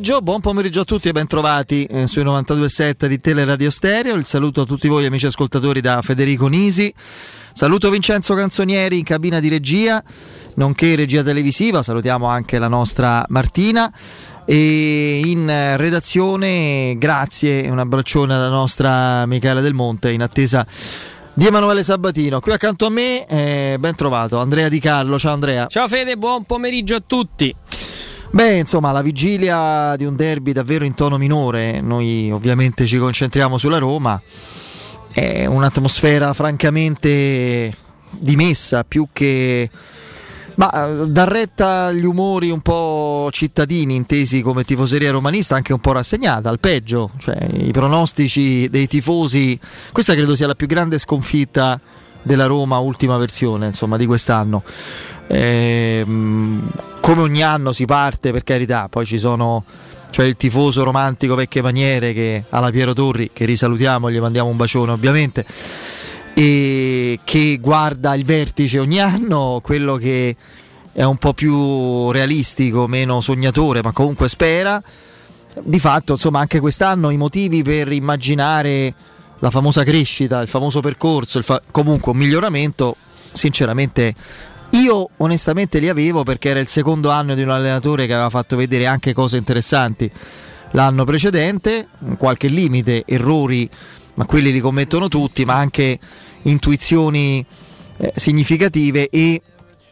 buon pomeriggio a tutti e ben trovati sui 92.7 di Teleradio Stereo. Il saluto a tutti voi amici ascoltatori da Federico Nisi. Saluto Vincenzo Canzonieri in cabina di regia, nonché regia televisiva. Salutiamo anche la nostra Martina. E in redazione grazie e un abbraccione alla nostra Michela Del Monte in attesa di Emanuele Sabatino. Qui accanto a me ben trovato Andrea Di Carlo. Ciao Andrea. Ciao Fede, buon pomeriggio a tutti. Beh, insomma, la vigilia di un derby davvero in tono minore. Noi ovviamente ci concentriamo sulla Roma. È un'atmosfera francamente dimessa, più che dà retta agli umori un po' cittadini, intesi come tifoseria romanista, anche un po' rassegnata al peggio. Cioè, i pronostici dei tifosi, questa credo sia la più grande sconfitta della Roma, ultima versione, insomma, di quest'anno. Come ogni anno si parte, per carità, poi c'è il tifoso romantico vecchie maniere che alla Piero Torri, che risalutiamo, gli mandiamo un bacione ovviamente, e che guarda il vertice ogni anno, quello che è un po' più realistico, meno sognatore, ma comunque spera. Di fatto, insomma, anche quest'anno i motivi per immaginare la famosa crescita, il famoso percorso, comunque un miglioramento, sinceramente io onestamente li avevo, perché era il secondo anno di un allenatore che aveva fatto vedere anche cose interessanti l'anno precedente, qualche limite, errori, ma quelli li commettono tutti, ma anche intuizioni significative e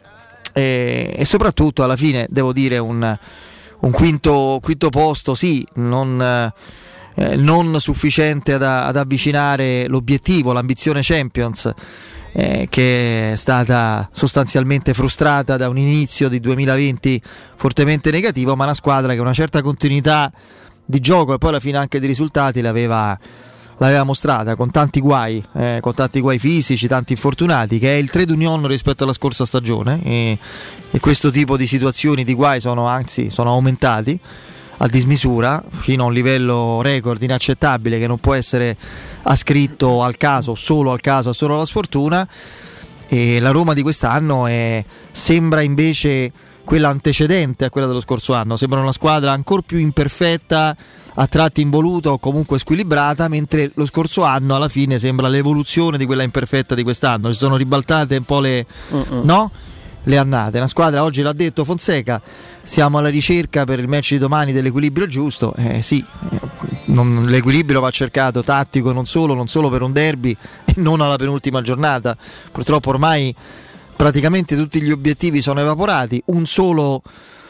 soprattutto alla fine devo dire un quinto posto, sì, non sufficiente ad avvicinare l'obiettivo, l'ambizione Champions, che è stata sostanzialmente frustrata da un inizio di 2020 fortemente negativo, ma una squadra che una certa continuità di gioco e poi alla fine anche di risultati l'aveva mostrata, con tanti guai fisici, tanti infortunati, che è il trade union rispetto alla scorsa stagione, e questo tipo di situazioni, di guai sono aumentati a dismisura fino a un livello record inaccettabile, che non può essere ascritto al caso, solo alla sfortuna. E la Roma di quest'anno sembra invece quella antecedente a quella dello scorso anno, sembra una squadra ancora più imperfetta, a tratti involuta o comunque squilibrata, mentre lo scorso anno alla fine sembra l'evoluzione di quella imperfetta di quest'anno. Si sono ribaltate un po' le annate. Una squadra, oggi l'ha detto Fonseca, siamo alla ricerca per il match di domani dell'equilibrio giusto. L'equilibrio va cercato tattico, non solo per un derby e non alla penultima giornata. Purtroppo ormai praticamente tutti gli obiettivi sono evaporati. Un solo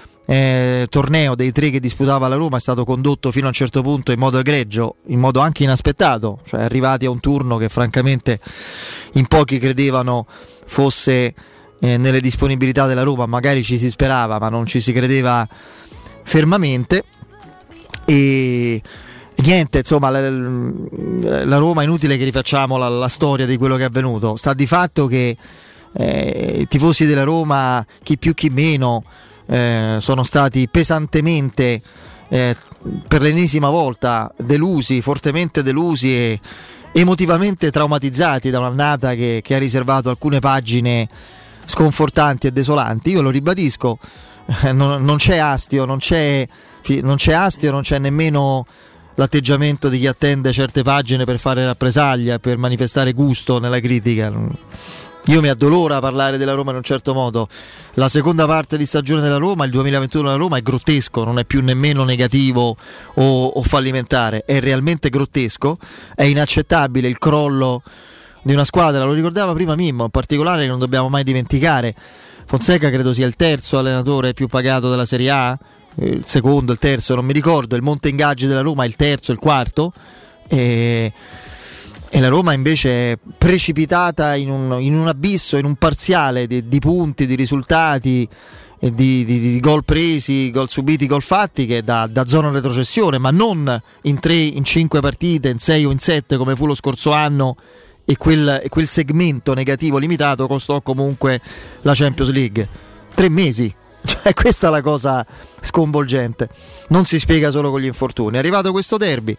torneo dei 3 che disputava la Roma è stato condotto fino a un certo punto in modo egregio, in modo anche inaspettato, cioè arrivati a un turno che francamente in pochi credevano fosse nelle disponibilità della Roma. Magari ci si sperava, ma non ci si credeva fermamente. E niente, insomma, la Roma, inutile che rifacciamo la storia di quello che è avvenuto. Sta di fatto che i tifosi della Roma, chi più chi meno, sono stati pesantemente per l'ennesima volta fortemente delusi e emotivamente traumatizzati da un'annata che ha riservato alcune pagine sconfortanti e desolanti. Io lo ribadisco, non c'è astio, non c'è nemmeno l'atteggiamento di chi attende certe pagine per fare rappresaglia, per manifestare gusto nella critica. Io mi addolora parlare della Roma in un certo modo. La seconda parte di stagione della Roma, il 2021 della Roma, è grottesco, non è più nemmeno negativo o fallimentare, è realmente grottesco. È inaccettabile il crollo di una squadra, lo ricordava prima Mimmo, in particolare, che non dobbiamo mai dimenticare. Fonseca credo sia il terzo allenatore più pagato della Serie A, il secondo, il terzo, non mi ricordo. Il monte ingaggi della Roma è il terzo, il quarto, e la Roma invece è precipitata in un abisso, in un parziale di punti, di risultati, di gol presi, gol subiti, gol fatti, che da zona retrocessione, ma non in 3, in 5 partite, in 6 o in 7 come fu lo scorso anno, e quel segmento negativo limitato costò comunque la Champions League. 3 mesi, cioè questa è la cosa sconvolgente, non si spiega solo con gli infortuni. È arrivato questo derby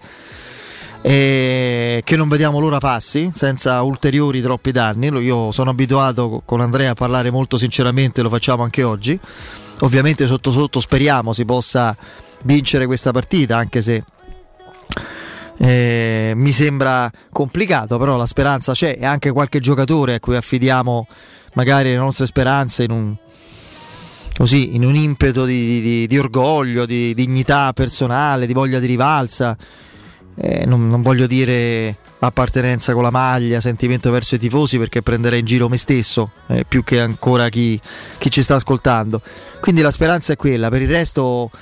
che non vediamo l'ora passi senza ulteriori troppi danni. Io sono abituato con Andrea a parlare molto sinceramente, lo facciamo anche oggi. Ovviamente sotto sotto speriamo si possa vincere questa partita, anche se mi sembra complicato, però la speranza c'è, e anche qualche giocatore a cui affidiamo magari le nostre speranze in un impeto di orgoglio, di dignità personale, di voglia di rivalsa, non voglio dire appartenenza con la maglia, sentimento verso i tifosi, perché prenderei in giro me stesso più che ancora chi ci sta ascoltando. Quindi la speranza è quella. Per il resto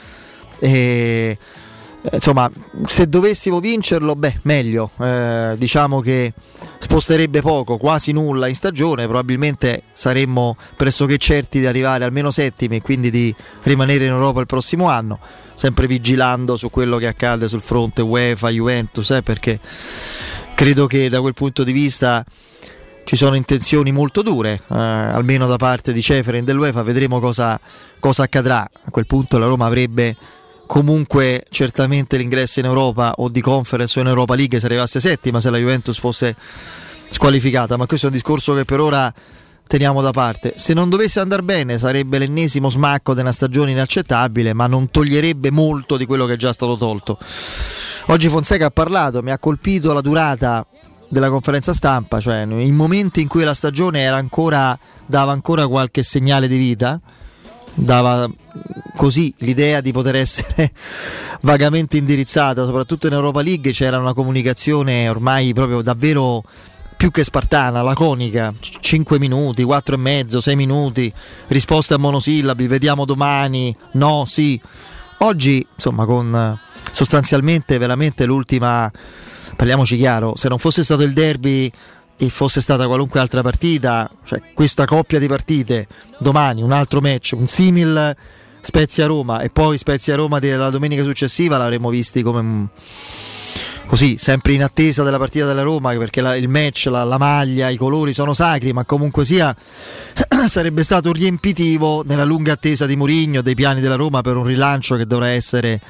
insomma, se dovessimo vincerlo, meglio. Diciamo che sposterebbe poco, quasi nulla in stagione. Probabilmente saremmo pressoché certi di arrivare almeno settimi e quindi di rimanere in Europa il prossimo anno, sempre vigilando su quello che accade sul fronte UEFA, Juventus, perché credo che da quel punto di vista ci sono intenzioni molto dure, almeno da parte di Ceferin dell'UEFA. Vedremo cosa accadrà. A quel punto la Roma avrebbe comunque certamente l'ingresso in Europa o di Conference o in Europa League se arrivasse settima, se la Juventus fosse squalificata, ma questo è un discorso che per ora teniamo da parte. Se non dovesse andare bene sarebbe l'ennesimo smacco di una stagione inaccettabile, ma non toglierebbe molto di quello che è già stato tolto. Oggi Fonseca ha parlato, mi ha colpito la durata della conferenza stampa, cioè in momenti in cui la stagione dava ancora qualche segnale di vita, dava così l'idea di poter essere vagamente indirizzata, soprattutto in Europa League c'era una comunicazione ormai proprio davvero più che spartana, laconica, 5 minuti, 4 e mezzo, 6 minuti, risposte a monosillabi, vediamo domani, no, sì. Oggi insomma con sostanzialmente veramente l'ultima, parliamoci chiaro, se non fosse stato il derby e fosse stata qualunque altra partita, cioè questa coppia di partite, domani un altro match, un simil Spezia-Roma e poi Spezia-Roma della domenica successiva, l'avremmo visti come così, sempre in attesa della partita della Roma, perché il match, la maglia, i colori sono sacri, ma comunque sia sarebbe stato un riempitivo nella lunga attesa di Mourinho, dei piani della Roma per un rilancio che dovrà essere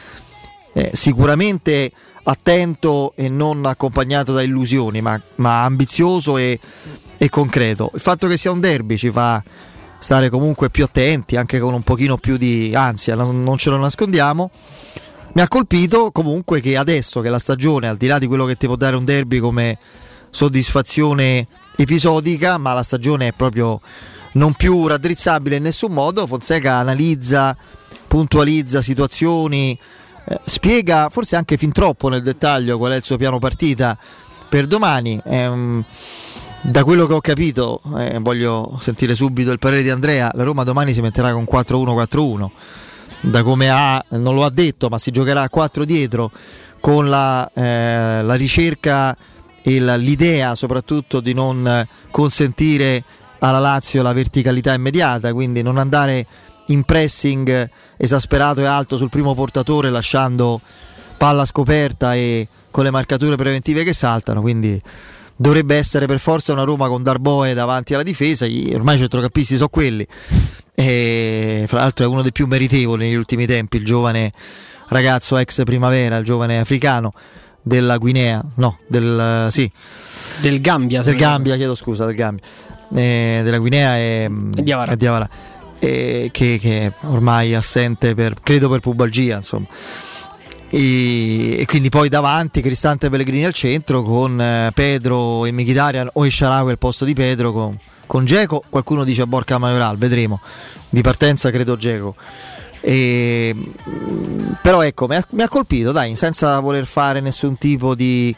sicuramente attento e non accompagnato da illusioni, ma ambizioso e concreto. Il fatto che sia un derby ci fa stare comunque più attenti, anche con un pochino più di ansia, non ce lo nascondiamo. Mi ha colpito comunque che adesso che la stagione, al di là di quello che ti può dare un derby come soddisfazione episodica, ma la stagione è proprio non più raddrizzabile in nessun modo, Fonseca analizza, puntualizza situazioni, spiega forse anche fin troppo nel dettaglio qual è il suo piano partita per domani. Da quello che ho capito, voglio sentire subito il parere di Andrea, la Roma domani si metterà con 4-1-4-1, da come non lo ha detto, ma si giocherà a 4 dietro, con la ricerca e l'idea soprattutto di non consentire alla Lazio la verticalità immediata, quindi non andare in pressing esasperato e alto sul primo portatore, lasciando palla scoperta e con le marcature preventive che saltano. Quindi dovrebbe essere per forza una Roma con Darboe davanti alla difesa. Ormai i centrocampisti sono quelli, e fra l'altro è uno dei più meritevoli negli ultimi tempi, il giovane ragazzo ex Primavera, il giovane africano della Guinea, del Gambia, chiedo scusa, del Gambia, della Guinea è Diawara, che ormai è assente credo per pubalgia, insomma. E quindi poi davanti Cristante Pellegrini al centro, con Pedro e Mkhitaryan o Esharawi al posto di Pedro, con Dzeko. Qualcuno dice Borca Majoral, vedremo. Di partenza credo Dzeko. Però ecco, mi ha colpito, dai, senza voler fare nessun tipo di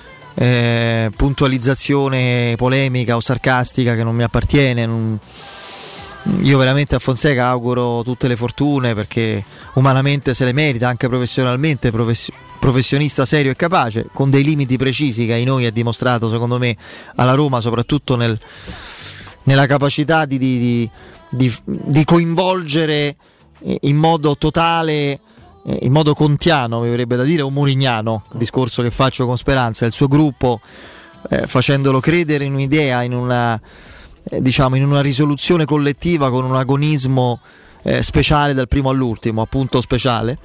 puntualizzazione polemica o sarcastica che non mi appartiene. Io veramente a Fonseca auguro tutte le fortune, perché umanamente se le merita, anche professionalmente, professionista serio e capace, con dei limiti precisi che ai noi ha dimostrato, secondo me, alla Roma, soprattutto nella capacità di coinvolgere in modo totale, in modo kantiano, mi verrebbe da dire, o murignano, discorso che faccio con Speranza, il suo gruppo, facendolo credere in un'idea, in una risoluzione collettiva, con un agonismo speciale dal primo all'ultimo, appunto speciale.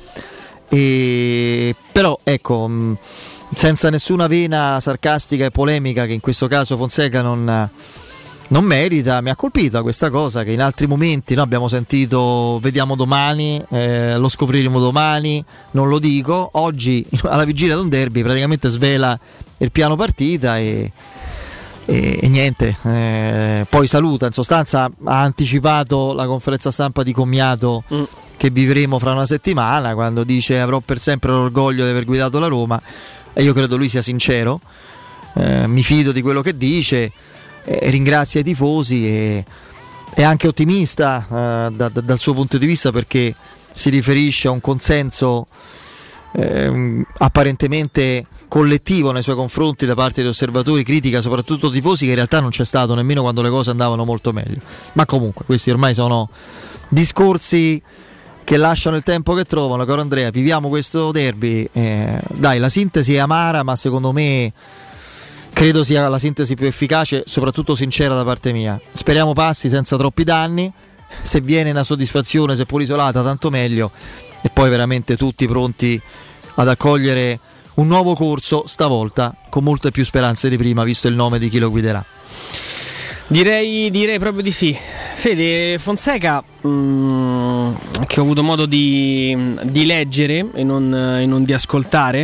Però ecco, senza nessuna vena sarcastica e polemica, che in questo caso Fonseca non non merita. Mi ha colpita questa cosa che in altri momenti noi abbiamo sentito vediamo domani, lo scopriremo domani, non lo dico. Oggi alla vigilia di un derby praticamente svela il piano partita e niente, poi saluta, in sostanza ha anticipato la conferenza stampa di commiato che vivremo fra una settimana, quando dice avrò per sempre l'orgoglio di aver guidato la Roma, e io credo lui sia sincero, mi fido di quello che dice, ringrazia i tifosi e è anche ottimista dal suo punto di vista, perché si riferisce a un consenso apparentemente collettivo nei suoi confronti da parte degli osservatori, critica soprattutto tifosi, che in realtà non c'è stato nemmeno quando le cose andavano molto meglio. Ma comunque questi ormai sono discorsi che lasciano il tempo che trovano. Caro Andrea, viviamo questo derby, dai, la sintesi è amara, ma secondo me credo sia la sintesi più efficace, soprattutto sincera da parte mia. Speriamo passi senza troppi danni, se viene una soddisfazione seppur isolata tanto meglio, e poi veramente tutti pronti ad accogliere un nuovo corso, stavolta con molte più speranze di prima, visto il nome di chi lo guiderà. Direi proprio di sì. Fede, Fonseca, che ho avuto modo di leggere e non di ascoltare,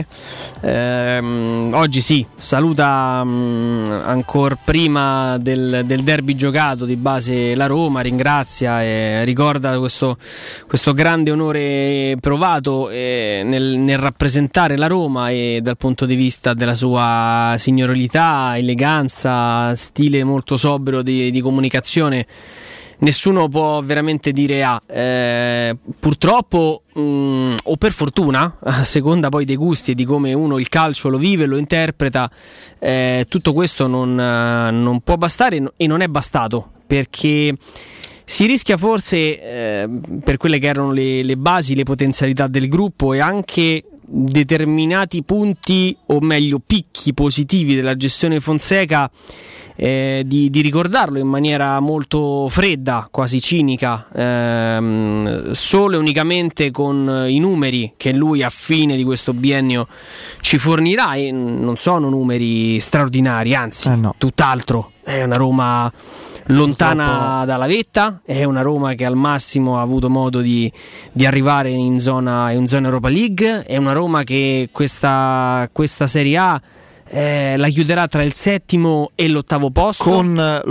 oggi sì, saluta ancora prima del derby giocato di base la Roma, ringrazia e ricorda questo grande onore provato nel rappresentare la Roma, e dal punto di vista della sua signorilità, eleganza, stile molto sobrio di comunicazione, nessuno può veramente dire purtroppo o per fortuna, a seconda poi dei gusti e di come uno il calcio lo vive, lo interpreta, tutto questo non può bastare e non è bastato, perché si rischia forse per quelle che erano le basi, le potenzialità del gruppo e anche determinati punti, o meglio picchi positivi della gestione Fonseca, di ricordarlo in maniera molto fredda, quasi cinica, solo e unicamente con i numeri che lui a fine di questo biennio ci fornirà, e non sono numeri straordinari, anzi no. Tutt'altro. È una Roma lontana dalla vetta, è una Roma che al massimo ha avuto modo di arrivare in zona Europa League, è una Roma che questa Serie A la chiuderà tra il 7° e l'8° posto, con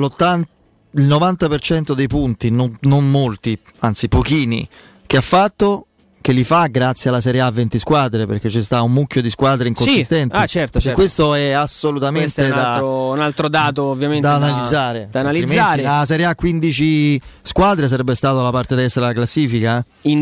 il 90% dei punti, non molti, anzi pochini, che ha fatto, che li fa grazie alla Serie A a 20 squadre, perché c'è sta un mucchio di squadre inconsistenti. Sì. Certo. Questo è assolutamente un altro dato ovviamente da analizzare. Altrimenti la Serie A 15 squadre sarebbe stata la parte destra della classifica. In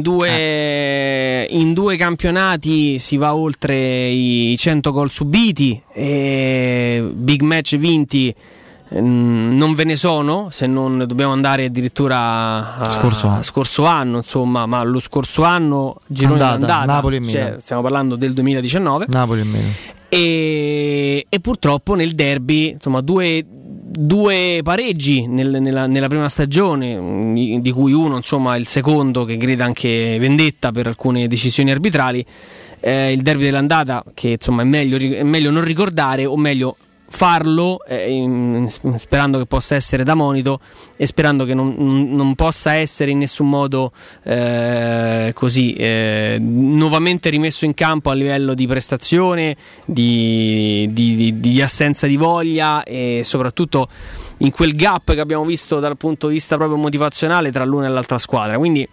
due campionati si va oltre i 100 gol subiti, e big match vinti non ve ne sono, se non dobbiamo andare addirittura a scorso anno, insomma, ma lo scorso anno girone d'andata, Napoli e Milan, stiamo parlando del 2019, Napoli e Milan, e purtroppo nel derby, insomma, due pareggi nella prima stagione, di cui uno, insomma, il secondo che grida anche vendetta per alcune decisioni arbitrali, il derby dell'andata che insomma è meglio non ricordare, o meglio farlo, sperando che possa essere da monito e sperando che non possa essere in nessun modo nuovamente rimesso in campo a livello di prestazione, di assenza di voglia, e soprattutto in quel gap che abbiamo visto dal punto di vista proprio motivazionale tra l'una e l'altra squadra. Quindi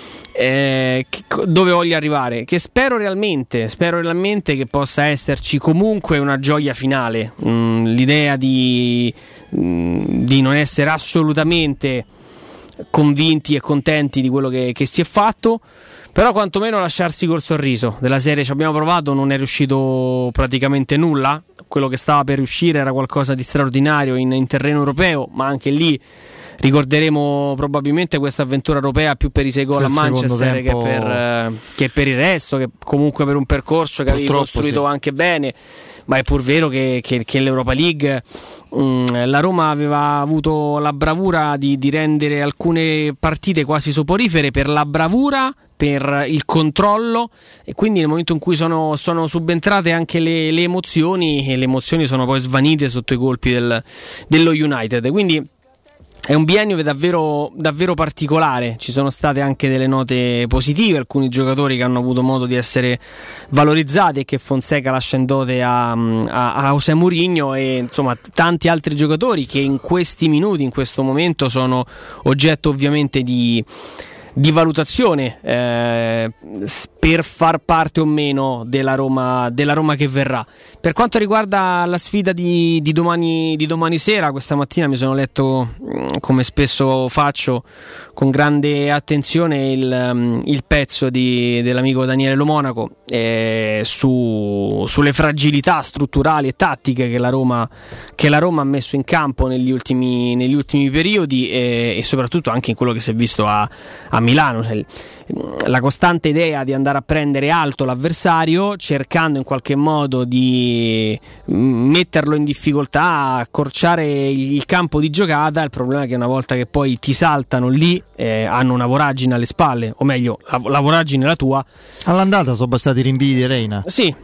dove voglio arrivare? Che spero realmente che possa esserci comunque una gioia finale, l'idea di non essere assolutamente convinti e contenti di quello che si è fatto, però quantomeno lasciarsi col sorriso della serie. Ci abbiamo provato, non è riuscito praticamente nulla, quello che stava per uscire era qualcosa di straordinario in terreno europeo, ma anche lì ricorderemo probabilmente questa avventura europea più per i 6 gol a Manchester che per il resto, che comunque per un percorso che avevi costruito anche bene. Ma è pur vero che l'Europa League la Roma aveva avuto la bravura di rendere alcune partite quasi soporifere per la bravura, per il controllo, e quindi nel momento in cui sono subentrate anche le emozioni, e le emozioni sono poi svanite sotto i colpi dello United. Quindi È un biennio davvero, davvero particolare. Ci sono state anche delle note positive, alcuni giocatori che hanno avuto modo di essere valorizzati e che Fonseca lascia in dote a José Mourinho, e insomma tanti altri giocatori che in questi minuti, in questo momento, sono oggetto ovviamente di valutazione per far parte o meno della Roma che verrà. Per quanto riguarda la sfida di domani sera, questa mattina mi sono letto, come spesso faccio, con grande attenzione il pezzo dell'amico Daniele Lo Monaco sulle fragilità strutturali e tattiche che la Roma ha messo in campo negli ultimi periodi, e soprattutto anche in quello che si è visto a Milano, cioè la costante idea di andare a prendere alto l'avversario, cercando in qualche modo di metterlo in difficoltà, accorciare il campo di giocata. Il problema è che una volta che poi ti saltano lì, hanno una voragine alle spalle, o meglio la voragine è la tua. All'andata sono bastati rinvii di Reina. Sì.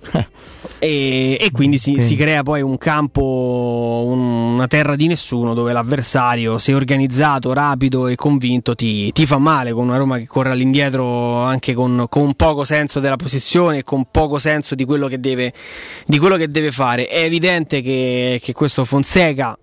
E quindi si crea poi un campo, una terra di nessuno, dove l'avversario, se organizzato, rapido e convinto, ti fa male, con una Roma che corre all'indietro anche con poco senso della posizione e con poco senso di quello che deve fare. È evidente che questo Fonseca,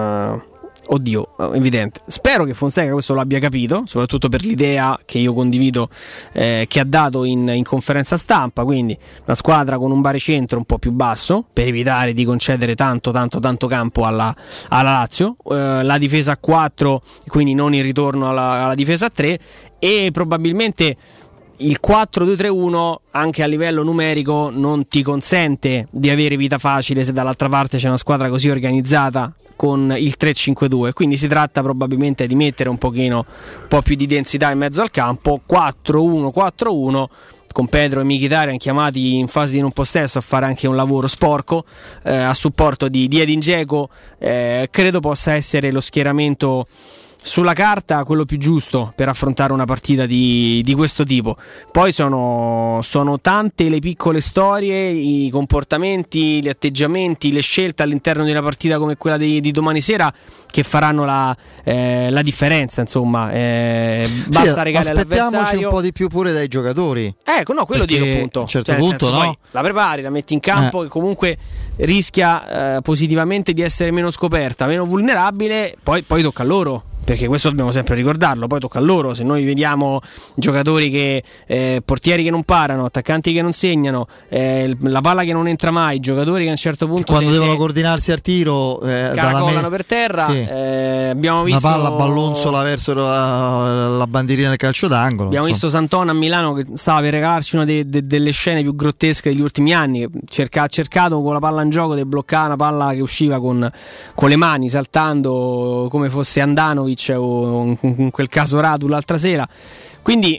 evidente. Spero che Fonseca questo lo abbia capito, soprattutto per l'idea che io condivido, che ha dato in conferenza stampa, quindi una squadra con un baricentro un po' più basso per evitare di concedere tanto campo alla Lazio, la difesa a 4, quindi non il ritorno alla difesa a 3, e probabilmente il 4-2-3-1 anche a livello numerico non ti consente di avere vita facile se dall'altra parte c'è una squadra così organizzata con il 3-5-2, quindi si tratta probabilmente di mettere un po' più di densità in mezzo al campo. 4-1-4-1 con Pedro e Mkhitaryan chiamati in fase di non possesso a fare anche un lavoro sporco a supporto di Edin Dzeko. Credo possa essere lo schieramento sulla carta quello più giusto per affrontare una partita di questo tipo. Poi sono tante le piccole storie, i comportamenti, gli atteggiamenti, le scelte all'interno di una partita come quella di domani sera che faranno la differenza, insomma. Basta regalare all'avversario. Aspettiamoci un po' di più pure dai giocatori. Ecco, no, quello dico appunto. A un certo punto, no? Poi la prepari, la metti in campo, che comunque rischia positivamente di essere meno scoperta, meno vulnerabile, poi tocca a loro. Perché questo dobbiamo sempre ricordarlo, poi tocca a loro. Se noi vediamo giocatori portieri che non parano, attaccanti che non segnano, la palla che non entra mai, giocatori che a un certo punto quando devono coordinarsi al tiro caracolano per terra, sì. Abbiamo visto una palla ballonzola verso la bandierina del calcio d'angolo. Abbiamo visto Sant'Ona a Milano che stava per regalarci una delle scene più grottesche degli ultimi anni, ha cercato con la palla in gioco di bloccare una palla che usciva con le mani, saltando come fosse Andanovic o in quel caso Radu l'altra sera. Quindi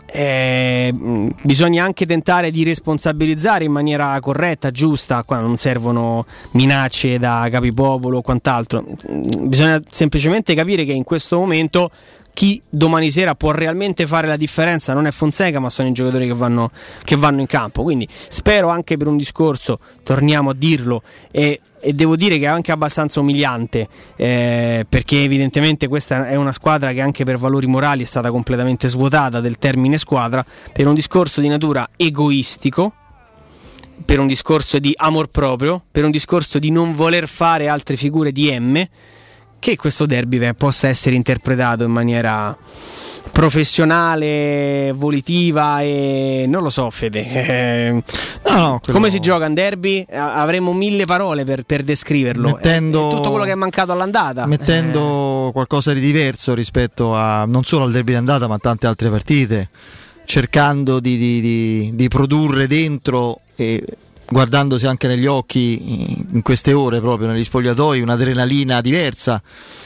bisogna anche tentare di responsabilizzare in maniera corretta, giusta. Qua non servono minacce da capipopolo o quant'altro, bisogna semplicemente capire che in questo momento chi domani sera può realmente fare la differenza non è Fonseca, ma sono i giocatori che vanno in campo. Quindi spero, anche per un discorso, torniamo a dirlo, e devo dire che è anche abbastanza umiliante, perché evidentemente questa è una squadra che anche per valori morali è stata completamente svuotata del termine squadra, per un discorso di natura egoistico, per un discorso di amor proprio, per un discorso di non voler fare altre figure di M, che questo derby possa essere interpretato in maniera professionale, volitiva, e non lo so, Fede, come si gioca un derby? Avremmo 1000 parole per descriverlo, mettendo tutto quello che è mancato all'andata, mettendo qualcosa di diverso rispetto a non solo al derby d'andata ma a tante altre partite, cercando di produrre dentro e guardandosi anche negli occhi in queste ore, proprio negli spogliatoi, un'adrenalina diversa.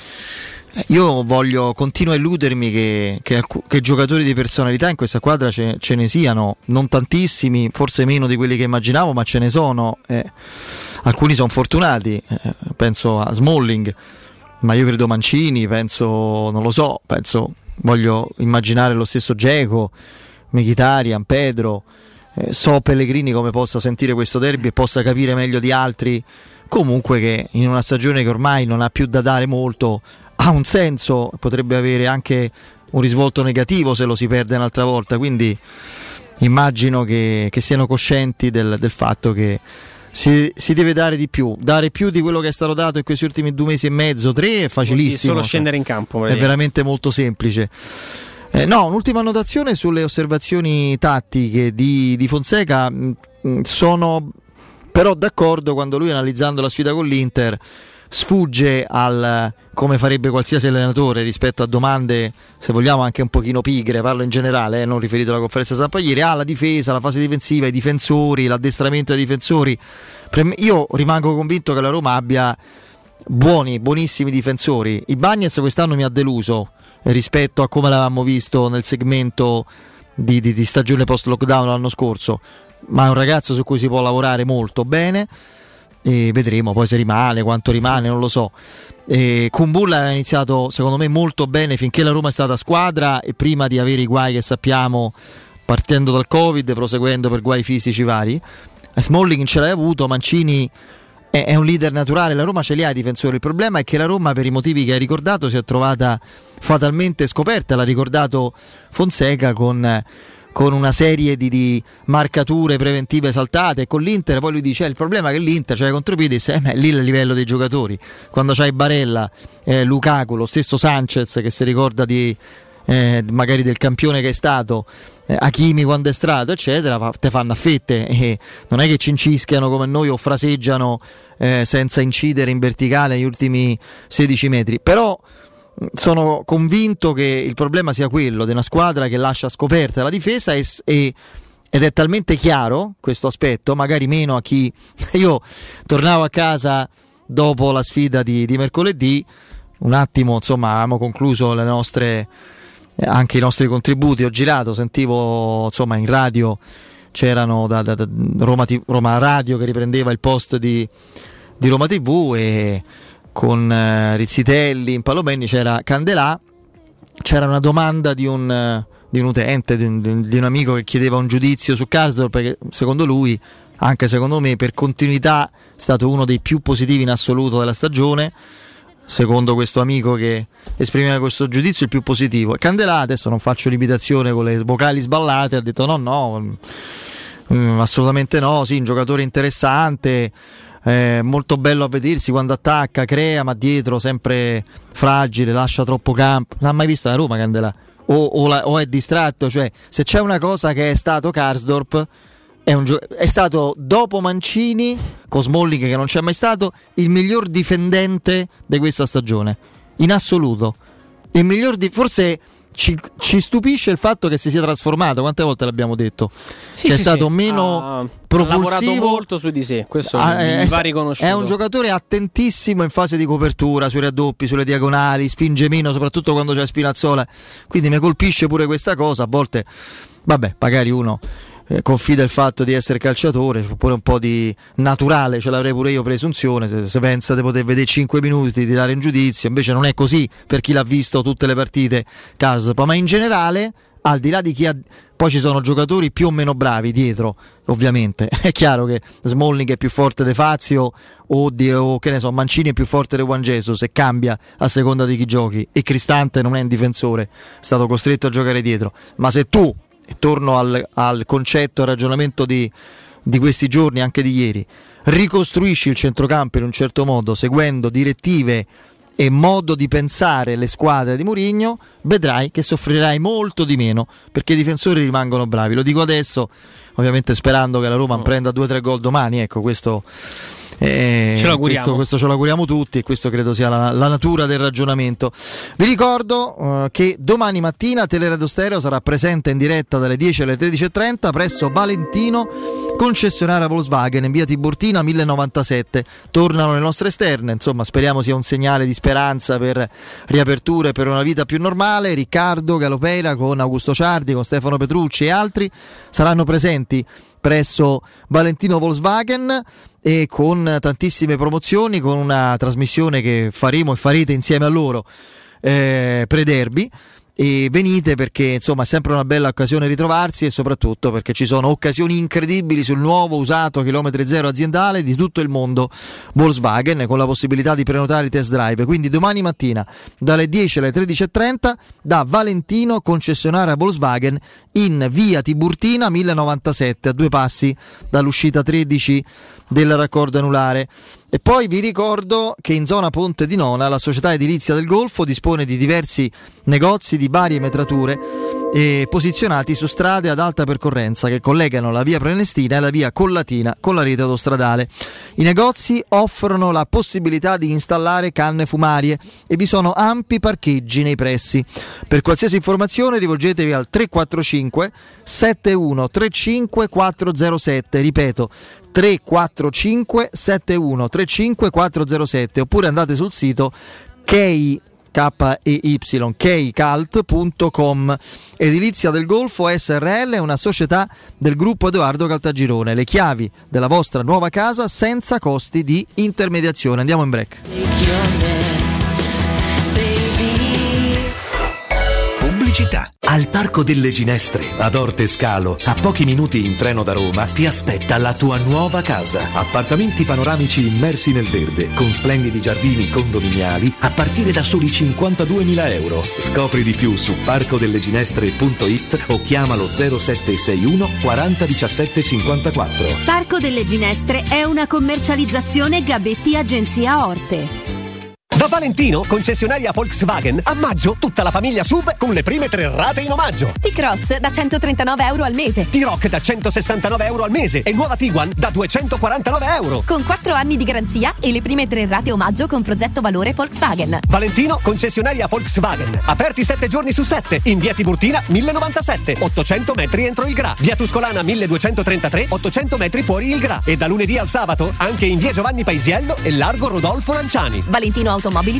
Io continuo a illudermi che giocatori di personalità in questa squadra ce ne siano, non tantissimi, forse meno di quelli che immaginavo, ma ce ne sono. Alcuni sono fortunati, penso a Smalling, ma io credo Mancini, voglio immaginare lo stesso Dzeko, Mkhitaryan, Pedro. So Pellegrini come possa sentire questo derby e possa capire meglio di altri, comunque, che in una stagione che ormai non ha più da dare molto, ha ha un senso, potrebbe avere anche un risvolto negativo se lo si perde un'altra volta, quindi immagino che siano coscienti del fatto che si deve dare di più di quello che è stato dato in questi ultimi 2 mesi e mezzo, 3 è facilissimo, solo scendere in campo, è veramente molto semplice. No, un'ultima annotazione sulle osservazioni tattiche di Fonseca. Sono però d'accordo quando lui, analizzando la sfida con l'Inter, sfugge al come farebbe qualsiasi allenatore rispetto a domande, se vogliamo, anche un pochino pigre, parlo in generale, non riferito alla conferenza stampa ieri, la difesa, la fase difensiva, i difensori, l'addestramento dei difensori. Io rimango convinto che la Roma abbia buonissimi difensori. Ibañez quest'anno mi ha deluso rispetto a come l'avevamo visto nel segmento di stagione post lockdown l'anno scorso, ma è un ragazzo su cui si può lavorare molto bene e vedremo poi se rimane, quanto rimane, non lo so. Kumbulla ha iniziato secondo me molto bene finché la Roma è stata squadra e prima di avere i guai che sappiamo, partendo dal Covid, proseguendo per guai fisici vari. Smalling ce l'hai avuto, Mancini è un leader naturale, la Roma ce li ha i difensori. Il problema è che la Roma, per i motivi che hai ricordato, si è trovata fatalmente scoperta, l'ha ricordato Fonseca, con una serie di marcature preventive saltate, e con l'Inter poi lui dice il problema è che l'Inter c'è contropiedi, lì il livello dei giocatori, quando c'hai Barella, Lukaku, lo stesso Sanchez che si ricorda magari del campione che è stato, Hakimi quando è strato eccetera, te fanno a fette e non è che cincischiano come noi o fraseggiano senza incidere in verticale negli ultimi 16 metri. Però sono convinto che il problema sia quello di una squadra che lascia scoperta la difesa ed è talmente chiaro questo aspetto, magari meno a chi... Io tornavo a casa dopo la sfida di mercoledì, un attimo, insomma, avevamo concluso le nostre, anche i nostri contributi, ho girato, sentivo, insomma, in radio c'erano da Roma Radio che riprendeva il post di Roma TV, e con Rizzitelli, in Palomenni c'era Candelà, c'era una domanda di un utente, di un amico che chiedeva un giudizio su Karsdorp, perché secondo lui, anche secondo me, per continuità è stato uno dei più positivi in assoluto della stagione, secondo questo amico che esprimeva questo giudizio il più positivo. E Candelà, adesso non faccio l'imitazione con le vocali sballate, ha detto no, assolutamente no, sì, un giocatore interessante, molto bello a vedersi quando attacca, crea, ma dietro sempre fragile, lascia troppo campo. Non ha mai visto la Roma Candelà, o è distratto. Cioè, se c'è una cosa che è stato Karsdorp, è stato, dopo Mancini con Smalling che non c'è mai stato, il miglior difendente di questa stagione in assoluto. Il miglior forse ci stupisce il fatto che si sia trasformato, quante volte l'abbiamo detto, che è stato meno propulsivo, ha lavorato molto su di sé, questo va riconosciuto. È un giocatore attentissimo in fase di copertura, sui raddoppi, sulle diagonali, spinge meno soprattutto quando c'è Spinazzola, quindi mi colpisce pure questa cosa. A volte, vabbè, magari uno confida il fatto di essere calciatore, pure un po' di naturale ce l'avrei pure io, presunzione, se pensa di poter vedere 5 minuti di dare un giudizio. Invece non è così per chi l'ha visto tutte le partite Karsdorp, ma in generale, al di là di chi poi ci sono giocatori più o meno bravi dietro, ovviamente è chiaro che Smalling è più forte di Fazio o che ne so, Mancini è più forte di Juan Jesus, e cambia a seconda di chi giochi, e Cristante non è un difensore, è stato costretto a giocare dietro. Ma se tu, e torno al concetto, al ragionamento di questi giorni, anche di ieri, ricostruisci il centrocampo in un certo modo, seguendo direttive e modo di pensare le squadre di Mourinho, vedrai che soffrirai molto di meno, perché i difensori rimangono bravi. Lo dico adesso, ovviamente sperando che la Roma prenda 2 o 3 gol domani, ecco, questo ce lo auguriamo tutti, e questo credo sia la natura del ragionamento. Vi ricordo che domani mattina Teleradio Stereo sarà presente in diretta dalle 10 alle 13.30 presso Valentino, concessionaria Volkswagen in via Tiburtina 1097. Tornano le nostre esterne, insomma, speriamo sia un segnale di speranza per riaperture, per una vita più normale. Riccardo Galopeira con Augusto Ciardi, con Stefano Petrucci e altri saranno presenti presso Valentino Volkswagen, e con tantissime promozioni, con una trasmissione che faremo e farete insieme a loro, pre-derby. e venite perché insomma è sempre una bella occasione ritrovarsi, e soprattutto perché ci sono occasioni incredibili sul nuovo usato chilometri zero aziendale di tutto il mondo Volkswagen, con la possibilità di prenotare i test drive. Quindi domani mattina dalle 10 alle 13.30 da Valentino, concessionaria Volkswagen in via Tiburtina 1097, a 2 passi dall'uscita 13 del raccordo anulare. E poi vi ricordo che in zona Ponte di Nona la società edilizia del Golfo dispone di diversi negozi di varie metrature posizionati su strade ad alta percorrenza che collegano la via Prenestina e la via Collatina con la rete autostradale. I negozi offrono la possibilità di installare canne fumarie e vi sono ampi parcheggi nei pressi. Per qualsiasi informazione rivolgetevi al 345 7135 407, ripeto 345 7135 407, oppure andate sul sito keycalt.com. Edilizia del Golfo SRL è una società del gruppo Edoardo Caltagirone. Le chiavi della vostra nuova casa senza costi di intermediazione. Andiamo in break. Pubblicità. Al Parco delle Ginestre, ad Orte Scalo, a pochi minuti in treno da Roma, ti aspetta la tua nuova casa. Appartamenti panoramici immersi nel verde, con splendidi giardini condominiali, a partire da soli 52.000 euro. Scopri di più su parcodelleginestre.it o chiamalo 0761 40 17 54. Parco delle Ginestre è una commercializzazione Gabetti Agenzia Orte. Da Valentino, concessionaria Volkswagen, a maggio tutta la famiglia SUV con le prime 3 rate in omaggio. T-Cross da 139 euro al mese. T-Roc da 169 euro al mese e nuova Tiguan da 249 euro. Con 4 anni di garanzia e le prime 3 rate omaggio con progetto valore Volkswagen. Valentino, concessionaria Volkswagen. Aperti 7 giorni su 7. In via Tiburtina 1097, 800 metri entro il Gra. Via Tuscolana 1233, 800 metri fuori il Gra. E da lunedì al sabato anche in via Giovanni Paisiello e largo Rodolfo Lanciani. ValentinoAutomobili.it.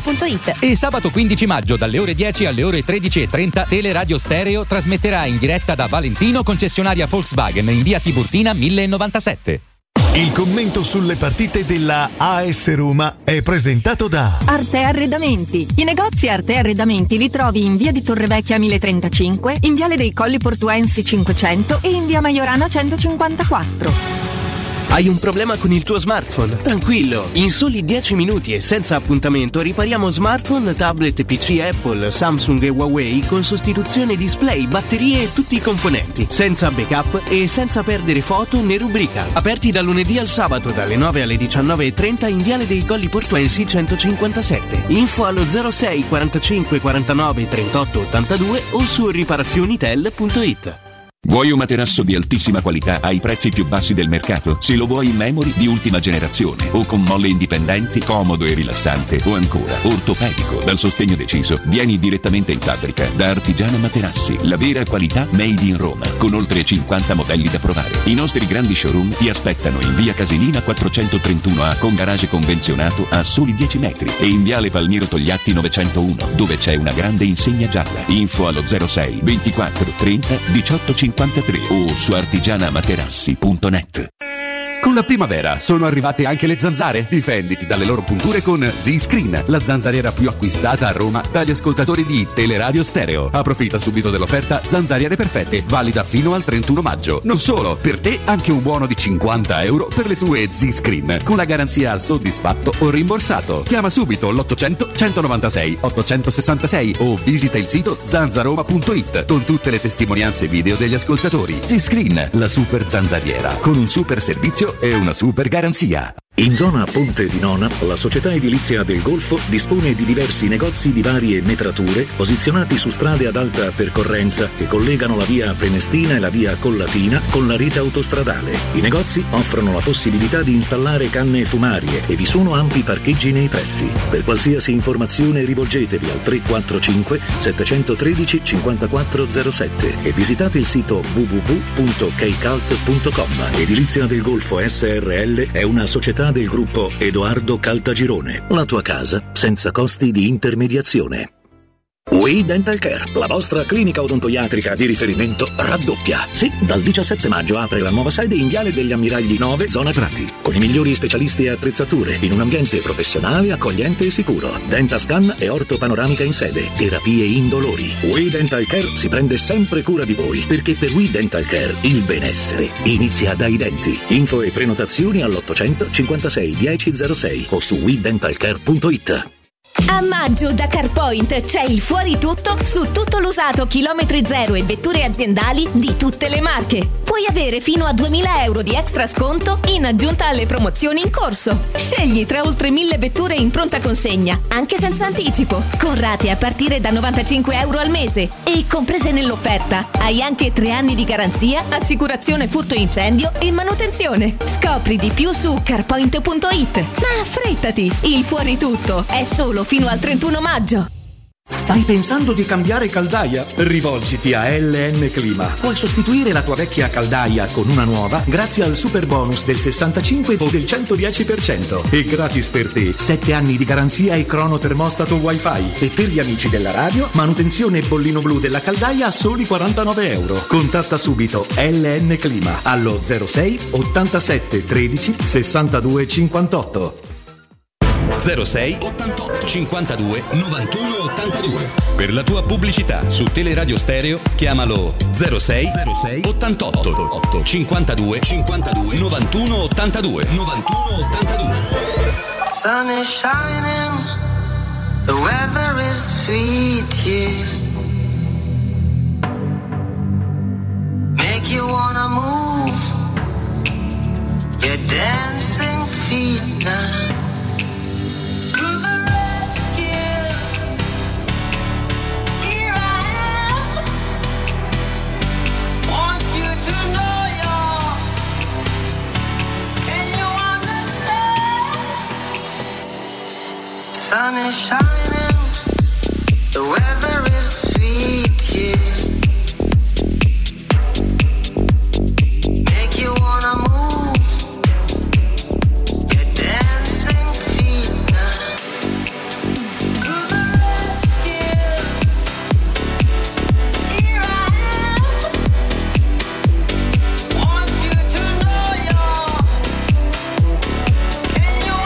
E sabato 15 maggio dalle ore 10 alle ore 13.30 Teleradio Stereo trasmetterà in diretta da Valentino, concessionaria Volkswagen in via Tiburtina 1097. Il commento sulle partite della AS Roma è presentato da Arte Arredamenti. I negozi Arte Arredamenti li trovi in via di Torrevecchia 1035, in viale dei Colli Portuensi 500 e in via Maiorana 154. Hai un problema con il tuo smartphone? Tranquillo, in soli 10 minuti e senza appuntamento ripariamo smartphone, tablet, PC Apple, Samsung e Huawei con sostituzione display, batterie e tutti i componenti, senza backup e senza perdere foto né rubrica. Aperti da lunedì al sabato dalle 9 alle 19.30 in viale dei Colli Portuensi 157. Info allo 06 45 49 38 82 o su riparazionitel.it. Vuoi un materasso di altissima qualità ai prezzi più bassi del mercato? Se lo vuoi in memory di ultima generazione o con molle indipendenti, comodo e rilassante, o ancora ortopedico dal sostegno deciso, vieni direttamente in fabbrica da Artigiana Materassi, la vera qualità made in Roma, con oltre 50 modelli da provare. I nostri grandi showroom ti aspettano in via Casilina 431A con garage convenzionato a soli 10 metri e in viale Palmiro Togliatti 901 dove c'è una grande insegna gialla. Info allo 06 24 30 18 53 o su artigianamaterassi.net. Con la primavera sono arrivate anche le zanzare. Difenditi dalle loro punture con Z-Screen, la zanzariera più acquistata a Roma dagli ascoltatori di Teleradio Stereo. Approfitta subito dell'offerta Zanzariere Perfette, valida fino al 31 maggio. Non solo, per te anche un buono di 50 euro per le tue Z-Screen, con la garanzia soddisfatto o rimborsato. Chiama subito l'800 196 866 o visita il sito zanzaroma.it con tutte le testimonianze video degli ascoltatori. Z-Screen, la super zanzariera, con un super servizio e una super garanzia. In zona Ponte di Nona, la società edilizia del Golfo dispone di diversi negozi di varie metrature posizionati su strade ad alta percorrenza che collegano la via Prenestina e la via Collatina con la rete autostradale. I negozi offrono la possibilità di installare canne fumarie e vi sono ampi parcheggi nei pressi. Per qualsiasi informazione rivolgetevi al 345 713 5407 e visitate il sito www.keycalt.com. Edilizia del Golfo SRL è una società del gruppo Edoardo Caltagirone. La tua casa senza costi di intermediazione. We Dental Care, la vostra clinica odontoiatrica di riferimento, raddoppia. Sì, dal 17 maggio apre la nuova sede in Viale degli Ammiragli 9, zona Prati, con i migliori specialisti e attrezzature, in un ambiente professionale, accogliente e sicuro. Dentascan e ortopanoramica in sede, terapie indolori. We Dental Care si prende sempre cura di voi, perché per We Dental Care il benessere inizia dai denti. Info e prenotazioni all'800 56 1006 o su wedentalcare.it. A maggio da CarPoint c'è il fuori tutto su tutto l'usato chilometri zero e vetture aziendali di tutte le marche. Puoi avere fino a 2.000 euro di extra sconto in aggiunta alle promozioni in corso. Scegli tra oltre 1.000 vetture in pronta consegna, anche senza anticipo, con rate a partire da 95 euro al mese. E comprese nell'offerta hai anche 3 anni di garanzia, assicurazione furto incendio e manutenzione. Scopri di più su carpoint.it. Ma affrettati, il fuori tutto è solo fino al 31 maggio. Stai pensando di cambiare caldaia? Rivolgiti a LN Clima. Puoi sostituire la tua vecchia caldaia con una nuova grazie al super bonus del 65 o del 110%. E gratis per te 7 anni di garanzia e cronotermostato wifi. E per gli amici della radio, manutenzione e bollino blu della caldaia a soli 49 euro. Contatta subito LN Clima allo 06 87 13 62 58. 06 88 52 91 82. Per la tua pubblicità su Teleradio Stereo chiamalo 06 88 52 52 91 82 91 82. Sun is shining, the weather is sweet here. Make you wanna move your dancing feet now. Sun is shining, the weather is sweet here. Make you wanna move your dancing feet now. To the rescue, here I am. Want you to know you're. Can you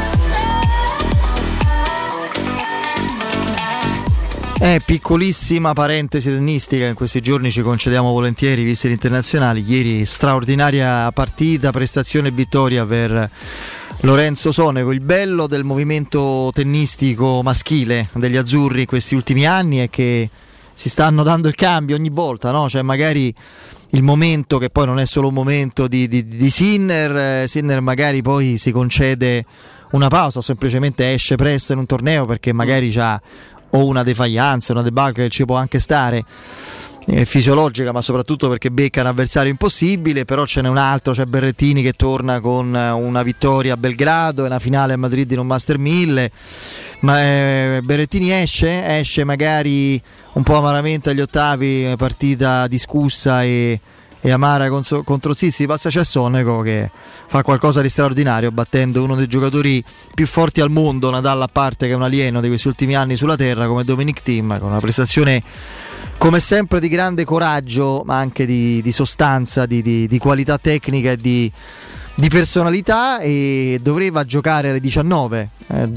Piccolissima parentesi tennistica, in questi giorni ci concediamo volentieri visti gli internazionali. Ieri straordinaria partita, prestazione e vittoria per Lorenzo Sonego. Il bello del movimento tennistico maschile degli azzurri in questi ultimi anni è che si stanno dando il cambio ogni volta, no? Cioè magari il momento, che poi non è solo un momento di Sinner magari poi si concede una pausa o semplicemente esce presto in un torneo perché magari c'ha o una defaglianza, una debacle che ci può anche stare, fisiologica, ma soprattutto perché becca un avversario impossibile. Però ce n'è un altro, c'è Berrettini che torna con una vittoria a Belgrado e una finale a Madrid in un Master 1000, ma Berrettini esce magari un po' amaramente agli ottavi, partita discussa e amara contro Tsitsipas. C'è Sonego che fa qualcosa di straordinario battendo uno dei giocatori più forti al mondo, Nadal a parte, che è un alieno di questi ultimi anni sulla terra, come Dominic Thiem, con una prestazione come sempre di grande coraggio, ma anche di sostanza, di qualità tecnica e di personalità. E dovrebbe giocare alle 19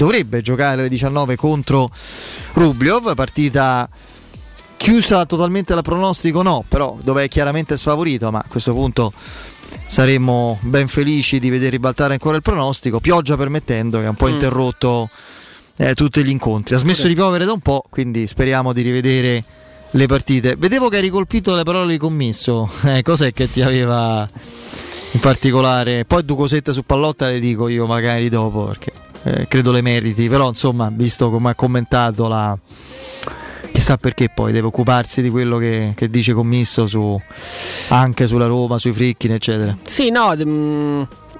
contro Rublev, partita chiusa totalmente al pronostico, no, però dove è chiaramente sfavorito, ma a questo punto saremmo ben felici di vedere ribaltare ancora il pronostico, pioggia permettendo, che ha un po' interrotto tutti gli incontri. Ha smesso di piovere da un po', quindi speriamo di rivedere le partite. Vedevo che hai ricolpito le parole di commesso, cos'è che ti aveva in particolare? Poi due cosette su Pallotta le dico io magari dopo, perché credo le meriti, però insomma, visto come ha commentato chissà perché poi deve occuparsi di quello che dice commisso anche sulla Roma, sui Friedkin eccetera. Sì, no,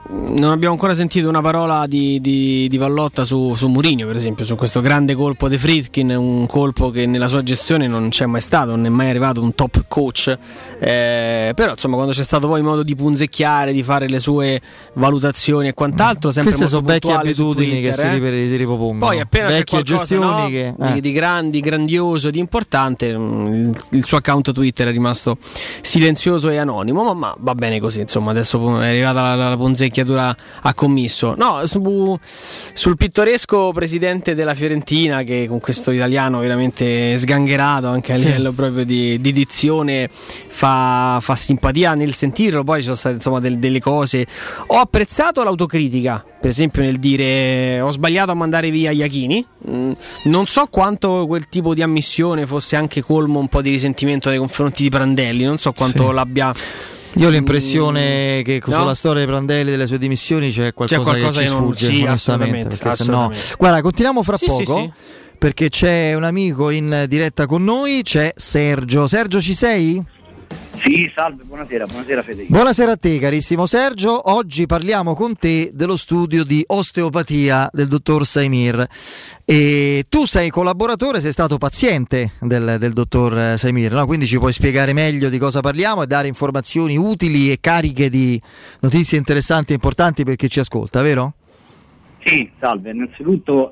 non abbiamo ancora sentito una parola di Pallotta su Mourinho, per esempio, su questo grande colpo di Friedkin, un colpo che nella sua gestione non c'è mai stato, non è mai arrivato un top coach, però insomma quando c'è stato poi modo di punzecchiare, di fare le sue valutazioni e quant'altro, sempre queste sono vecchie abitudini Twitter, che si ripropongono, poi appena vecchie c'è qualcosa, gestioni, no, di grandioso, di importante, il suo account Twitter è rimasto silenzioso e anonimo, ma va bene così, insomma adesso è arrivata la punzecchiatura a commisso. No, sul pittoresco presidente della Fiorentina, che con questo italiano veramente sgangherato anche a livello proprio di dizione fa simpatia nel sentirlo. Poi ci sono state insomma delle cose. Ho apprezzato l'autocritica, per esempio nel dire ho sbagliato a mandare via Iachini. Non so quanto quel tipo di ammissione fosse anche colmo un po' di risentimento nei confronti di Prandelli, non so quanto l'abbia. Io ho l'impressione che sulla storia di Prandelli, delle sue dimissioni, c'è qualcosa che ci sfugge, onestamente, perché sennò... Guarda, continuiamo fra poco, perché c'è un amico in diretta con noi, c'è Sergio. Sergio, ci sei? Sì, salve, buonasera Federico. Buonasera a te, carissimo Sergio. Oggi parliamo con te dello studio di osteopatia del dottor Saimir. E tu sei collaboratore, sei stato paziente del dottor Saimir, no? Quindi ci puoi spiegare meglio di cosa parliamo e dare informazioni utili e cariche di notizie interessanti e importanti per chi ci ascolta, vero? Sì, salve. Innanzitutto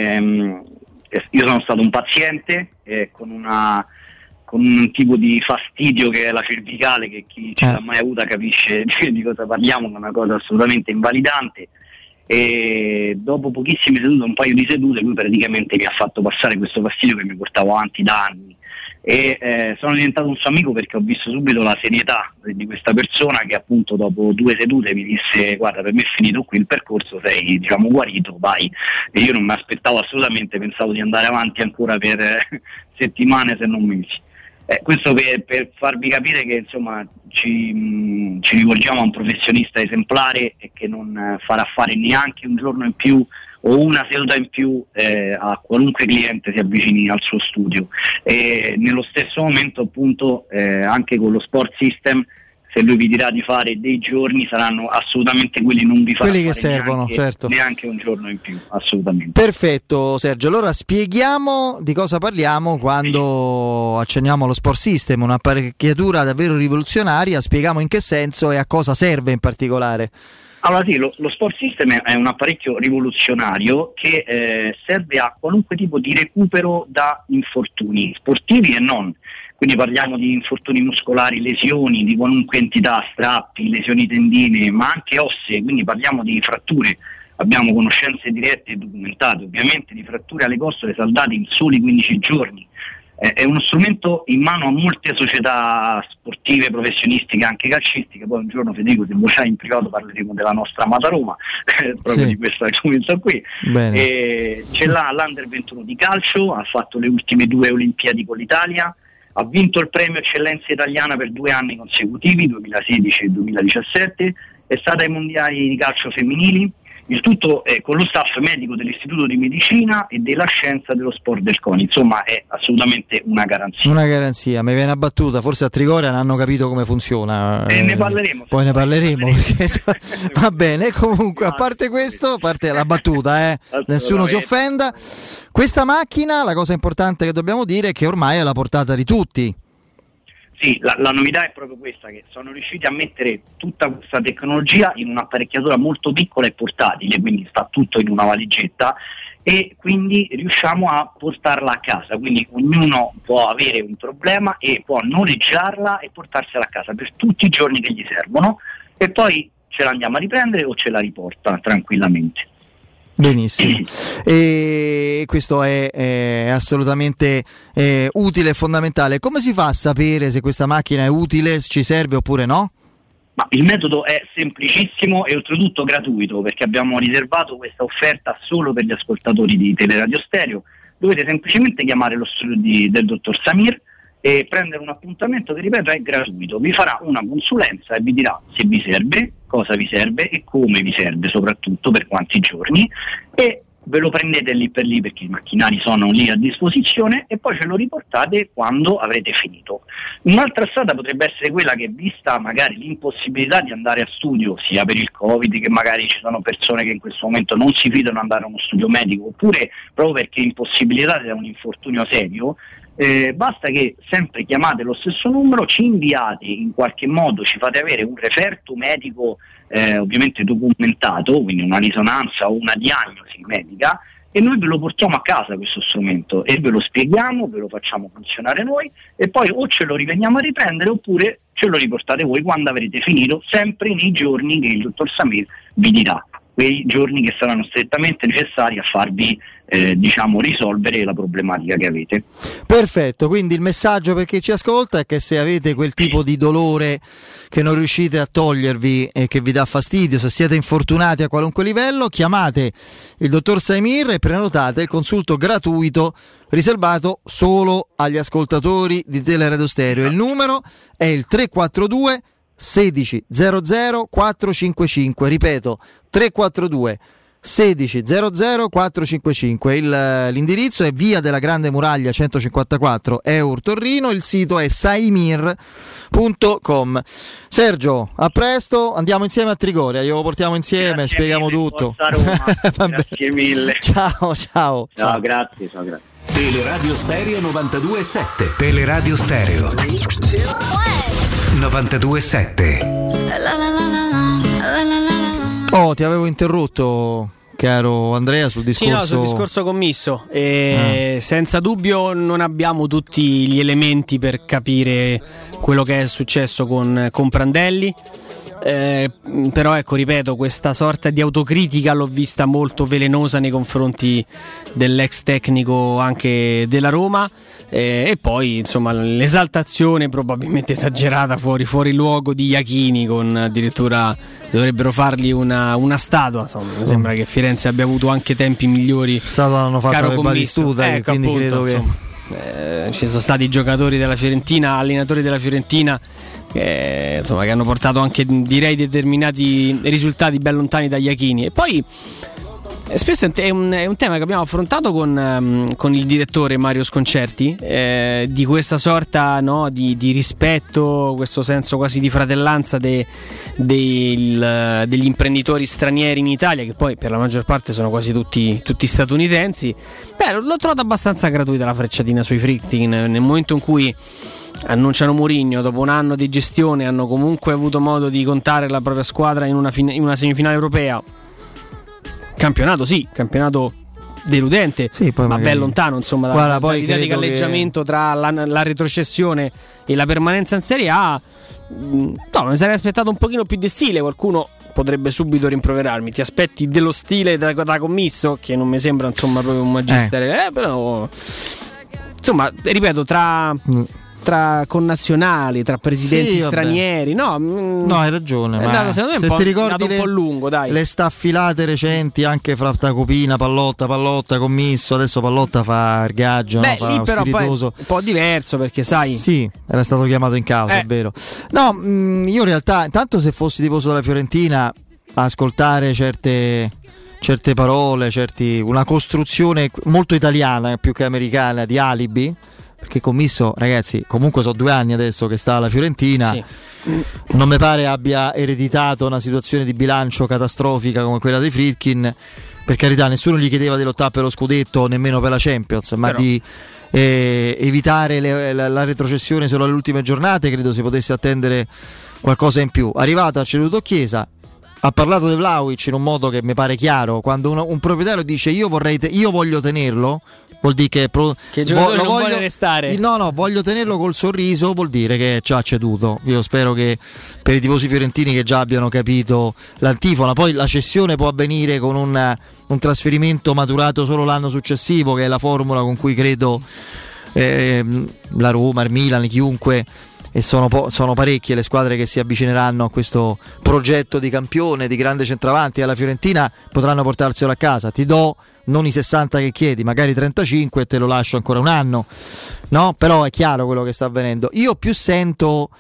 io sono stato un paziente con un tipo di fastidio che è la cervicale, che chi ce l'ha mai avuta capisce di cosa parliamo, che è una cosa assolutamente invalidante, e dopo pochissime sedute, un paio di sedute, lui praticamente mi ha fatto passare questo fastidio che mi portavo avanti da anni, e sono diventato un suo amico perché ho visto subito la serietà di questa persona, che appunto dopo 2 sedute mi disse: guarda, per me è finito qui il percorso, sei guarito, vai. E io non mi aspettavo assolutamente, pensavo di andare avanti ancora per settimane se non mesi. Questo per farvi capire che insomma ci rivolgiamo a un professionista esemplare e che non farà fare neanche un giorno in più o una seduta in più a qualunque cliente si avvicini al suo studio. E nello stesso momento appunto anche con lo Sport System, se lui vi dirà di fare dei giorni, saranno assolutamente quelli, non vi farà quelli che fare servono, neanche, certo, neanche un giorno in più, assolutamente. Perfetto Sergio, allora spieghiamo di cosa parliamo quando accenniamo allo Sport System, un'apparecchiatura davvero rivoluzionaria. Spieghiamo in che senso e a cosa serve in particolare. Allora sì, lo Sport System è un apparecchio rivoluzionario che serve a qualunque tipo di recupero da infortuni sportivi e non. Quindi parliamo di infortuni muscolari, lesioni di qualunque entità, strappi, lesioni tendine, ma anche ossee, quindi parliamo di fratture. Abbiamo conoscenze dirette e documentate ovviamente di fratture alle costole saldate in soli 15 giorni. È uno strumento in mano a molte società sportive, professionistiche, anche calcistiche. Poi un giorno, Federico, se vuoi in privato parleremo della nostra amata Roma, proprio di questo argomento qui. Ce l'ha l'Under 21 di calcio, ha fatto le ultime 2 Olimpiadi con l'Italia, ha vinto il premio Eccellenza Italiana per 2 anni consecutivi, 2016 e 2017, è stata ai mondiali di calcio femminili, il tutto con lo staff medico dell'Istituto di Medicina e della Scienza dello Sport del CONI. Insomma, è assolutamente una garanzia. Una garanzia, mi viene abbattuta, forse a Trigoria non hanno capito come funziona. E ne parleremo. Poi ne parleremo. Perché, va bene, comunque, a parte questo, a parte la battuta, nessuno si offenda. Questa macchina, la cosa importante che dobbiamo dire è che ormai è alla portata di tutti. Sì, la novità è proprio questa, che sono riusciti a mettere tutta questa tecnologia in un'apparecchiatura molto piccola e portatile, quindi sta tutto in una valigetta e quindi riusciamo a portarla a casa, quindi ognuno può avere un problema e può noleggiarla e portarsela a casa per tutti i giorni che gli servono e poi ce la andiamo a riprendere o ce la riporta tranquillamente. Benissimo, e questo è assolutamente utile e fondamentale. Come si fa a sapere se questa macchina è utile, ci serve oppure no? Ma il metodo è semplicissimo e oltretutto gratuito, perché abbiamo riservato questa offerta solo per gli ascoltatori di Teleradio Stereo. Dovete semplicemente chiamare lo studio del dottor Samir e prendere un appuntamento che, ripeto, è gratuito. Vi farà una consulenza e vi dirà se vi serve, cosa vi serve e come vi serve, soprattutto per quanti giorni, e ve lo prendete lì per lì perché i macchinari sono lì a disposizione e poi ce lo riportate quando avrete finito. Un'altra strada potrebbe essere quella che, vista magari l'impossibilità di andare a studio, sia per il Covid, che magari ci sono persone che in questo momento non si fidano di andare a uno studio medico, oppure proprio perché impossibilitate da un infortunio serio, basta che sempre chiamate lo stesso numero, ci inviate in qualche modo, ci fate avere un referto medico ovviamente documentato, quindi una risonanza o una diagnosi medica, e noi ve lo portiamo a casa questo strumento e ve lo spieghiamo, ve lo facciamo funzionare noi e poi o ce lo riveniamo a riprendere oppure ce lo riportate voi quando avrete finito, sempre nei giorni che il dottor Samir vi dirà, quei giorni che saranno strettamente necessari a farvi risolvere la problematica che avete. Perfetto, quindi il messaggio per chi ci ascolta è che se avete quel tipo di dolore che non riuscite a togliervi e che vi dà fastidio, se siete infortunati a qualunque livello, chiamate il dottor Samir e prenotate il consulto gratuito riservato solo agli ascoltatori di Teleradio Stereo. Il numero è il 342 16 00 455, ripeto 342 16 00 455. L'indirizzo è via della Grande Muraglia 154 Eur Torino, il sito è saimir.com. Sergio, a presto, andiamo insieme a Trigoria, glielo portiamo insieme, grazie spieghiamo mille, tutto. Grazie mille. Ciao. Ciao, grazie. Teleradio Stereo 92.7. Teleradio Stereo 92.7. Oh, ti avevo interrotto, caro Andrea, sul discorso. Sì, sul discorso commisso. Senza dubbio non abbiamo tutti gli elementi per capire quello che è successo con Prandelli. Però ecco, ripeto, questa sorta di autocritica l'ho vista molto velenosa nei confronti dell'ex tecnico anche della Roma, e poi insomma l'esaltazione probabilmente esagerata fuori luogo di Iachini, con addirittura dovrebbero fargli una statua. Insomma, mi sembra che Firenze abbia avuto anche tempi migliori. Statua l'hanno fatta per Batistuta, ecco, quindi appunto, credo che ci sono stati giocatori della Fiorentina, allenatori della Fiorentina che hanno portato anche, direi, determinati risultati ben lontani da Iachini. E poi spesso è un tema che abbiamo affrontato con il direttore Mario Sconcerti, di questa sorta, no, di rispetto, questo senso quasi di fratellanza degli imprenditori stranieri in Italia, che poi per la maggior parte sono quasi tutti statunitensi. L'ho trovata abbastanza gratuita la frecciatina sui Friedkin, nel momento in cui annunciano Mourinho, dopo un anno di gestione hanno comunque avuto modo di contare la propria squadra in una semifinale europea. Campionato deludente, sì, ma ben lontano, insomma, dall'idea di galleggiamento tra la retrocessione e la permanenza in Serie A. No, mi sarei aspettato un pochino più di stile. Qualcuno potrebbe subito rimproverarmi: ti aspetti dello stile da commisso, che non mi sembra insomma proprio un magistero, però insomma, ripeto, tra connazionali, tra presidenti stranieri, no, hai ragione, ma secondo me se ti ricordi un po' lungo, dai. Le staffilate recenti anche fra Tacopina, Pallotta, Commisso, adesso Pallotta fa il gaggio, lì fa però spiritoso. Poi un po' diverso, perché sai, sì, era stato chiamato in causa, è vero. No, io in realtà, intanto, se fossi tifoso della Fiorentina, ascoltare certe parole, una costruzione molto italiana più che americana di alibi, perché Commisso, ragazzi, comunque sono 2 anni adesso che sta alla Fiorentina, sì. Non mi pare abbia ereditato una situazione di bilancio catastrofica come quella dei Friedkin. Per carità, nessuno gli chiedeva di lottare per lo scudetto, nemmeno per la Champions, ma di evitare la retrocessione solo alle ultime giornate. Credo si potesse attendere qualcosa in più. Arrivato, ha ceduto Chiesa, ha parlato di Vlahovic in un modo che mi pare chiaro. Quando un proprietario dice io voglio tenerlo, vuol dire che il giocatore non vuole restare. No, voglio tenerlo col sorriso, vuol dire che ci ha ceduto. Io spero che per i tifosi fiorentini che già abbiano capito l'antifona. Poi la cessione può avvenire con un trasferimento maturato solo l'anno successivo, che è la formula con cui credo la Roma, il Milan, chiunque, e sono parecchie le squadre che si avvicineranno a questo progetto di campione, di grande centravanti. Alla Fiorentina potranno portarselo a casa. Ti do non i 60 che chiedi, magari 35, e te lo lascio ancora un anno, no? Però è chiaro quello che sta avvenendo. Io più sento,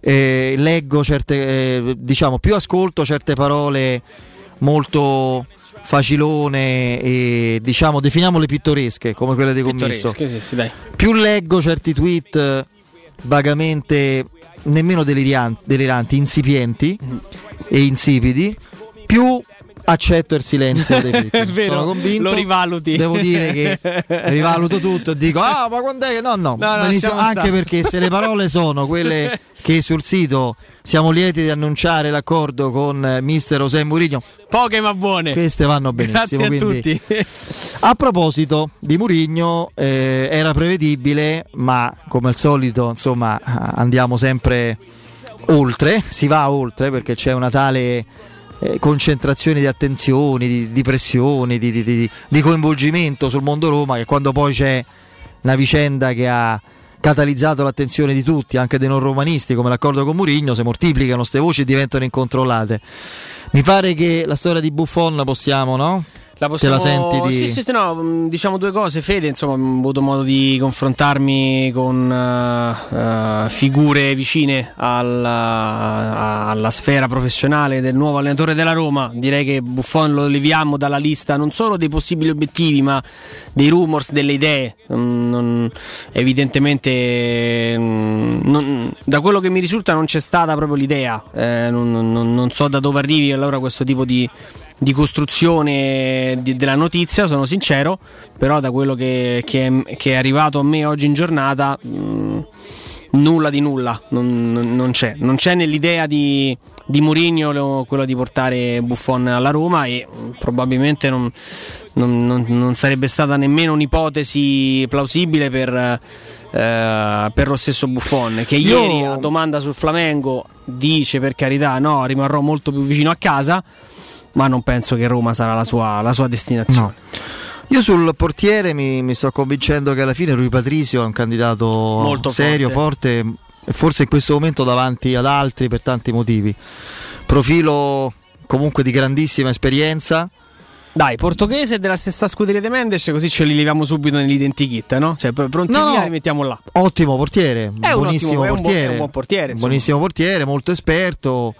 leggo più ascolto certe parole molto facilone e diciamo definiamole pittoresche come quelle di Commisso, sì, dai. più leggo certi tweet vagamente nemmeno deliranti, insipienti e insipidi, più accetto il silenzio dei tweet. È vero, sono convinto, lo rivaluti. devo dire che rivaluto tutto e dico ma quando è che no, benissimo, anche perché se le parole sono quelle che sul sito siamo lieti di annunciare l'accordo con mister José Mourinho, poche ma buone, queste vanno benissimo. Grazie a quindi, tutti. a proposito di Mourinho, era prevedibile, ma come al solito insomma andiamo sempre oltre, si va oltre perché c'è una tale concentrazione di attenzioni, di pressioni, di coinvolgimento sul mondo Roma, che quando poi c'è una vicenda che ha catalizzato l'attenzione di tutti, anche dei non romanisti, come l'accordo con Mourinho, si moltiplicano ste voci e diventano incontrollate. Mi pare che la storia di Buffon possiamo, no? La possiamo... Te la senti Sì, no, diciamo due cose. Fede, insomma, ho avuto modo di confrontarmi con figure vicine alla sfera professionale del nuovo allenatore della Roma. Direi che Buffon lo leviamo dalla lista non solo dei possibili obiettivi, ma dei rumors, delle idee. Evidentemente da quello che mi risulta non c'è stata proprio l'idea, non so da dove arrivi allora questo tipo di costruzione della notizia, sono sincero, però da quello che è arrivato a me oggi in giornata nulla di nulla, non c'è nell'idea di Mourinho quello di portare Buffon alla Roma, e probabilmente non sarebbe stata nemmeno un'ipotesi plausibile per lo stesso Buffon, che ieri a domanda sul Flamengo dice per carità no, rimarrò molto più vicino a casa, ma non penso che Roma sarà la sua destinazione. No. Io sul portiere mi sto convincendo che alla fine Rui Patricio è un candidato molto serio, forte, e forse in questo momento davanti ad altri per tanti motivi. Profilo comunque di grandissima esperienza. Dai, portoghese della stessa scuderia di Mendes, così ce li leviamo subito nell'identikit, no? Cioè pronti via, li mettiamo là. Ottimo portiere, buonissimo portiere, è un buon portiere, buonissimo portiere, molto esperto.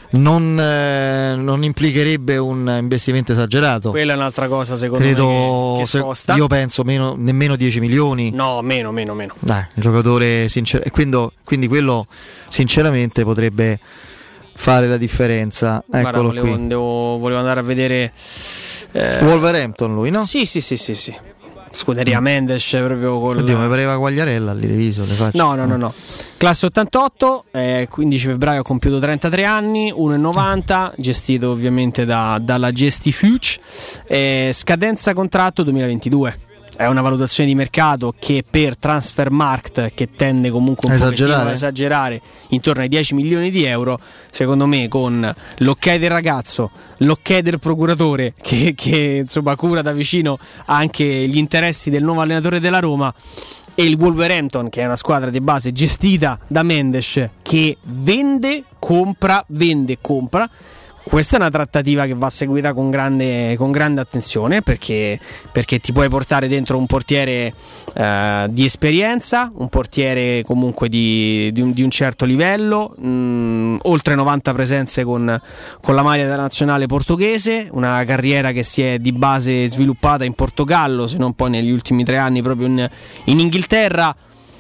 Non implicherebbe un investimento esagerato. Quella è un'altra cosa secondo me che sposta. Io penso nemmeno 10 milioni. No, meno. Dai, un giocatore sincero. Quindi quello sinceramente potrebbe fare la differenza. Eccolo. Guarda, volevo andare a vedere Wolverhampton lui, no? Sì. Scuderia Mendes proprio con Oddio, mi pareva Quagliarella lì diviso, le faccio. No. Classe 88, 15 febbraio ha compiuto 33 anni, 1,90, gestito ovviamente dalla Gestifuge, scadenza contratto 2022. È una valutazione di mercato che per Transfermarkt, che tende comunque un pochettino ad esagerare, intorno ai 10 milioni di euro, secondo me con l'ok del ragazzo, l'ok del procuratore che insomma cura da vicino anche gli interessi del nuovo allenatore della Roma, e il Wolverhampton, che è una squadra di base gestita da Mendes, che vende, compra. Questa è una trattativa che va seguita con grande attenzione, perché ti puoi portare dentro un portiere di esperienza, un portiere comunque di un certo livello, oltre 90 presenze con la maglia della nazionale portoghese, una carriera che si è di base sviluppata in Portogallo, se non poi negli ultimi 3 anni proprio in Inghilterra.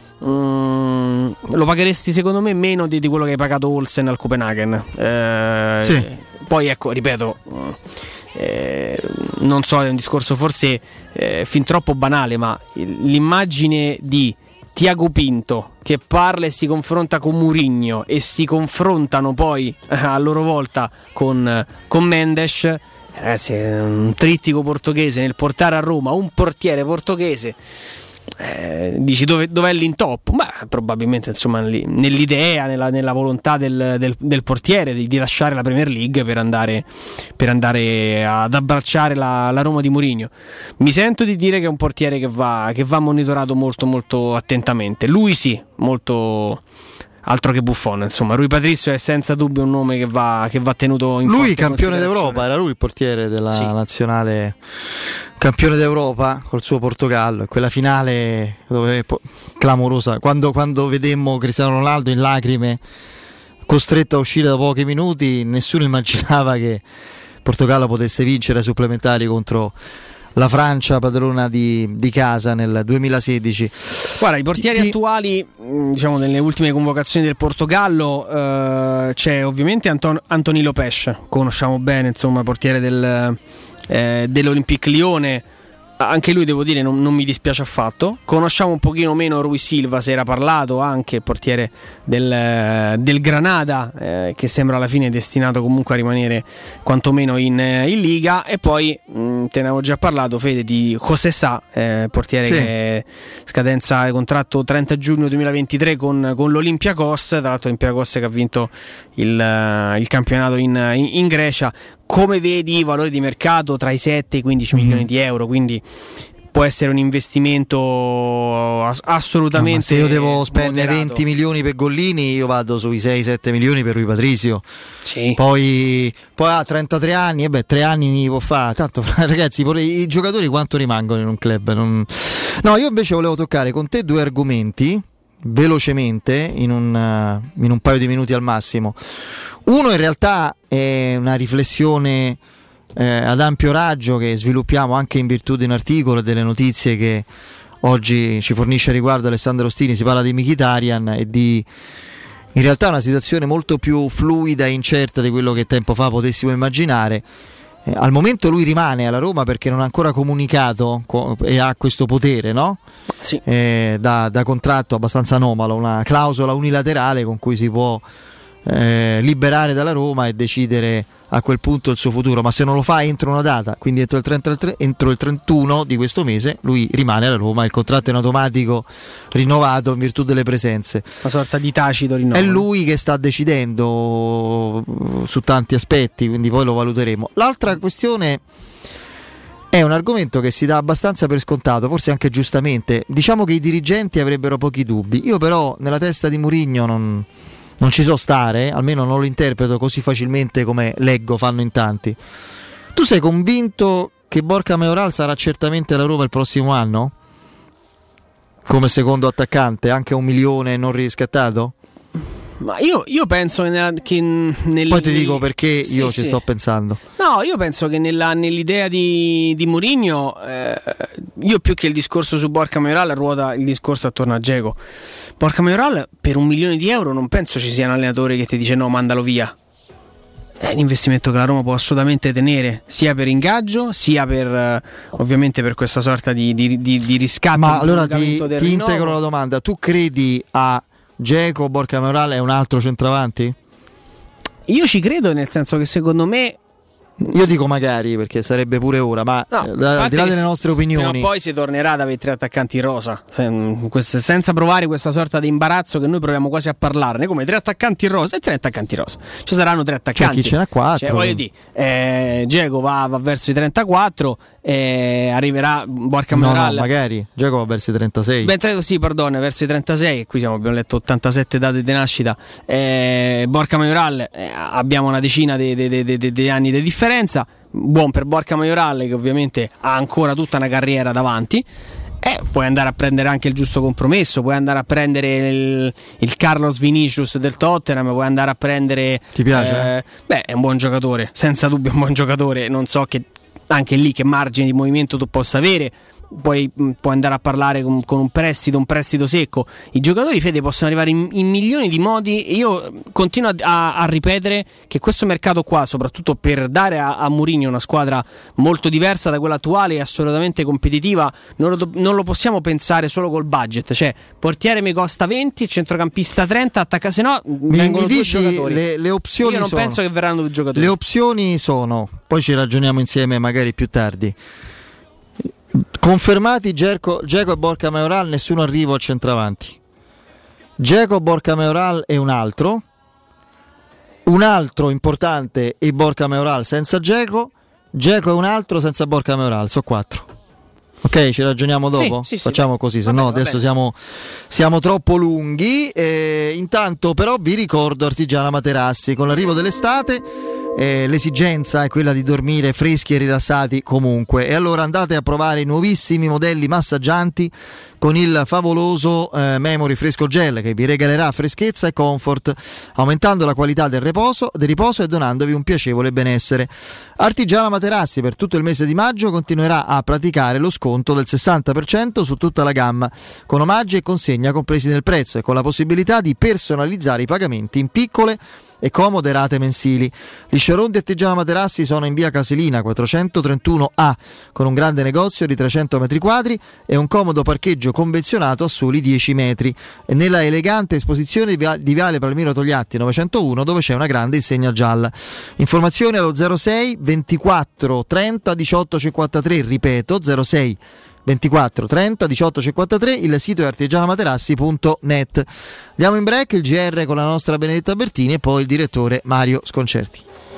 Lo pagheresti secondo me meno di quello che hai pagato Olsen al Copenaghen. Sì. Poi ecco, ripeto, non so, è un discorso forse fin troppo banale, ma l'immagine di Tiago Pinto che parla e si confronta con Mourinho e si confrontano poi a loro volta con Mendes, ragazzi, è un trittico portoghese nel portare a Roma un portiere portoghese. Dici dov'è l'intoppo? Ma probabilmente insomma nell'idea, nella volontà del portiere di lasciare la Premier League per andare ad abbracciare la Roma di Mourinho. Mi sento di dire che è un portiere che va monitorato molto molto attentamente. Lui sì, molto. Altro che Buffon, insomma. Rui Patricio è senza dubbio un nome che va tenuto in lui campione d'Europa, era lui il portiere della nazionale, campione d'Europa col suo Portogallo, e quella finale clamorosa, quando vedemmo Cristiano Ronaldo in lacrime, costretto a uscire da pochi minuti, nessuno immaginava che Portogallo potesse vincere ai supplementari contro la Francia, padrona di casa nel 2016. Guarda, i portieri attuali, diciamo nelle ultime convocazioni del Portogallo, c'è ovviamente Anthony Lopes, conosciamo bene, insomma, portiere dell'Olympique Lione. Anche lui, devo dire, non mi dispiace affatto. Conosciamo un pochino meno Rui Silva, si era parlato, anche portiere del Granada, che sembra alla fine destinato comunque a rimanere quantomeno in Liga. E poi te ne avevo già parlato, Fede, di José Sá, portiere che scadenza contratto 30 giugno 2023 con l'Olympiakos. Tra l'altro l'Olympiakos che ha vinto il campionato in Grecia. Come vedi, i valori di mercato tra i 7 e i 15 milioni di euro, quindi può essere un investimento assolutamente. Se io devo spendere moderato. 20 milioni per Gollini, io vado sui 6-7 milioni per Rui Patricio. Sì. Poi ha 33 anni, 3 anni può fare. Tanto, ragazzi, i giocatori quanto rimangono in un club? No, io invece volevo toccare con te due argomenti velocemente in un paio di minuti al massimo. Uno in realtà è una riflessione ad ampio raggio che sviluppiamo anche in virtù di un articolo e delle notizie che oggi ci fornisce a riguardo Alessandro Ostini. Si parla di Mkhitaryan e di in realtà una situazione molto più fluida e incerta di quello che tempo fa potessimo immaginare. Al momento lui rimane alla Roma perché non ha ancora comunicato e ha questo potere, no? Sì. Da contratto abbastanza anomalo, una clausola unilaterale con cui si può liberare dalla Roma e decidere a quel punto il suo futuro, ma se non lo fa entro una data, quindi entro il 31 di questo mese, lui rimane alla Roma, il contratto è in automatico rinnovato in virtù delle presenze, una sorta di tacito rinnovo. È lui che sta decidendo su tanti aspetti, quindi poi lo valuteremo. L'altra questione è un argomento che si dà abbastanza per scontato, forse anche giustamente. Diciamo che i dirigenti avrebbero pochi dubbi, io però nella testa di Mourinho non ci so stare, almeno non lo interpreto così facilmente come leggo fanno in tanti. Tu sei convinto che Borja Mayoral sarà certamente alla Roma il prossimo anno? Come secondo attaccante, anche a 1 milione non riscattato? Ma io penso che poi ti dico perché io ci sto pensando. No, io penso che nell'idea di Mourinho, io più che il discorso su Borja Mayoral ruota il discorso attorno a Dzeko. Borja Mayoral per 1 milione di euro non penso ci sia un allenatore che ti dice no, mandalo via. È un investimento che la Roma può assolutamente tenere, sia per ingaggio sia per ovviamente per questa sorta di riscatto. Ma allora ti integro la domanda: tu credi a Dzeko, Borja Mayoral è un altro centravanti? Io ci credo, nel senso che secondo me, io dico magari perché sarebbe pure ora, ma al di là delle nostre opinioni, poi si tornerà ad avere 3 attaccanti rosa, senza provare questa sorta di imbarazzo che noi proviamo quasi a parlarne, come 3 attaccanti rosa e 3 attaccanti rosa. Ci saranno 3 attaccanti. Cioè, chi ce n'ha 4? Cioè, voglio dire, Dzeko va verso i 34, arriverà Borja Mayoral. No, magari Dzeko va verso i 36. Sì, perdone, verso i 36. Qui abbiamo letto 87 date di nascita. Borja Mayoral, abbiamo una decina di anni di differenza. Buon per Borja Mayoral, che ovviamente ha ancora tutta una carriera davanti. Puoi andare a prendere anche il giusto compromesso, puoi andare a prendere il Carlos Vinicius del Tottenham, puoi andare a prendere. Ti piace? È un buon giocatore, senza dubbio è un buon giocatore. Non so che anche lì che margine di movimento tu possa avere. Puoi andare a parlare con un prestito secco. I giocatori, Fede, possono arrivare in milioni di modi, e io continuo a ripetere che questo mercato qua, soprattutto per dare a Mourinho una squadra molto diversa da quella attuale e assolutamente competitiva, non lo possiamo pensare solo col budget. Cioè, portiere mi costa 20, centrocampista 30, attacca, se no vengono 2 giocatori. Le opzioni io non penso che verranno 2 giocatori. Le opzioni sono, poi ci ragioniamo insieme magari più tardi. Confermati Dzeko e Borja Mayoral, nessuno arrivo al centravanti. Dzeko, Borja Mayoral e un altro importante e Borja Mayoral senza Dzeko e un altro senza Borja Mayoral, sono 4. Ok, ci ragioniamo dopo? Sì, facciamo così, se no adesso siamo troppo lunghi. Intanto però vi ricordo Artigiana Materassi, con l'arrivo dell'estate l'esigenza è quella di dormire freschi e rilassati comunque. E allora andate a provare i nuovissimi modelli massaggianti con il favoloso Memory Fresco Gel, che vi regalerà freschezza e comfort, aumentando la qualità del riposo e donandovi un piacevole benessere. Artigiana Materassi per tutto il mese di maggio continuerà a praticare lo sconto del 60% su tutta la gamma, con omaggi e consegna compresi nel prezzo e con la possibilità di personalizzare i pagamenti in piccole e comode rate mensili. Gli showroom di Artigiana Materassi sono in via Casilina 431A, con un grande negozio di 300 metri quadri e un comodo parcheggio convenzionato a soli 10 metri, e nella elegante esposizione di viale Palmiro Togliatti 901, dove c'è una grande insegna gialla. Informazioni allo 06 24 30 18 53, ripeto 06 24 30 18 53, il sito è artigianamaterassi.net. Andiamo in break, il GR con la nostra Benedetta Bertini e poi il direttore Mario Sconcerti.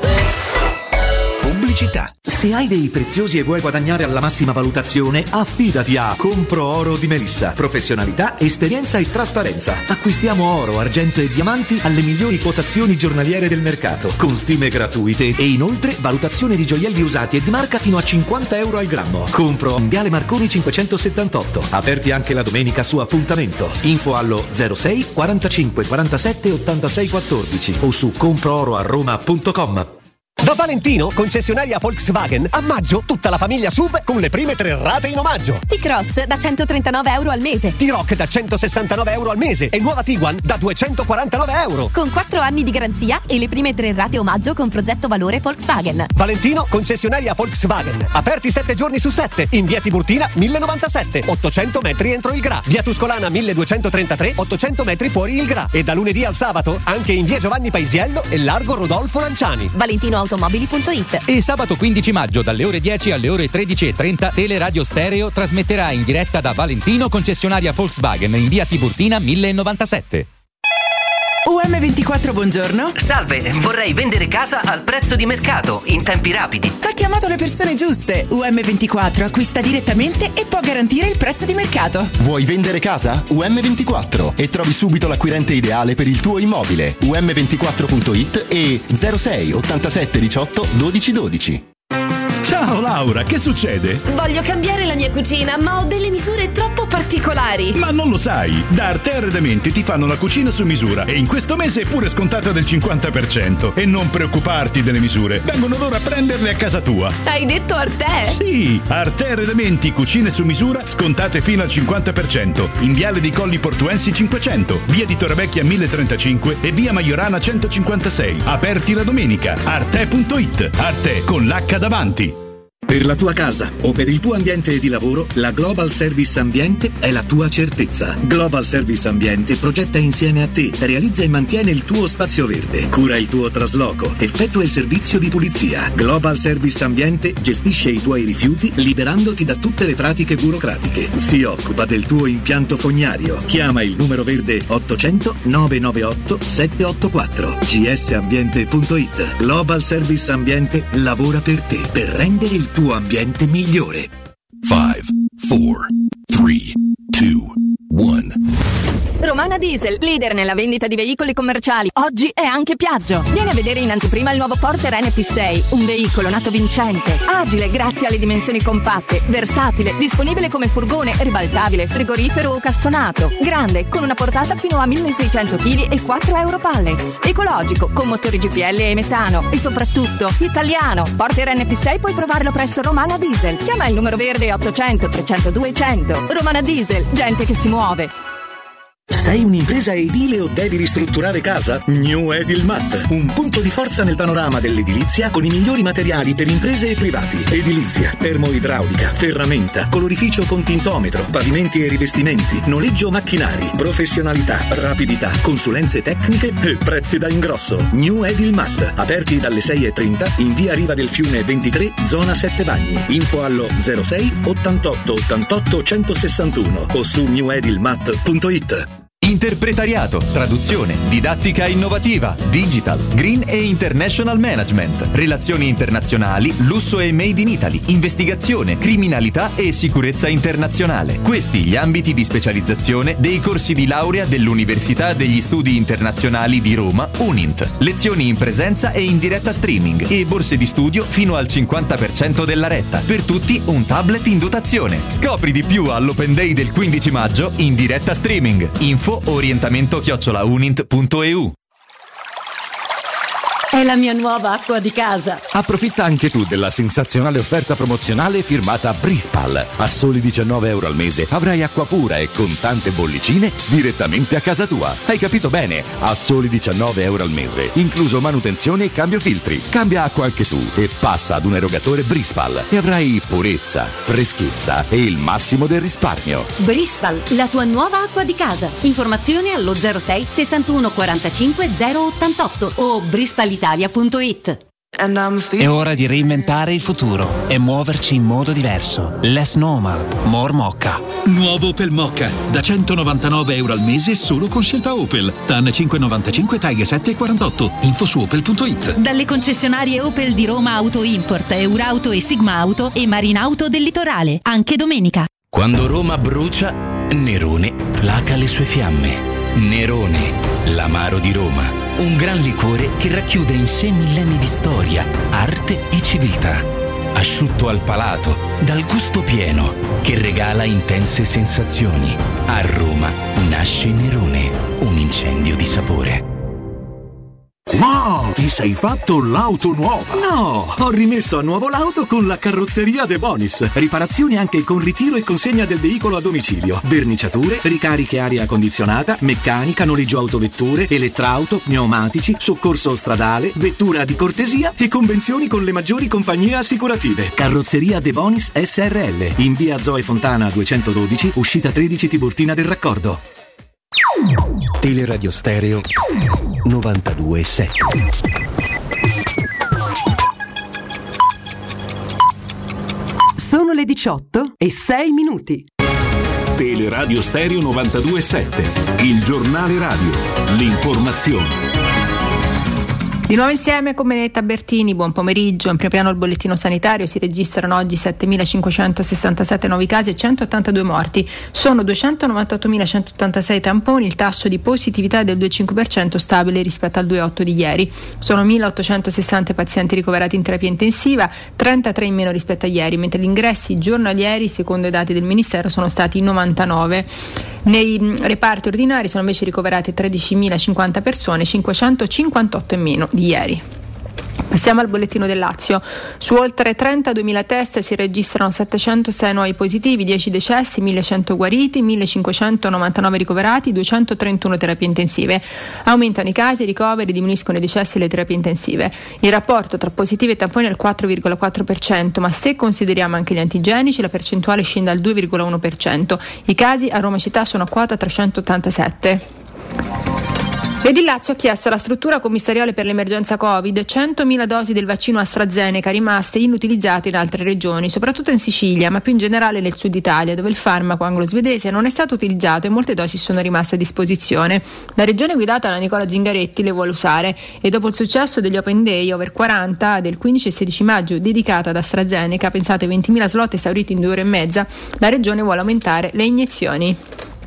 Pubblicità. Se hai dei preziosi e vuoi guadagnare alla massima valutazione, affidati a Compro Oro di Melissa. Professionalità, esperienza e trasparenza. Acquistiamo oro, argento e diamanti alle migliori quotazioni giornaliere del mercato, con stime gratuite e inoltre valutazione di gioielli usati e di marca fino a 50 euro al grammo. Compro in Viale Marconi 578. Aperti anche la domenica su appuntamento. Info allo 06 45 47 86 14 o su comprooroaroma.com. Da Valentino, concessionaria Volkswagen, a maggio tutta la famiglia SUV con le prime 3 rate in omaggio. T-Cross da 139 euro al mese. T-Roc da 169 euro al mese e nuova Tiguan da 249 euro. Con 4 anni di garanzia e le prime 3 rate omaggio con progetto valore Volkswagen. Valentino, concessionaria Volkswagen. Aperti 7 giorni su 7. In via Tiburtina 1097, 800 metri entro il Gra. Via Tuscolana 1233, 800 metri fuori il Gra. E da lunedì al sabato anche in via Giovanni Paisiello e largo Rodolfo Lanciani. ValentinoAutomobili.it. E sabato 15 maggio dalle ore 10 alle ore 13:30 Teleradio Stereo trasmetterà in diretta da Valentino, concessionaria Volkswagen in via Tiburtina 1097. UM24, buongiorno. Salve, vorrei vendere casa al prezzo di mercato, in tempi rapidi. Ha chiamato le persone giuste. UM24 acquista direttamente e può garantire il prezzo di mercato. Vuoi vendere casa? UM24 e trovi subito l'acquirente ideale per il tuo immobile. UM24.it e 06 87 18 12 12. Ciao Laura, che succede? Voglio cambiare la mia cucina, ma ho delle misure troppo particolari. Ma non lo sai, da Arte Arredamenti ti fanno la cucina su misura e in questo mese è pure scontata del 50%. E non preoccuparti delle misure, vengono loro a prenderle a casa tua. Hai detto Arte? Sì, Arte Arredamenti, cucine su misura, scontate fino al 50%. In Viale dei Colli Portuensi 500, via di Torrevecchia 1035 e via Maiorana 156. Aperti la domenica. Arte.it, Arte con l'H davanti. Per la tua casa o per il tuo ambiente di lavoro, la Global Service Ambiente è la tua certezza. Global Service Ambiente progetta insieme a te, realizza e mantiene il tuo spazio verde, cura il tuo trasloco, effettua il servizio di pulizia. Global Service Ambiente gestisce i tuoi rifiuti liberandoti da tutte le pratiche burocratiche. Si occupa del tuo impianto fognario. Chiama il numero verde 800 998 784. gsambiente.it. Global Service Ambiente lavora per te, per rendere il tuo ambiente migliore. 5, 4, 3, 2, 1. Romana Diesel, leader nella vendita di veicoli commerciali. Oggi è anche Piaggio. Vieni a vedere in anteprima il nuovo Porter NP6, un veicolo nato vincente, agile grazie alle dimensioni compatte, versatile, disponibile come furgone, ribaltabile, frigorifero o cassonato, grande, con una portata fino a 1600 kg e 4 euro pallets, ecologico, con motori GPL e metano e soprattutto italiano. Porter NP6 puoi provarlo presso Romana Diesel. Chiama il numero verde 800 302 100. Romana Diesel, gente che si muove. Sei un'impresa edile o devi ristrutturare casa? New Edilmat, un punto di forza nel panorama dell'edilizia con i migliori materiali per imprese e privati. Edilizia, termoidraulica, ferramenta, colorificio con tintometro, pavimenti e rivestimenti, noleggio macchinari, professionalità, rapidità, consulenze tecniche e prezzi da ingrosso. New Edilmat, aperti dalle 6:30 in via Riva del Fiume 23, zona 7 Bagni. Info allo 06 88 88 161 o su newedilmat.it. interpretariato, traduzione, didattica innovativa, digital, green e international management, relazioni internazionali, lusso e made in Italy, investigazione, criminalità e sicurezza internazionale. Questi gli ambiti di specializzazione dei corsi di laurea dell'Università degli Studi Internazionali di Roma, UNINT. Lezioni in presenza e in diretta streaming e borse di studio fino al 50% della retta. Per tutti un tablet in dotazione. Scopri di più all'Open Day del 15 maggio in diretta streaming. Info orientamento@unint.eu. È la mia nuova acqua di casa. Approfitta anche tu della sensazionale offerta promozionale firmata Brispal. A soli €19 al mese avrai acqua pura e con tante bollicine direttamente a casa tua. Hai capito bene? A soli €19 al mese, incluso manutenzione e cambio filtri. Cambia acqua anche tu e passa ad un erogatore Brispal e avrai purezza, freschezza e il massimo del risparmio. Brispal, la tua nuova acqua di casa. Informazioni allo 06 61 45 088 o brispalitalia.it. È ora di reinventare il futuro e muoverci in modo diverso. Less normal, more Mokka. Nuovo Opel Mokka, da €199 al mese solo con scelta Opel. TAN 595, Taglia 7,48. Info su opel.it. Dalle concessionarie Opel di Roma Auto Import, Eurauto e Sigma Auto e Marinauto del Litorale, anche domenica. Quando Roma brucia, Nerone placa le sue fiamme. Nerone, l'amaro di Roma. Un gran liquore che racchiude in sé millenni di storia, arte e civiltà. Asciutto al palato, dal gusto pieno, che regala intense sensazioni. A Roma nasce Nerone, un incendio di sapore. Ma ti sei fatto l'auto nuova? No, ho rimesso a nuovo l'auto con la carrozzeria De Bonis. Riparazioni anche con ritiro e consegna del veicolo a domicilio, verniciature, ricariche aria condizionata, meccanica, noleggio autovetture, elettrauto, pneumatici, soccorso stradale, vettura di cortesia e convenzioni con le maggiori compagnie assicurative. Carrozzeria De Bonis SRL, in via Zoe Fontana 212, uscita 13 Tiburtina del Raccordo. Teleradio Stereo 92.7. Sono le 18:06. Teleradio Stereo 92.7, il giornale radio, l'informazione. Di nuovo insieme con Benedetta Bertini, buon pomeriggio. In primo piano il bollettino sanitario, si registrano oggi 7.567 nuovi casi e 182 morti. Sono 298.186 tamponi, il tasso di positività è del 2,5% stabile rispetto al 2,8 di ieri. Sono 1.860 pazienti ricoverati in terapia intensiva, 33 in meno rispetto a ieri, mentre gli ingressi giornalieri, secondo i dati del Ministero, sono stati 99. Nei reparti ordinari sono invece ricoverate 13.050 persone, 558 in meno di ieri. Passiamo al bollettino del Lazio. Su oltre 32.000 test si registrano 706 nuovi positivi, 10 decessi, 1.100 guariti, 1.599 ricoverati, 231 terapie intensive. Aumentano i casi, i ricoveri, diminuiscono i decessi e le terapie intensive. Il rapporto tra positivi e tamponi è al 4,4%, ma se consideriamo anche gli antigenici la percentuale scende al 2,1%. I casi a Roma città sono a quota 387. L'Edil Lazio ha chiesto alla struttura commissariale per l'emergenza Covid 100.000 dosi del vaccino AstraZeneca rimaste inutilizzate in altre regioni, soprattutto in Sicilia, ma più in generale nel sud Italia, dove il farmaco anglo-svedese non è stato utilizzato e molte dosi sono rimaste a disposizione. La regione guidata da Nicola Zingaretti le vuole usare e dopo il successo degli Open Day Over 40 del 15 e 16 maggio dedicata ad AstraZeneca, pensate 20.000 slot esauriti in 2 ore e mezza, la regione vuole aumentare le iniezioni.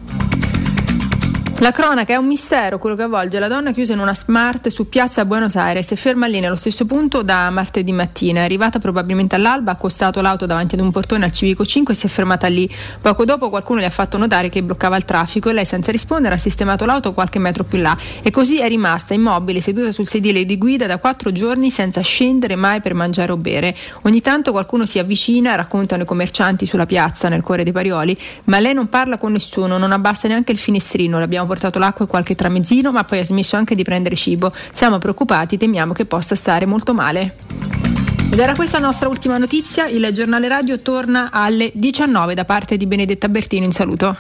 La cronaca è un mistero quello che avvolge la donna chiusa in una Smart su piazza Buenos Aires e ferma lì nello stesso punto da martedì mattina. È arrivata probabilmente all'alba, ha accostato l'auto davanti ad un portone al Civico 5 e si è fermata lì. Poco dopo qualcuno le ha fatto notare che bloccava il traffico e lei, senza rispondere, ha sistemato l'auto qualche metro più in là e così è rimasta immobile seduta sul sedile di guida da 4 giorni senza scendere mai per mangiare o bere. Ogni tanto qualcuno si avvicina, raccontano i commercianti sulla piazza nel cuore dei Parioli, ma lei non parla con nessuno, non abbassa neanche il finestrino. L'abbiamo portato l'acqua e qualche tramezzino, ma poi ha smesso anche di prendere cibo. Siamo preoccupati, temiamo che possa stare molto male. Ed era questa la nostra ultima notizia. Il giornale radio torna alle 19 da parte di Benedetta Bertini. Un saluto.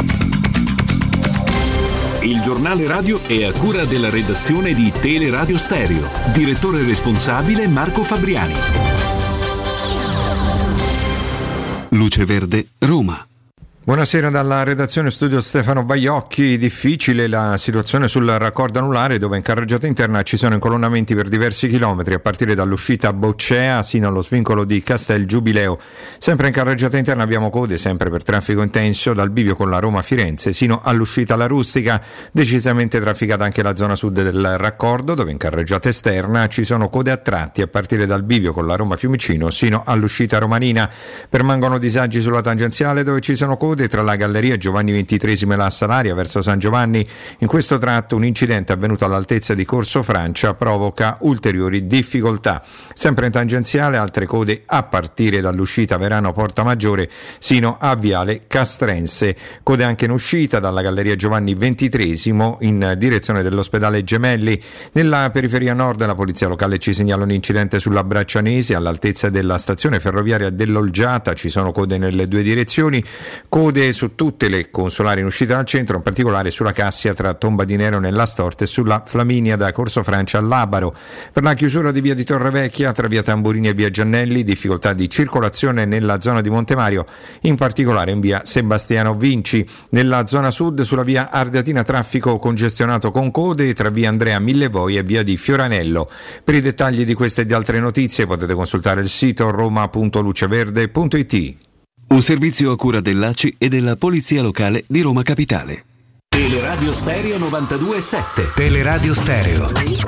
Il giornale radio è a cura della redazione di Teleradio Stereo. Direttore responsabile Marco Fabriani. Luce Verde, Roma. Buonasera dalla redazione studio Stefano Baiocchi. Difficile la situazione sul raccordo anulare, dove in carreggiata interna ci sono incolonnamenti per diversi chilometri a partire dall'uscita Boccea sino allo svincolo di Castel Giubileo. Sempre in carreggiata interna abbiamo code sempre per traffico intenso dal bivio con la Roma-Firenze sino all'uscita La Rustica. Decisamente trafficata anche la zona sud del raccordo, dove in carreggiata esterna ci sono code a tratti a partire dal bivio con la Roma-Fiumicino sino all'uscita Romanina. Permangono disagi sulla tangenziale, dove ci sono code tra la galleria Giovanni XXIII e la Salaria verso San Giovanni. In questo tratto un incidente avvenuto all'altezza di Corso Francia provoca ulteriori difficoltà. Sempre in tangenziale altre code a partire dall'uscita Verano Porta Maggiore sino a Viale Castrense. Code anche in uscita dalla galleria Giovanni XXIII in direzione dell'ospedale Gemelli. Nella periferia nord la polizia locale ci segnala un incidente sulla Braccianesi all'altezza della stazione ferroviaria dell'Olgiata. Ci sono code nelle due direzioni, code su tutte le consolari in uscita dal centro, in particolare sulla Cassia tra Tomba di Nero nella Storte e sulla Flaminia da Corso Francia a Labaro. Per la chiusura di via di Torrevecchia tra via Tamburini e via Giannelli, difficoltà di circolazione nella zona di Montemario, in particolare in via Sebastiano Vinci. Nella zona sud sulla via Ardeatina traffico congestionato con code tra via Andrea Millevoi e via di Fioranello. Per i dettagli di queste e di altre notizie potete consultare il sito roma.luceverde.it. Un servizio a cura dell'ACI e della Polizia Locale di Roma Capitale. Teleradio Stereo 92.7. Teleradio Stereo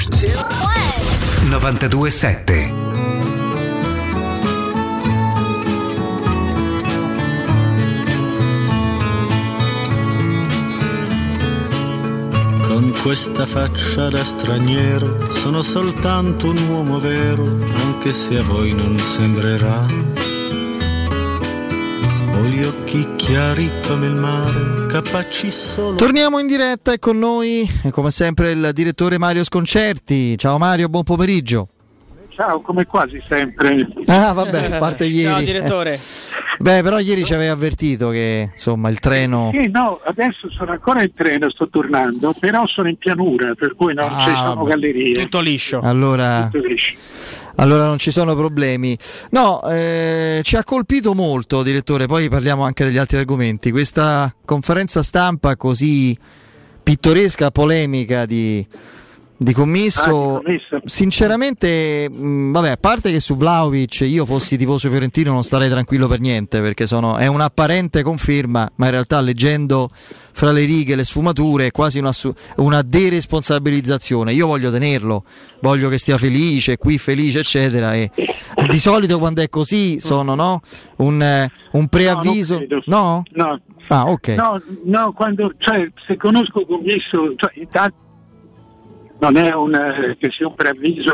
92.7. Con questa faccia da straniero sono soltanto un uomo vero, anche se a voi non sembrerà. Ho gli occhi chiari come il mare, capaci solo. Torniamo in diretta e con noi, come sempre, il direttore Mario Sconcerti. Ciao Mario, buon pomeriggio. Ciao, come quasi sempre. Ah, vabbè, a parte ieri. Ciao direttore. Beh, però ieri ci aveva avvertito che insomma il treno. Sì, no, adesso sono ancora in treno, sto tornando, però sono in pianura, per cui non ci sono gallerie. Tutto liscio. Allora, tutto liscio. Allora non ci sono problemi. No, ci ha colpito molto, direttore, poi parliamo anche degli altri argomenti. Questa conferenza stampa così pittoresca, polemica di Commisso, sinceramente, vabbè, a parte che su Vlahovic io fossi tifoso fiorentino non starei tranquillo per niente, perché è un'apparente conferma, ma in realtà leggendo fra le righe le sfumature è quasi una deresponsabilizzazione. Io voglio tenerlo, voglio che stia felice, qui felice eccetera, e di solito quando è così sono un preavviso. No? Ah, ok. No, quando, cioè, se conosco Commisso, cioè, intanto non è che sia un preavviso,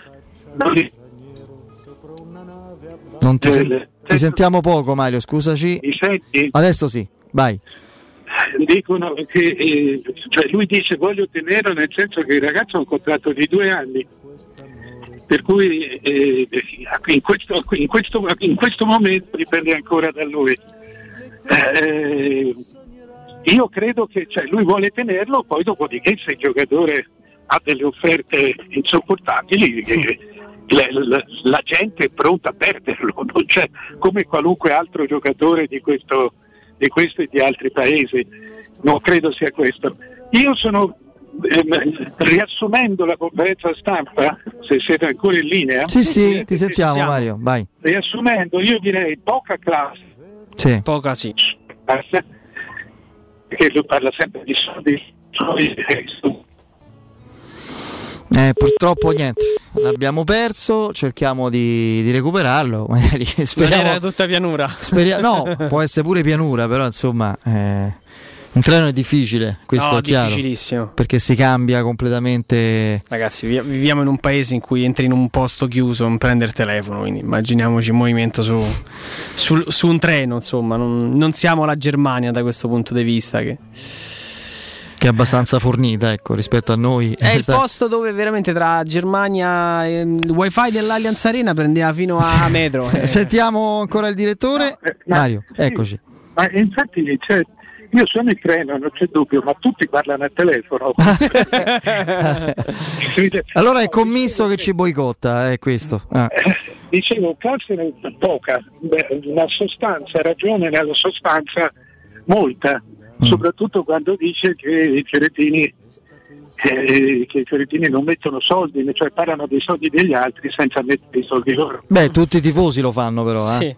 non ti sentiamo poco, Mario, scusaci. Mi senti? Adesso sì, vai. Dicono che cioè lui dice voglio tenerlo, nel senso che il ragazzo ha un contratto di 2 anni, per cui in questo momento dipende ancora da lui. Io credo che lui vuole tenerlo, poi dopodiché se il giocatore ha delle offerte insopportabili, la gente è pronta a perderlo, non c'è, come qualunque altro giocatore di questo e di altri paesi. Non credo sia questo. Io sono riassumendo la conferenza stampa, se siete ancora in linea. Sì, ti sentiamo Mario, vai. Riassumendo, io direi poca classe. Sì. Poca sì. Perché lui parla sempre di soldi. Purtroppo niente, l'abbiamo perso, cerchiamo di recuperarlo, magari speriamo. Non era tutta pianura. No, può essere pure pianura, però insomma un treno è difficile, questo è chiaro, difficilissimo, perché si cambia completamente. Ragazzi, viviamo in un paese in cui entri in un posto chiuso, non prende il telefono, quindi immaginiamoci un movimento su un treno, insomma, non siamo la Germania da questo punto di vista che è abbastanza fornita, ecco, rispetto a noi. È il posto dove veramente tra Germania e il wifi dell'Allianz Arena prendeva fino a metro. Sentiamo ancora il direttore. Mario, sì, eccoci. Ma infatti io sono in treno, non c'è dubbio, ma tutti parlano al telefono. Allora è Commisso che ci boicotta, è questo. Dicevo, classe poca, la sostanza, ragione nella sostanza molta, soprattutto quando dice che i fiorentini non mettono soldi, cioè parlano dei soldi degli altri senza mettere i soldi loro. Beh, tutti i tifosi lo fanno però, Sì,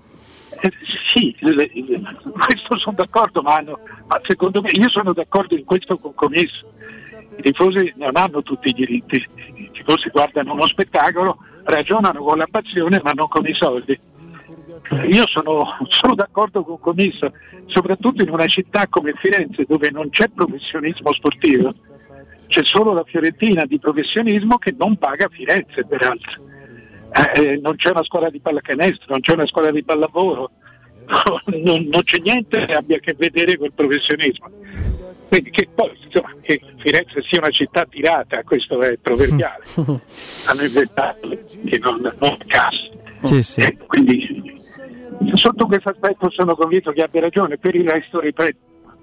questo sono d'accordo, ma secondo me, io sono d'accordo in questo compromesso. I tifosi non hanno tutti i diritti, i tifosi guardano uno spettacolo, ragionano con la passione ma non con i soldi. Io sono d'accordo con Commisso, soprattutto in una città come Firenze dove non c'è professionismo sportivo, c'è solo la Fiorentina di professionismo che non paga Firenze peraltro. Non c'è una scuola di pallacanestro, non c'è una scuola di pallavolo, non c'è niente che abbia a che vedere col professionismo. Quindi che poi insomma, che Firenze sia una città tirata, questo è proverbiale. Hanno inventato che non è caso. Sì. Quindi sotto questo aspetto sono convinto che abbia ragione, per il resto ripeto.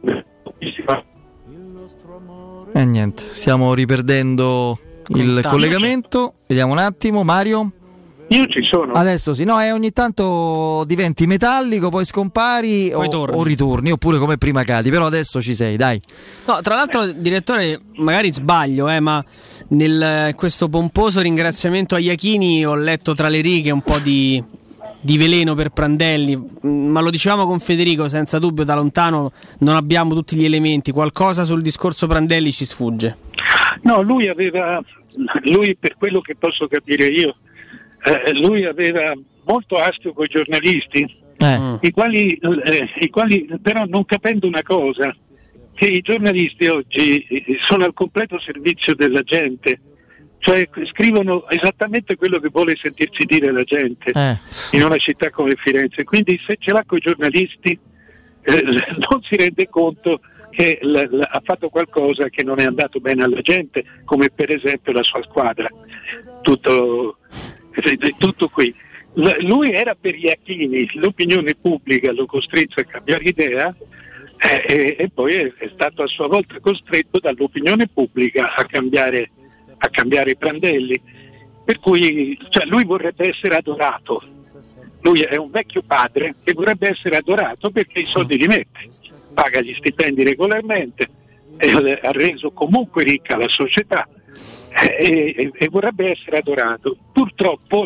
Niente, stiamo riperdendo il collegamento. Vediamo un attimo, Mario. Io ci sono. Adesso sì, no, ogni tanto diventi metallico, poi scompari o ritorni, oppure come prima cadi, però adesso ci sei, dai. No, tra l'altro, direttore, magari sbaglio, ma nel questo pomposo ringraziamento a Iachini ho letto tra le righe un po' di veleno per Prandelli, ma lo dicevamo con Federico, senza dubbio da lontano non abbiamo tutti gli elementi, qualcosa sul discorso Prandelli ci sfugge. No, lui per quello che posso capire io, lui aveva molto astio con i giornalisti, i quali però non capendo una cosa, che i giornalisti oggi sono al completo servizio della gente, cioè scrivono esattamente quello che vuole sentirsi dire la gente in una città come Firenze, quindi se ce l'ha con i giornalisti non si rende conto che ha fatto qualcosa che non è andato bene alla gente, come per esempio la sua squadra. Tutto qui. Lui era per Iachini, l'opinione pubblica lo costrinse a cambiare idea e poi è stato a sua volta costretto dall'opinione pubblica a cambiare Prandelli, per cui lui vorrebbe essere adorato. Lui è un vecchio padre che vorrebbe essere adorato perché i soldi li mette, paga gli stipendi regolarmente, ha reso comunque ricca la società e vorrebbe essere adorato. Purtroppo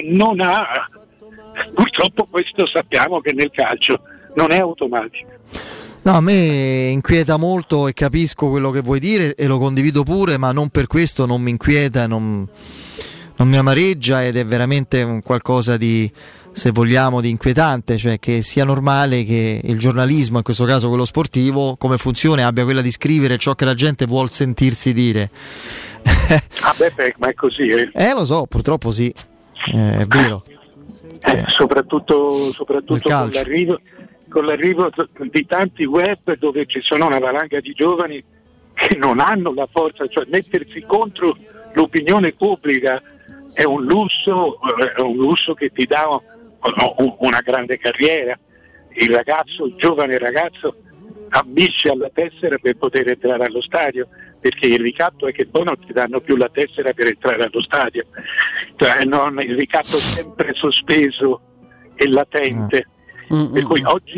questo sappiamo che nel calcio non è automatico. No, a me inquieta molto e capisco quello che vuoi dire e lo condivido pure, ma non per questo non mi inquieta, non mi amareggia, ed è veramente un qualcosa di, se vogliamo, di inquietante, cioè che sia normale che il giornalismo, in questo caso quello sportivo, come funzione abbia quella di scrivere ciò che la gente vuol sentirsi dire. Ma è così. Lo so, purtroppo sì, è vero. Soprattutto con l'arrivo di tanti web dove ci sono una valanga di giovani che non hanno la forza, cioè mettersi contro l'opinione pubblica è un lusso che ti dà una grande carriera. Il giovane ragazzo ambisce alla tessera per poter entrare allo stadio, perché il ricatto è che poi non ti danno più la tessera per entrare allo stadio, il ricatto è sempre sospeso e latente. Per cui oggi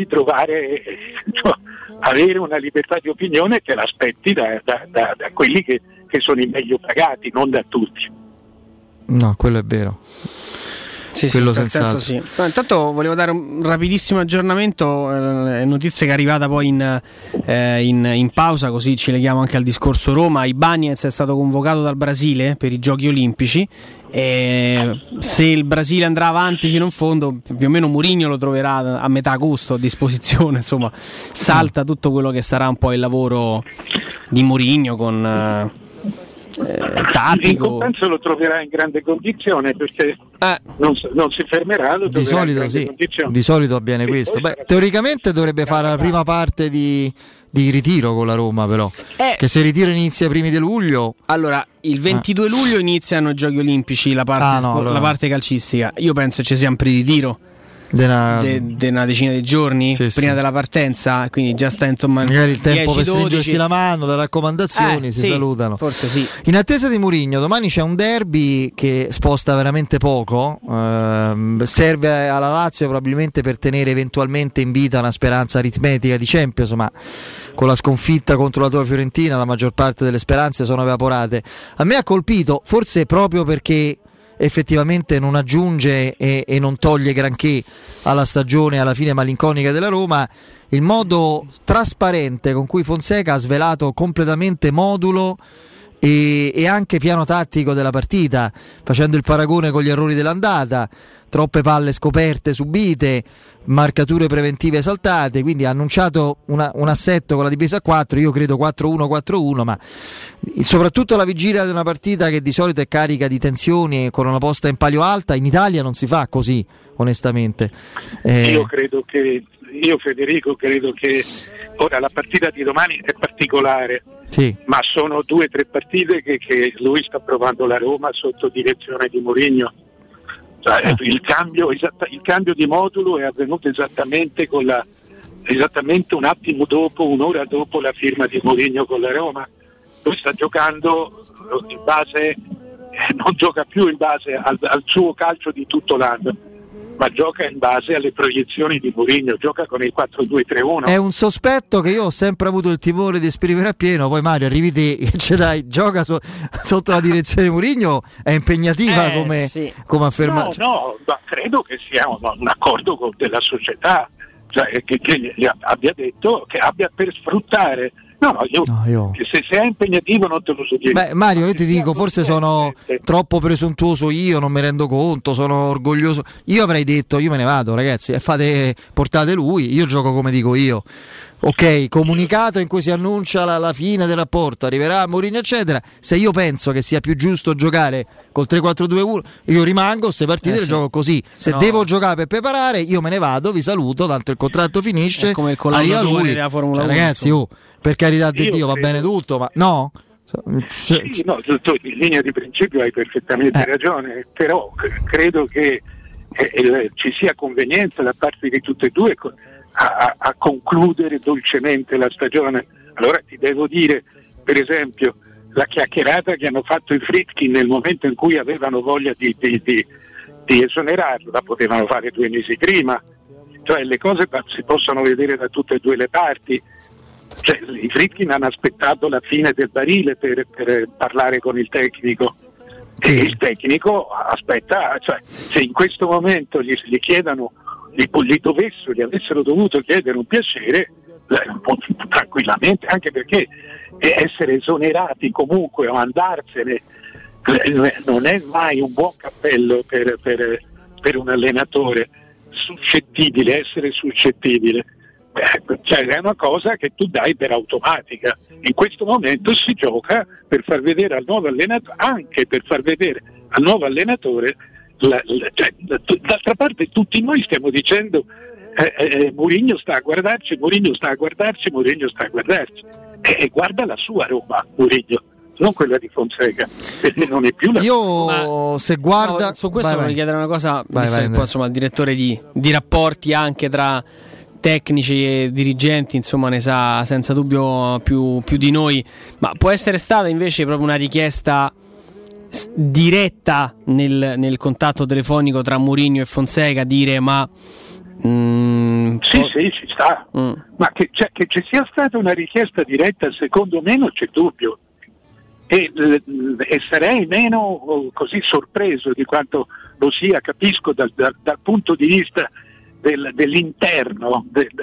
avere una libertà di opinione te l'aspetti da quelli che sono i meglio pagati, non da tutti. No, quello è vero. Quello senz'altro. Sì. No, intanto volevo dare un rapidissimo aggiornamento, notizia che è arrivata poi in pausa, così ci leghiamo anche al discorso Roma. Ibañez è stato convocato dal Brasile per i Giochi Olimpici e se il Brasile andrà avanti fino in fondo, più o meno Mourinho lo troverà a metà agosto a disposizione, insomma salta tutto quello che sarà un po' il lavoro di Mourinho con tattico. In compenso lo troverà in grande condizione perché non si fermerà. Di solito avviene questo. Teoricamente dovrebbe fare la prima parte di ritiro con la Roma, però che se il ritiro inizia ai primi di luglio. Allora il 22 luglio iniziano i Giochi Olimpici, la parte calcistica. Io penso ci sia un pre-ritiro di una decina di giorni prima della partenza, quindi già sta insomma magari il tempo 10, per 12. stringersi la mano, le raccomandazioni, si salutano. Forse sì. In attesa di Mourinho, domani c'è un derby che sposta veramente poco, serve alla Lazio probabilmente per tenere eventualmente in vita una speranza aritmetica di Champions, ma con la sconfitta contro la tua Fiorentina la maggior parte delle speranze sono evaporate. A me ha colpito, forse proprio perché effettivamente non aggiunge e non toglie granché alla stagione alla fine malinconica della Roma, il modo trasparente con cui Fonseca ha svelato completamente modulo e anche piano tattico della partita, facendo il paragone con gli errori dell'andata, troppe palle scoperte subite, marcature preventive saltate, quindi ha annunciato un assetto con la difesa a 4, io credo 4-1-4-1, ma soprattutto alla vigilia di una partita che di solito è carica di tensioni e con una posta in palio alta, in Italia non si fa così, onestamente. Federico, credo che ora la partita di domani è particolare, sì, ma sono 2 o 3 partite che lui sta provando la Roma sotto direzione di Mourinho. Cioè, il cambio di modulo è avvenuto esattamente un attimo dopo, un'ora dopo la firma di Mourinho con la Roma. Lui sta giocando in base, non gioca più in base al suo calcio di tutto l'anno, ma gioca in base alle proiezioni di Mourinho, gioca con il 4-2-3-1. È un sospetto che io ho sempre avuto il timore di esprimere appieno, poi Mario arrivi te che ce l'hai, gioca sotto la direzione di Mourinho, è impegnativa come affermazione. No, ma credo che sia un accordo della società, cioè che gli abbia detto che abbia per sfruttare. Io. Se è impegnativo non te lo so dire. Beh, Mario, io ti dico, forse sono troppo presuntuoso io, non mi rendo conto, sono orgoglioso. Io avrei detto, io me ne vado, ragazzi, portate lui, io gioco come dico io. Ok, comunicato in cui si annuncia la fine del rapporto, arriverà Mourinho eccetera. Se io penso che sia più giusto giocare col 3-4-2-1, io rimango, queste partite le gioco così. Se devo giocare per preparare, io me ne vado, vi saluto, tanto il contratto finisce, come il arriva lui. della Formula 1, ragazzi, per carità di Dio, va bene tutto, ma no? Sì, no, tu in linea di principio hai perfettamente ragione, però credo che ci sia convenienza da parte di tutte e due a concludere dolcemente la stagione. Allora ti devo dire, per esempio, la chiacchierata che hanno fatto i Friedkin nel momento in cui avevano voglia di esonerarlo, la potevano fare 2 mesi prima, cioè le cose si possono vedere da tutte e due le parti. Cioè, i Friedkin hanno aspettato la fine del barile per parlare con il tecnico, e il tecnico aspetta, cioè, se in questo momento gli chiedono, gli avessero dovuto chiedere un piacere, tranquillamente, anche perché essere esonerati comunque o andarsene non è mai un buon cappello per un allenatore essere suscettibile. Cioè è una cosa che tu dai per automatica. In questo momento si gioca per far vedere al nuovo allenatore, anche per far vedere al nuovo allenatore, d'altra parte tutti noi stiamo dicendo Mourinho sta a guardarci, e guarda la sua Roma, Mourinho, non quella di Fonseca, perché non è più la se guarda. No, su questo voglio chiedere una cosa, insomma il direttore di rapporti anche tra tecnici e dirigenti, insomma, ne sa senza dubbio più di noi, ma può essere stata invece proprio una richiesta diretta nel contatto telefonico tra Mourinho e Fonseca, dire sì, ci sta, ma che ci sia stata una richiesta diretta, secondo me non c'è dubbio, e sarei meno così sorpreso di quanto lo sia, capisco dal punto di vista dell'interno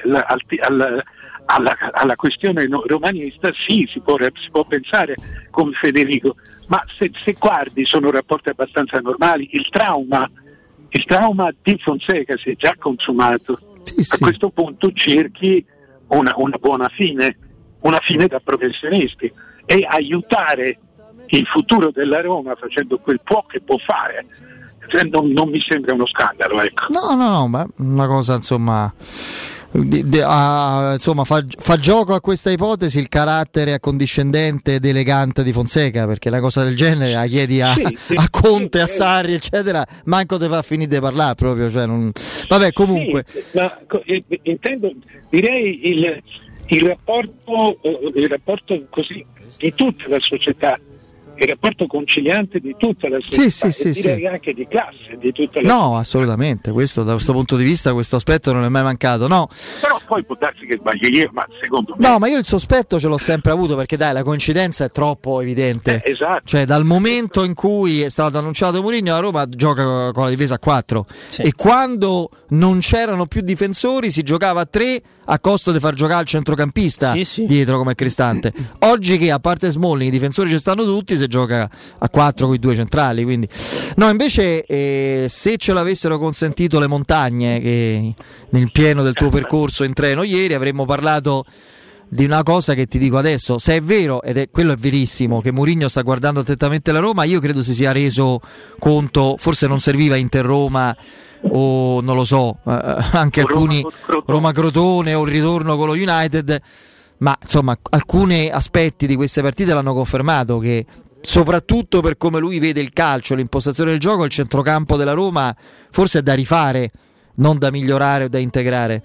alla questione romanista, sì, si può pensare come Federico, ma se guardi sono rapporti abbastanza normali. Il trauma di Fonseca si è già consumato, a questo punto cerchi una buona fine, una fine da professionisti, e aiutare il futuro della Roma facendo quel che può fare. Non mi sembra uno scandalo, ecco. No, ma una cosa insomma insomma fa gioco a questa ipotesi il carattere accondiscendente ed elegante di Fonseca, perché una cosa del genere la chiedi a Conte, a Sarri eccetera, manco te fa finire di parlare proprio, cioè non... Vabbè, comunque ma intendo, direi il rapporto così di tutta la società, il rapporto conciliante di tutta la società, direi anche di classe di tutta la società. Assolutamente, questo da questo punto di vista, questo aspetto non è mai mancato, però poi può darsi che sbagli io, ma secondo me ma io il sospetto ce l'ho sempre avuto, perché dai, la coincidenza è troppo evidente, esatto. Cioè dal momento in cui è stato annunciato Mourinho, la Roma gioca con la difesa a 4 e quando non c'erano più difensori si giocava a 3 a costo di far giocare il centrocampista dietro come Cristante. Oggi che a parte Smalling i difensori ci stanno tutti, si gioca a 4 con i 2 centrali, quindi no, invece se ce l'avessero consentito le montagne, che nel pieno del tuo percorso in treno ieri avremmo parlato di una cosa che ti dico adesso. Se è vero, quello è verissimo, che Mourinho sta guardando attentamente la Roma, io credo si sia reso conto, forse non serviva Inter Roma o non lo so, anche alcuni Roma Crotone o il ritorno con lo United, ma insomma alcuni aspetti di queste partite l'hanno confermato, che soprattutto per come lui vede il calcio, l'impostazione del gioco, il centrocampo della Roma forse è da rifare, non da migliorare o da integrare.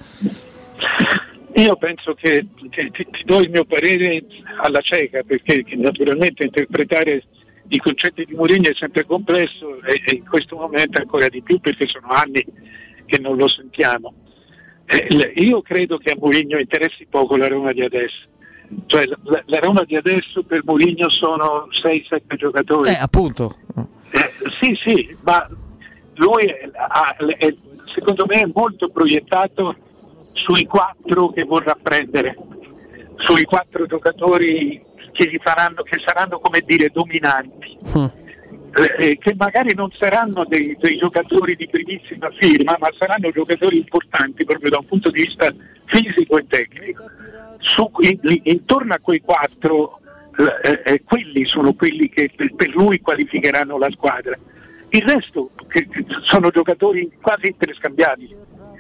Io penso che ti do il mio parere alla cieca, perché naturalmente interpretare i concetti di Mourinho è sempre complesso e in questo momento ancora di più, perché sono anni che non lo sentiamo. Io credo che a Mourinho interessi poco la Roma di adesso, cioè la Roma di adesso per Mourinho sono 6-7 giocatori. Appunto. Sì, ma lui secondo me è molto proiettato sui 4 che vorrà prendere, sui 4 giocatori che saranno come dire dominanti, che magari non saranno dei giocatori di primissima firma, ma saranno giocatori importanti proprio da un punto di vista fisico e tecnico. Intorno a quei 4 quelli sono quelli che per lui qualificheranno la squadra. Il resto che sono giocatori quasi interscambiabili,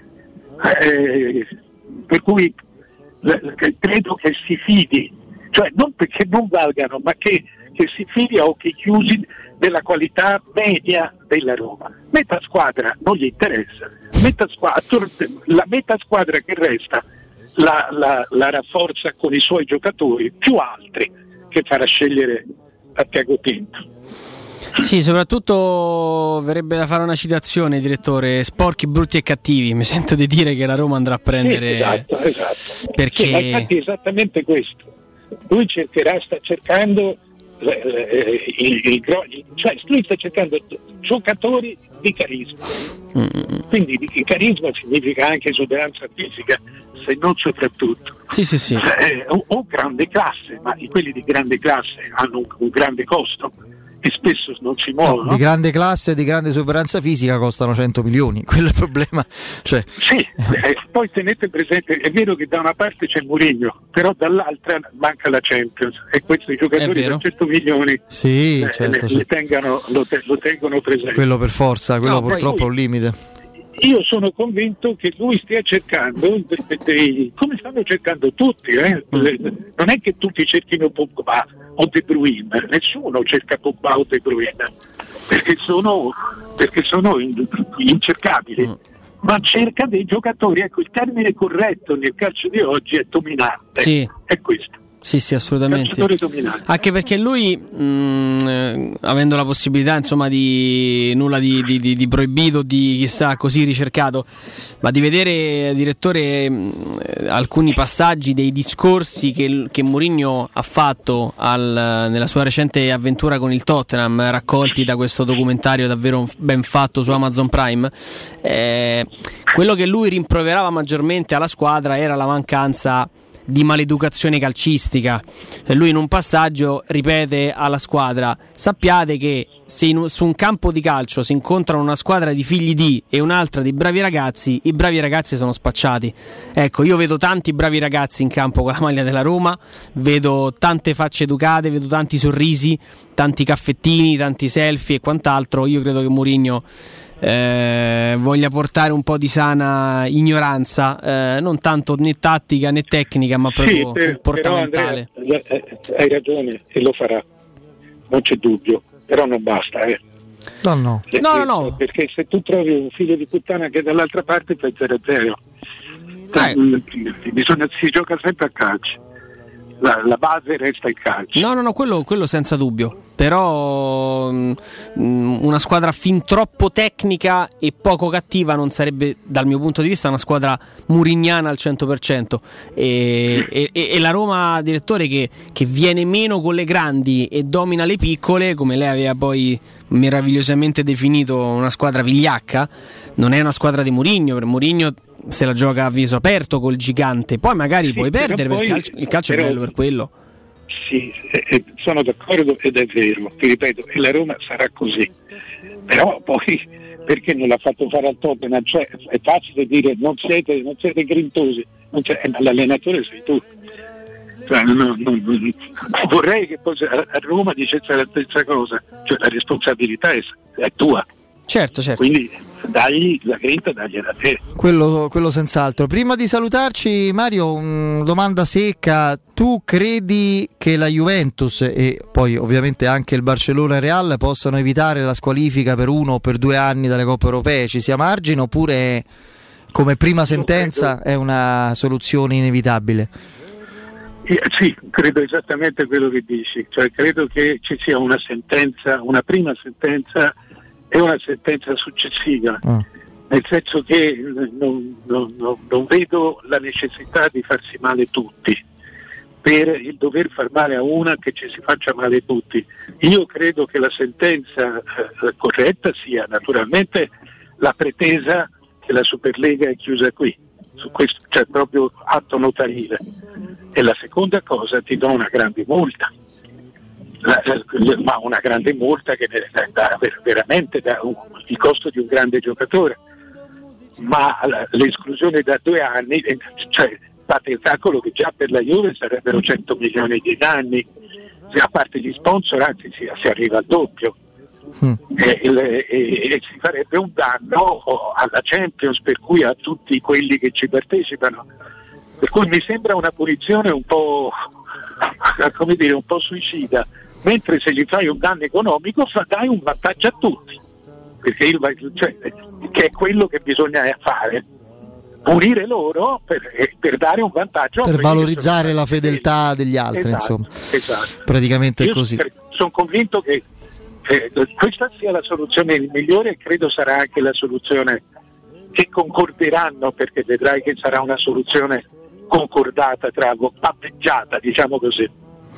per cui credo che si fidi, cioè non perché non valgano, ma che si fidi a occhi chiusi della qualità media della Roma. Metà squadra non gli interessa, la metà squadra che resta la rafforza con i suoi giocatori, più altri che farà scegliere a Tiago Pinto. Sì, soprattutto verrebbe da fare una citazione, direttore: sporchi, brutti e cattivi. Mi sento di dire che la Roma andrà a prendere. Esatto. Perché infatti è esattamente questo. Lui sta cercando cioè lui sta cercando giocatori di carisma. Quindi di carisma significa anche esuberanza fisica, se non soprattutto. Sì. O grande classe, ma quelli di grande classe hanno un grande costo e spesso non si muovono. Di grande classe e di grande esuberanza fisica costano 100 milioni, quello è il problema. Cioè. Sì, poi tenete presente, è vero che da una parte c'è Mourinho, però dall'altra manca la Champions, e questi giocatori da 100 milioni lo tengono presente. Quello per forza, quello purtroppo è un limite. Io sono convinto che lui stia cercando come stanno cercando tutti, non è che tutti cerchino Pogba o De Bruyne, nessuno cerca Pogba o De Bruyne perché sono incercabili, ma cerca dei giocatori, ecco, il termine corretto nel calcio di oggi è dominante, è questo. Sì, assolutamente. Anche perché lui, avendo la possibilità, insomma, di nulla di proibito, di chissà così ricercato, ma di vedere, direttore, alcuni passaggi dei discorsi che Mourinho ha fatto nella sua recente avventura con il Tottenham, raccolti da questo documentario davvero ben fatto su Amazon Prime, quello che lui rimproverava maggiormente alla squadra era la mancanza di maleducazione calcistica. Lui in un passaggio ripete alla squadra: sappiate che se su un campo di calcio si incontrano una squadra di figli di e un'altra di bravi ragazzi, i bravi ragazzi sono spacciati. Ecco, io vedo tanti bravi ragazzi in campo con la maglia della Roma, vedo tante facce educate, vedo tanti sorrisi, tanti caffettini, tanti selfie e quant'altro. Io credo che Mourinho voglia portare un po' di sana ignoranza, non tanto né tattica né tecnica, ma proprio comportamentale. Però Andrea, hai ragione e lo farà, non c'è dubbio, però non basta. No. Perché se tu trovi un figlio di puttana che dall'altra parte fai 0-0. Si gioca sempre a calcio. La base resta il calcio. No, quello senza dubbio. Però una squadra fin troppo tecnica e poco cattiva non sarebbe, dal mio punto di vista, una squadra murignana al 100%. E la Roma, direttore, che viene meno con le grandi e domina le piccole, come lei aveva poi meravigliosamente definito una squadra vigliacca, non è una squadra di Mourinho. Per Mourinho se la gioca a viso aperto col gigante, poi magari puoi perdere, perché il calcio è bello per quello. Sì, sono d'accordo ed è vero, ti ripeto, e la Roma sarà così, però poi perché non l'ha fatto fare al Tottenham? Cioè, è facile dire non siete grintosi, ma l'allenatore sei tu. Cioè, vorrei che poi a Roma dicesse la stessa cosa, cioè la responsabilità è tua. Certo. Quindi dai la grinta, dagliela a te. Quello senz'altro. Prima di salutarci, Mario, domanda secca: tu credi che la Juventus e poi ovviamente anche il Barcellona e il Real possano evitare la squalifica per 1 o per 2 anni dalle coppe europee? Ci sia margine, oppure come prima sentenza è una soluzione inevitabile? Sì, credo esattamente quello che dici, cioè credo che ci sia una sentenza, una prima sentenza e una sentenza successiva, nel senso che non vedo la necessità di farsi male tutti per il dover far male a una, che ci si faccia male tutti. Io credo che la sentenza corretta sia naturalmente la pretesa che la Superlega è chiusa qui, su questo c'è proprio atto notarile, e la seconda cosa, ti do una grande multa. Ma una grande multa che veramente dà il costo di un grande giocatore, ma l'esclusione da 2 anni, cioè fate il calcolo che già per la Juve sarebbero 100 milioni di danni, a parte gli sponsor, anzi si arriva al doppio, e si farebbe un danno alla Champions, per cui a tutti quelli che ci partecipano, per cui mi sembra una punizione un po', come dire, un po' suicida. Mentre se gli fai un danno economico dai un vantaggio a tutti, perché che è quello che bisogna fare, punire loro per dare un vantaggio, per valorizzare la fedeltà degli altri. Esatto, insomma, esatto. Praticamente è così. Sono convinto che questa sia la soluzione migliore, e credo sarà anche la soluzione che concorderanno, perché vedrai che sarà una soluzione concordata, patteggiata, diciamo così.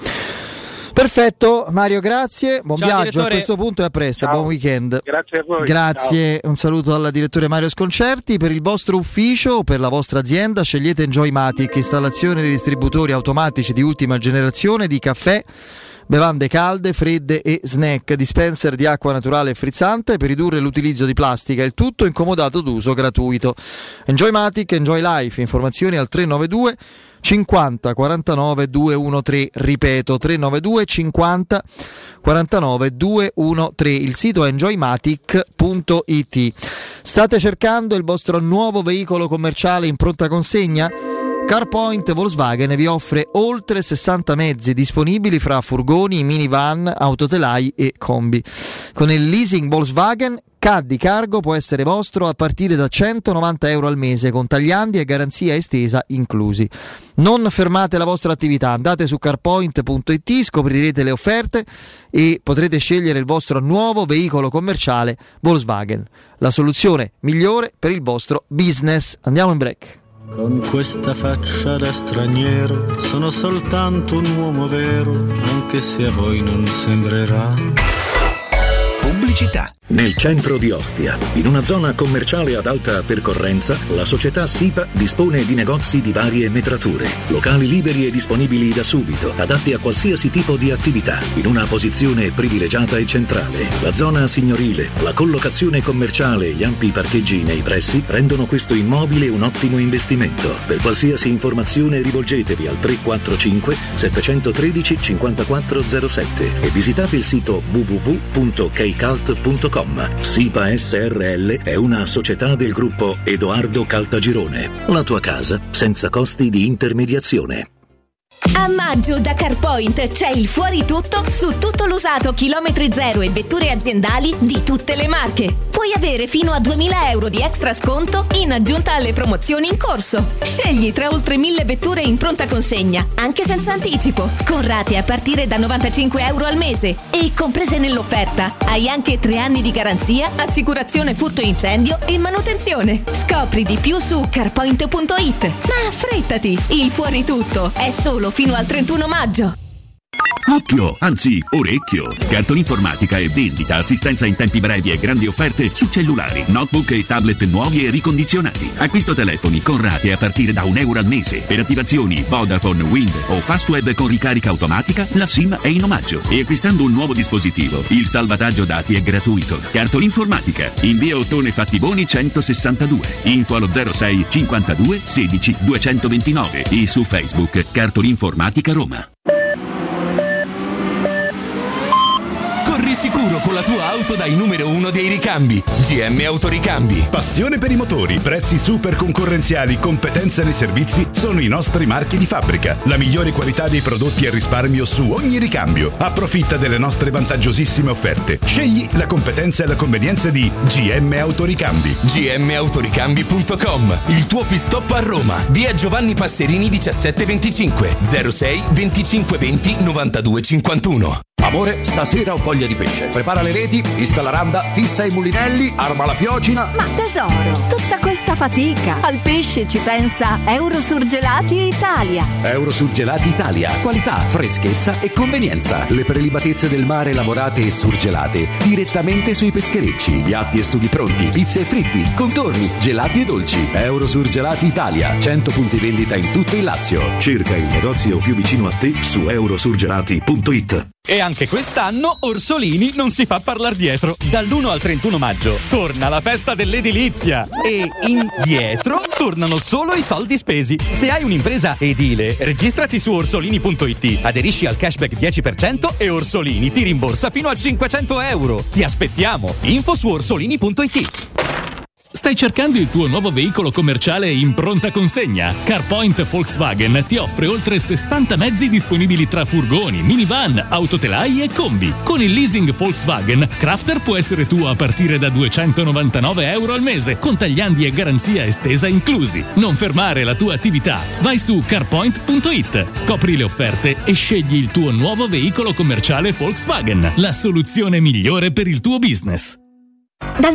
Perfetto, Mario, grazie, buon Ciao, viaggio direttore. A questo punto e a presto. Ciao. Buon weekend. Grazie a voi. Grazie. Ciao. Un saluto al direttore Mario Sconcerti. Per il vostro ufficio o per la vostra azienda scegliete Enjoymatic, installazione dei distributori automatici di ultima generazione di caffè, bevande calde, fredde e snack, dispenser di acqua naturale e frizzante per ridurre l'utilizzo di plastica, il tutto incomodato d'uso gratuito. Enjoymatic, Enjoy Life. Informazioni al 392 50 49 213, ripeto 392 50 49 213. Il sito è enjoymatic.it. State cercando il vostro nuovo veicolo commerciale in pronta consegna? CarPoint Volkswagen vi offre oltre 60 mezzi disponibili fra furgoni, minivan, autotelai e combi. Con il leasing Volkswagen, Caddy Cargo può essere vostro a partire da €190 al mese, con tagliandi e garanzia estesa inclusi. Non fermate la vostra attività, andate su carpoint.it, scoprirete le offerte e potrete scegliere il vostro nuovo veicolo commerciale Volkswagen, la soluzione migliore per il vostro business. Andiamo in break. Con questa faccia da straniero sono soltanto un uomo vero, anche se a voi non sembrerà. Pubblicità. Nel centro di Ostia, in una zona commerciale ad alta percorrenza, la società SIPA dispone di negozi di varie metrature, locali liberi e disponibili da subito, adatti a qualsiasi tipo di attività, in una posizione privilegiata e centrale. La zona signorile, la collocazione commerciale e gli ampi parcheggi nei pressi rendono questo immobile un ottimo investimento. Per qualsiasi informazione rivolgetevi al 345 713 5407 e visitate il sito www.kcult.com. SIPA.com. SIPA SRL è una società del gruppo Edoardo Caltagirone. La tua casa senza costi di intermediazione. A maggio da CarPoint c'è il fuori tutto su tutto l'usato chilometri zero e vetture aziendali di tutte le marche. Puoi avere fino a 2.000 euro di extra sconto in aggiunta alle promozioni in corso. Scegli tra oltre 1.000 vetture in pronta consegna, anche senza anticipo, con rate a partire da 95 euro al mese. E comprese nell'offerta hai anche 3 anni di garanzia, assicurazione furto incendio e manutenzione. Scopri di più su carpoint.it. Ma affrettati, il fuori tutto è solo fino al 31 maggio. Occhio, anzi orecchio! Cartolinformatica e vendita, assistenza in tempi brevi e grandi offerte su cellulari, notebook e tablet nuovi e ricondizionati. Acquisto telefoni con rate a partire da €1 al mese. Per attivazioni Vodafone, Wind o Fastweb con ricarica automatica, la SIM è in omaggio. E acquistando un nuovo dispositivo, il salvataggio dati è gratuito. Cartolinformatica, in via Ottone Fattiboni 162. Info allo 06 52 16 229 e su Facebook Cartolinformatica Roma. Corri sicuro con la tua auto dai numero 1 dei ricambi. GM Autoricambi. Passione per i motori, prezzi super concorrenziali, competenza nei servizi sono i nostri marchi di fabbrica. La migliore qualità dei prodotti e risparmio su ogni ricambio. Approfitta delle nostre vantaggiosissime offerte. Scegli la competenza e la convenienza di GM Autoricambi. gmautoricambi.com. Il tuo pit-stop a Roma. Via Giovanni Passerini 1725 06 25 20 92 51. Amore, stasera ho voglia di pesce. Prepara le reti, fissa la randa, fissa i mulinelli, arma la fiocina. Ma tesoro, tutta questa fatica. Al pesce ci pensa Eurosurgelati Italia. Eurosurgelati Italia. Qualità, freschezza e convenienza. Le prelibatezze del mare lavorate e surgelate direttamente sui pescherecci. Piatti e sughi pronti, pizze e fritti, contorni, gelati e dolci. Eurosurgelati Italia. 100 punti vendita in tutto il Lazio. Cerca il negozio più vicino a te su eurosurgelati.it. E anche quest'anno Orsolini non si fa parlar dietro. Dall'1 al 31 maggio torna la festa dell'edilizia e indietro tornano solo i soldi spesi. Se hai un'impresa edile, registrati su orsolini.it, aderisci al cashback 10% e Orsolini ti rimborsa fino a 500 euro. Ti aspettiamo. Info su orsolini.it. Stai cercando il tuo nuovo veicolo commerciale in pronta consegna? CarPoint Volkswagen ti offre oltre 60 mezzi disponibili tra furgoni, minivan, autotelai e combi. Con il leasing Volkswagen, Crafter può essere tuo a partire da 299 euro al mese, con tagliandi e garanzia estesa inclusi. Non fermare la tua attività. Vai su carpoint.it, scopri le offerte e scegli il tuo nuovo veicolo commerciale Volkswagen, la soluzione migliore per il tuo business. Dal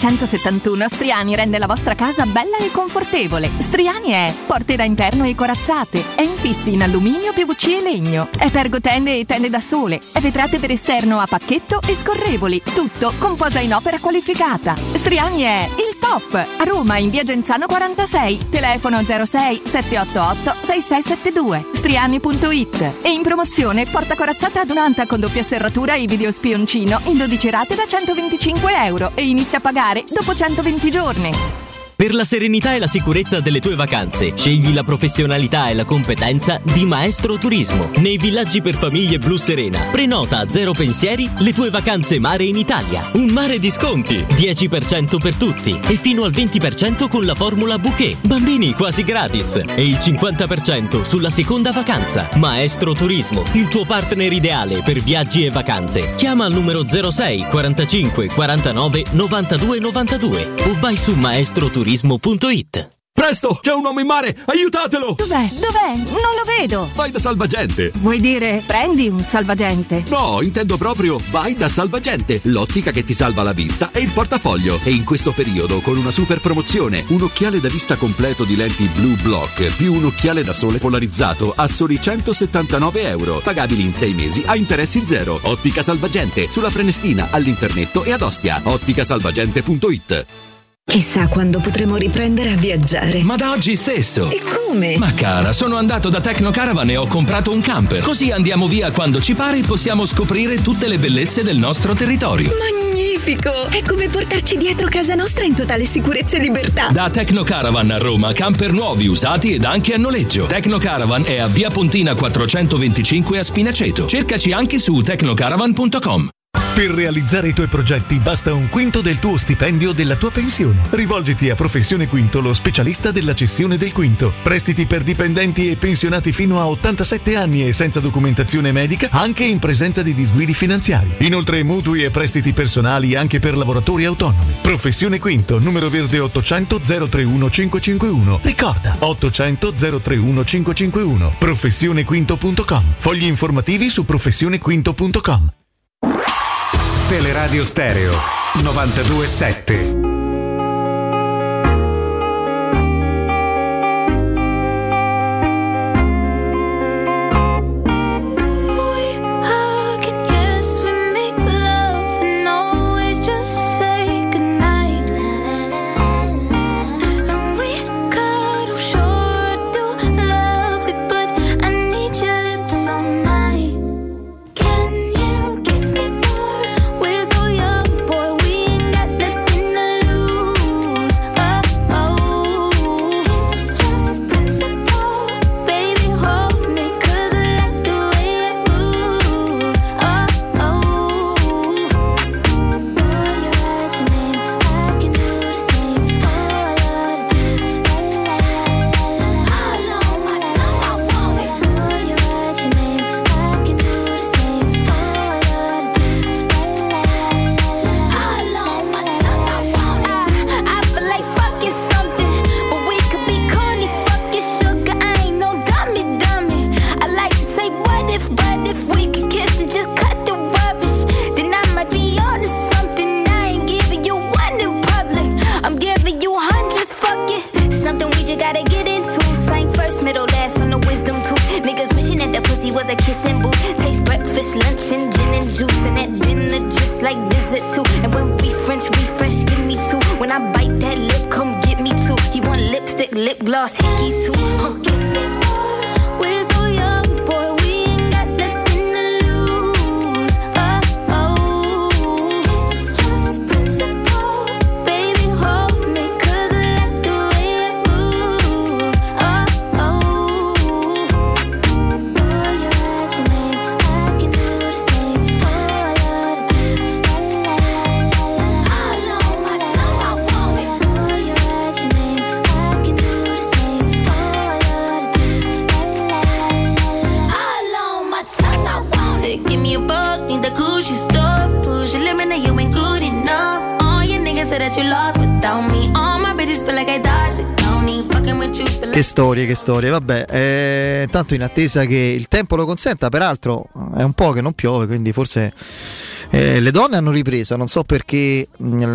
1971 Striani rende la vostra casa bella e confortevole. Striani è porte da interno e corazzate, è infissi in alluminio, PVC e legno, è pergotende e tende da sole, è vetrate per esterno a pacchetto e scorrevoli, tutto con posa in opera qualificata. Striani è il top! A Roma in via Genzano 46, telefono 06 788 6672, striani.it. E in promozione porta corazzata adunata con doppia serratura e video spioncino in 12 rate da 125 euro e inizia a pagare dopo 120 giorni. Per la serenità e la sicurezza delle tue vacanze, scegli la professionalità e la competenza di Maestro Turismo. Nei villaggi per famiglie Blu Serena, prenota a zero pensieri le tue vacanze mare in Italia. Un mare di sconti, 10% per tutti e fino al 20% con la formula bouquet. Bambini quasi gratis e il 50% sulla seconda vacanza. Maestro Turismo, il tuo partner ideale per viaggi e vacanze. Chiama al numero 06 45 49 92 92 o vai su maestroturismo.it. Presto, c'è un uomo in mare, aiutatelo! Dov'è? Non lo vedo! Vai da Salvagente! Vuoi dire prendi un salvagente? No, intendo proprio vai da Salvagente, l'ottica che ti salva la vista e il portafoglio. E in questo periodo con una super promozione, un occhiale da vista completo di lenti Blue Block più un occhiale da sole polarizzato a soli 179 euro, pagabili in 6 mesi a interessi zero. Ottica Salvagente, sulla Prenestina, all'Internetto e ad Ostia. otticasalvagente.it. Chissà quando potremo riprendere a viaggiare. Ma da oggi stesso. E come? Ma cara, sono andato da Tecnocaravan e ho comprato un camper. Così andiamo via quando ci pare e possiamo scoprire tutte le bellezze del nostro territorio. Magnifico! È come portarci dietro casa nostra in totale sicurezza e libertà. Da Tecnocaravan a Roma, camper nuovi, usati ed anche a noleggio. Tecnocaravan è a via Pontina 425 a Spinaceto. Cercaci anche su tecnocaravan.com. Per realizzare i tuoi progetti basta un quinto del tuo stipendio della tua pensione. Rivolgiti a Professione Quinto, lo specialista della cessione del quinto. Prestiti per dipendenti e pensionati fino a 87 anni e senza documentazione medica, anche in presenza di disguidi finanziari. Inoltre mutui e prestiti personali anche per lavoratori autonomi. Professione Quinto, numero verde 800 031 551. Ricorda, 800 031 551. Professionequinto.com. Fogli informativi su professionequinto.com. Teleradio Stereo 92.7. Che storie, vabbè, tanto in attesa che il tempo lo consenta, peraltro è un po' che non piove, quindi forse le donne hanno ripreso, non so perché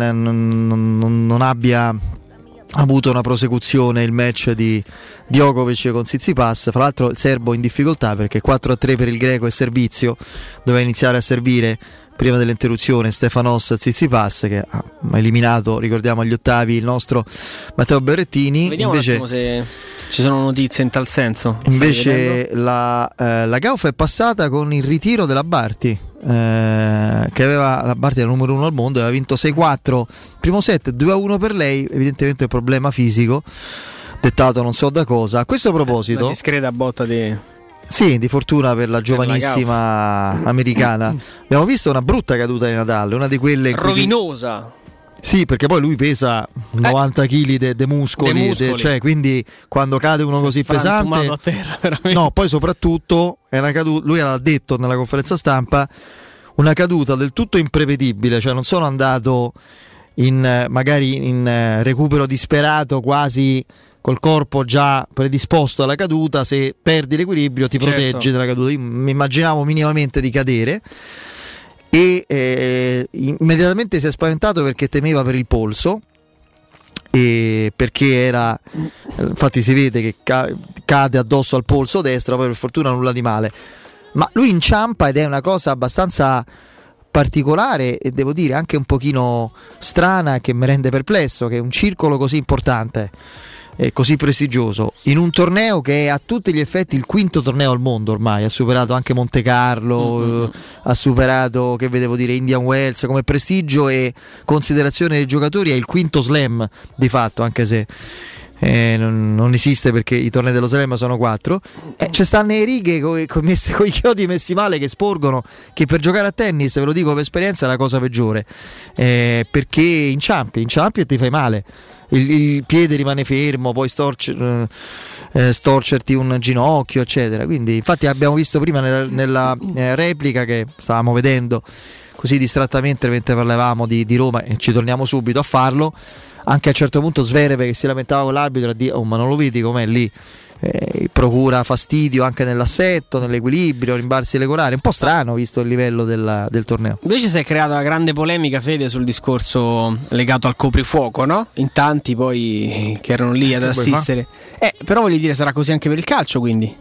non abbia avuto una prosecuzione il match di Djokovic con Tsitsipas, fra l'altro il serbo in difficoltà perché 4-3 per il greco è servizio, doveva iniziare a servire prima dell'interruzione Stefanos Tsitsipas, che ha eliminato, ricordiamo, agli ottavi il nostro Matteo Berrettini. Vediamo invece, un attimo se ci sono notizie in tal senso. Invece la Gauff è passata con il ritiro della Barty, che aveva, la Barty era il numero 1 al mondo, aveva vinto 6-4 primo set, 2-1 per lei, evidentemente un problema fisico dettato non so da cosa. A questo proposito, una discreta botta di fortuna per la giovanissima americana. Abbiamo visto una brutta caduta di Nadal, una di quelle rovinosa. Sì, perché poi lui pesa 90 kg de muscoli, cioè, quindi quando cade uno così pesante a terra, veramente. No, poi soprattutto è una caduta, lui aveva detto nella conferenza stampa, una caduta del tutto imprevedibile, cioè non sono andato magari in recupero disperato, quasi col corpo già predisposto alla caduta, se perdi l'equilibrio ti protegge dalla caduta. Io mi immaginavo minimamente di cadere e immediatamente si è spaventato perché temeva per il polso, e perché era, infatti si vede che cade addosso al polso destro, poi per fortuna nulla di male, ma lui inciampa ed è una cosa abbastanza particolare e devo dire anche un pochino strana, che mi rende perplesso, che un circolo così importante e così prestigioso in un torneo che è a tutti gli effetti il quinto torneo al mondo ormai, ha superato anche Monte Carlo, ha superato, che vedevo dire, Indian Wells come prestigio e considerazione dei giocatori, è il quinto slam di fatto, anche se non esiste perché i tornei dello Slam sono 4. Ci stanno le righe con i chiodi messi male che sporgono, che per giocare a tennis, ve lo dico per esperienza, è la cosa peggiore, perché inciampi e ti fai male. Il piede rimane fermo, poi storcerti un ginocchio, eccetera. Quindi, infatti, abbiamo visto prima nella replica che stavamo vedendo così distrattamente mentre parlavamo di Roma, e ci torniamo subito a farlo. Anche a un certo punto Zverev che si lamentava con l'arbitro a dire: oh, ma non lo vedi com'è lì? Procura fastidio anche nell'assetto, nell'equilibrio, rimbalzi regolari. Un po' strano visto il livello del torneo. Invece si è creata una grande polemica, Fede, sul discorso legato al coprifuoco, no? In tanti poi che erano lì ad assistere. Però voglio dire, sarà così anche per il calcio, quindi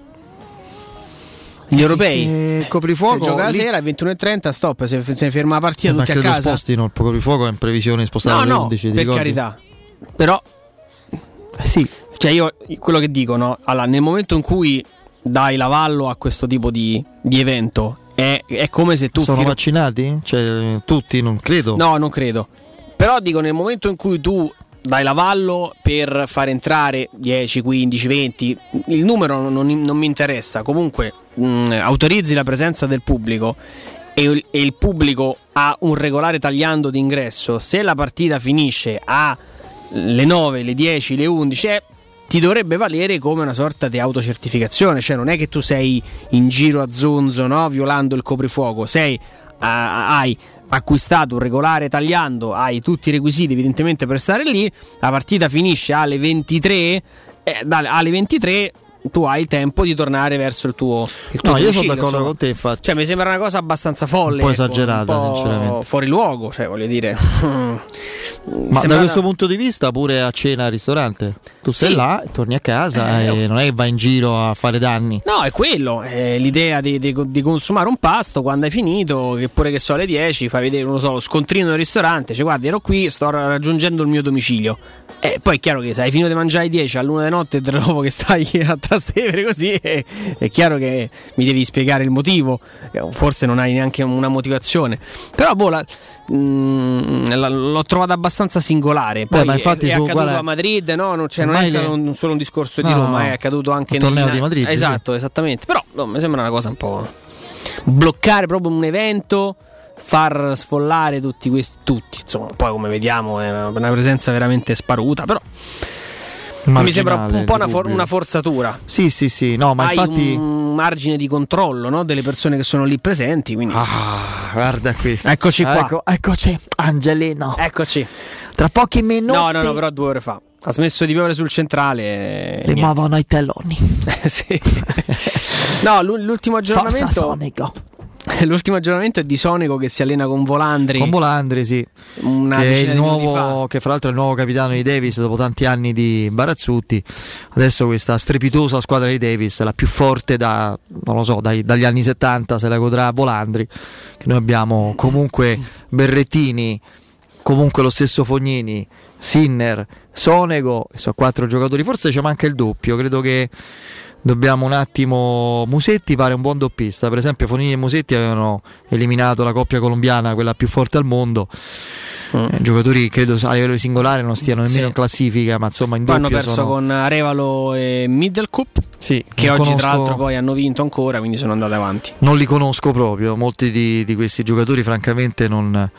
gli europei coprifuoco gioca la sera alle 21:30, stop, se ferma la partita tutti a casa. Spostino il coprifuoco, è in previsione di spostare alle 11, per carità, però sì, cioè io quello che dico, no? Allora, nel momento in cui dai l'avallo a questo tipo di evento è come se tu sono vaccinati? Cioè tutti? Non credo. No, non credo. Però dico, nel momento in cui tu dai l'avallo per far entrare 10, 15, 20, il numero non mi interessa, comunque autorizzi la presenza del pubblico e il pubblico ha un regolare tagliando d'ingresso. Se la partita finisce alle 9, le 10, le 11, ti dovrebbe valere come una sorta di autocertificazione, cioè non è che tu sei in giro a zonzo, no? Violando il coprifuoco, hai acquistato un regolare tagliando, hai tutti i requisiti evidentemente per stare lì, la partita finisce alle 23, alle 23 tu hai il tempo di tornare verso il tuo io sono d'accordo con te, infatti. Cioè mi sembra una cosa abbastanza folle, un po' esagerata, un po' sinceramente fuori luogo, cioè voglio dire. Ma da questo punto di vista pure a cena al ristorante tu sei là, torni a casa e non è che vai in giro a fare danni. No, è quello, è l'idea di consumare un pasto quando hai finito, che pure che so alle 10 fai vedere, non lo so, lo scontrino del ristorante, cioè guardi, ero qui, sto raggiungendo il mio domicilio. Poi è chiaro che se hai finito di mangiare alle 10 all'1 di notte e dopo che stai a Trastevere così, è chiaro che mi devi spiegare il motivo, forse non hai neanche una motivazione, però l'ho trovata abbastanza singolare. Poi ma infatti è accaduto a Madrid, no? Non è stato solo un discorso di Roma, è accaduto anche nel torneo di Madrid. Esatto, esattamente. Però mi sembra una cosa un po' bloccare proprio un evento, far sfollare tutti, insomma, poi come vediamo è una presenza veramente sparuta, però mi sembra un po' una forzatura. Sì, no, ma hai infatti un margine di controllo, no, delle persone che sono lì presenti, quindi guarda qui, eccoci qua, eccoci Angelino, eccoci tra pochi minuti. No, però 2 ore fa ha smesso di piovere sul centrale, rimuovono i teloni. Sì. No, l'ultimo aggiornamento L'ultimo aggiornamento è di Sonego che si allena con Volandri. Con Volandri, sì. Che è il nuovo, che fra l'altro è il nuovo capitano di Davis dopo tanti anni di Barazzutti. Adesso questa strepitosa squadra di Davis, la più forte non lo so, dagli anni 70, se la godrà Volandri. Che noi abbiamo comunque Berrettini, comunque lo stesso Fognini, Sinner, Sonego, sono 4 giocatori. Forse ci manca il doppio, credo che dobbiamo un attimo. Musetti pare un buon doppista, per esempio Fonini e Musetti avevano eliminato la coppia colombiana, quella più forte al mondo. Giocatori credo a livello singolare non stiano nemmeno in classifica, ma insomma in doppio hanno perso con Arevalo e Middelcup, che oggi tra l'altro poi hanno vinto ancora, quindi sono andati avanti. Non li conosco proprio, molti di questi giocatori francamente non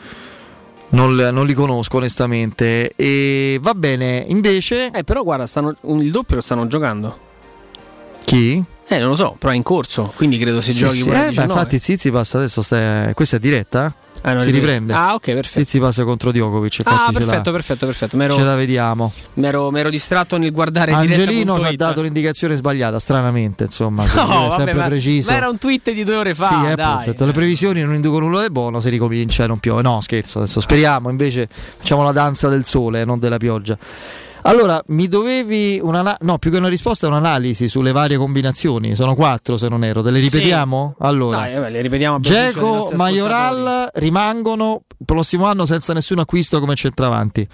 li conosco onestamente. E va bene, invece però guarda, il doppio lo stanno giocando. Chi? Non lo so, però è in corso, quindi credo si giochi pure 19. Infatti Tsitsipas adesso questa è diretta? Si riprende. Ok, perfetto. Tsitsipas contro Djokovic. Perfetto. Ce la vediamo. M'ero distratto nel guardare Angelino ci ha dato l'indicazione sbagliata, stranamente, insomma. Sempre preciso. Ma era un tweet di 2 ore fa. Sì, appunto, le previsioni non inducono nulla di buono, se ricomincia non piove. No, scherzo, adesso speriamo, invece facciamo la danza del sole, non della pioggia. Allora, mi dovevi più che una risposta, un'analisi sulle varie combinazioni. Sono 4 se non ero, te le ripetiamo? Sì. Allora, le ripetiamo. Dzeko, Majoral rimangono il prossimo anno senza nessun acquisto come centravanti.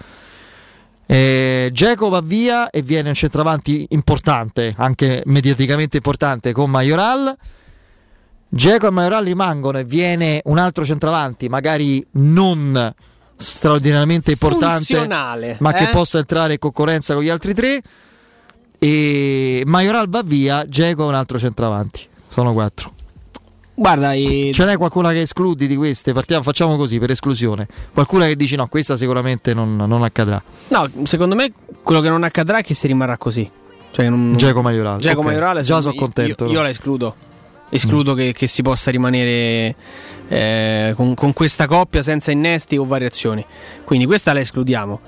Dzeko va via e viene un centravanti importante, anche mediaticamente importante, con Majoral. Dzeko e Majoral rimangono e viene un altro centravanti, magari non straordinariamente importante, funzionale, ma che possa entrare in concorrenza con gli altri 3. e Majoral va via, Dzeko è un altro centravanti. Sono 4. Guarda, ce n'è qualcuna che escludi di queste? Facciamo così per esclusione. Qualcuna che dici no, questa sicuramente non accadrà. No, secondo me quello che non accadrà è che si rimarrà così. Cioè, Dzeko Majoral. Dzeko Majoral, già sono contento. Io la escludo. Escludo che si possa rimanere con questa coppia senza innesti o variazioni. Quindi questa la escludiamo.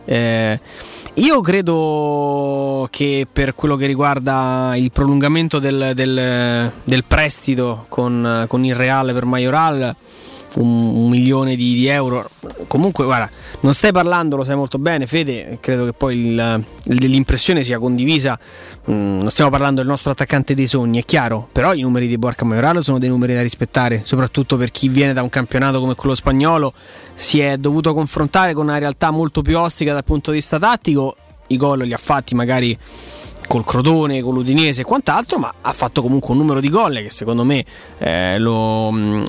Io credo che per quello che riguarda il prolungamento del prestito con il Real per Majoral, 1 milione di euro, comunque guarda, non stai parlando, lo sai molto bene Fede, credo che poi l'impressione sia condivisa, non stiamo parlando del nostro attaccante dei sogni, è chiaro, però i numeri di Borja Majoral sono dei numeri da rispettare, soprattutto per chi viene da un campionato come quello spagnolo, si è dovuto confrontare con una realtà molto più ostica dal punto di vista tattico, i gol li ha fatti magari col Crotone, con l'Udinese e quant'altro, ma ha fatto comunque un numero di gol che secondo me lo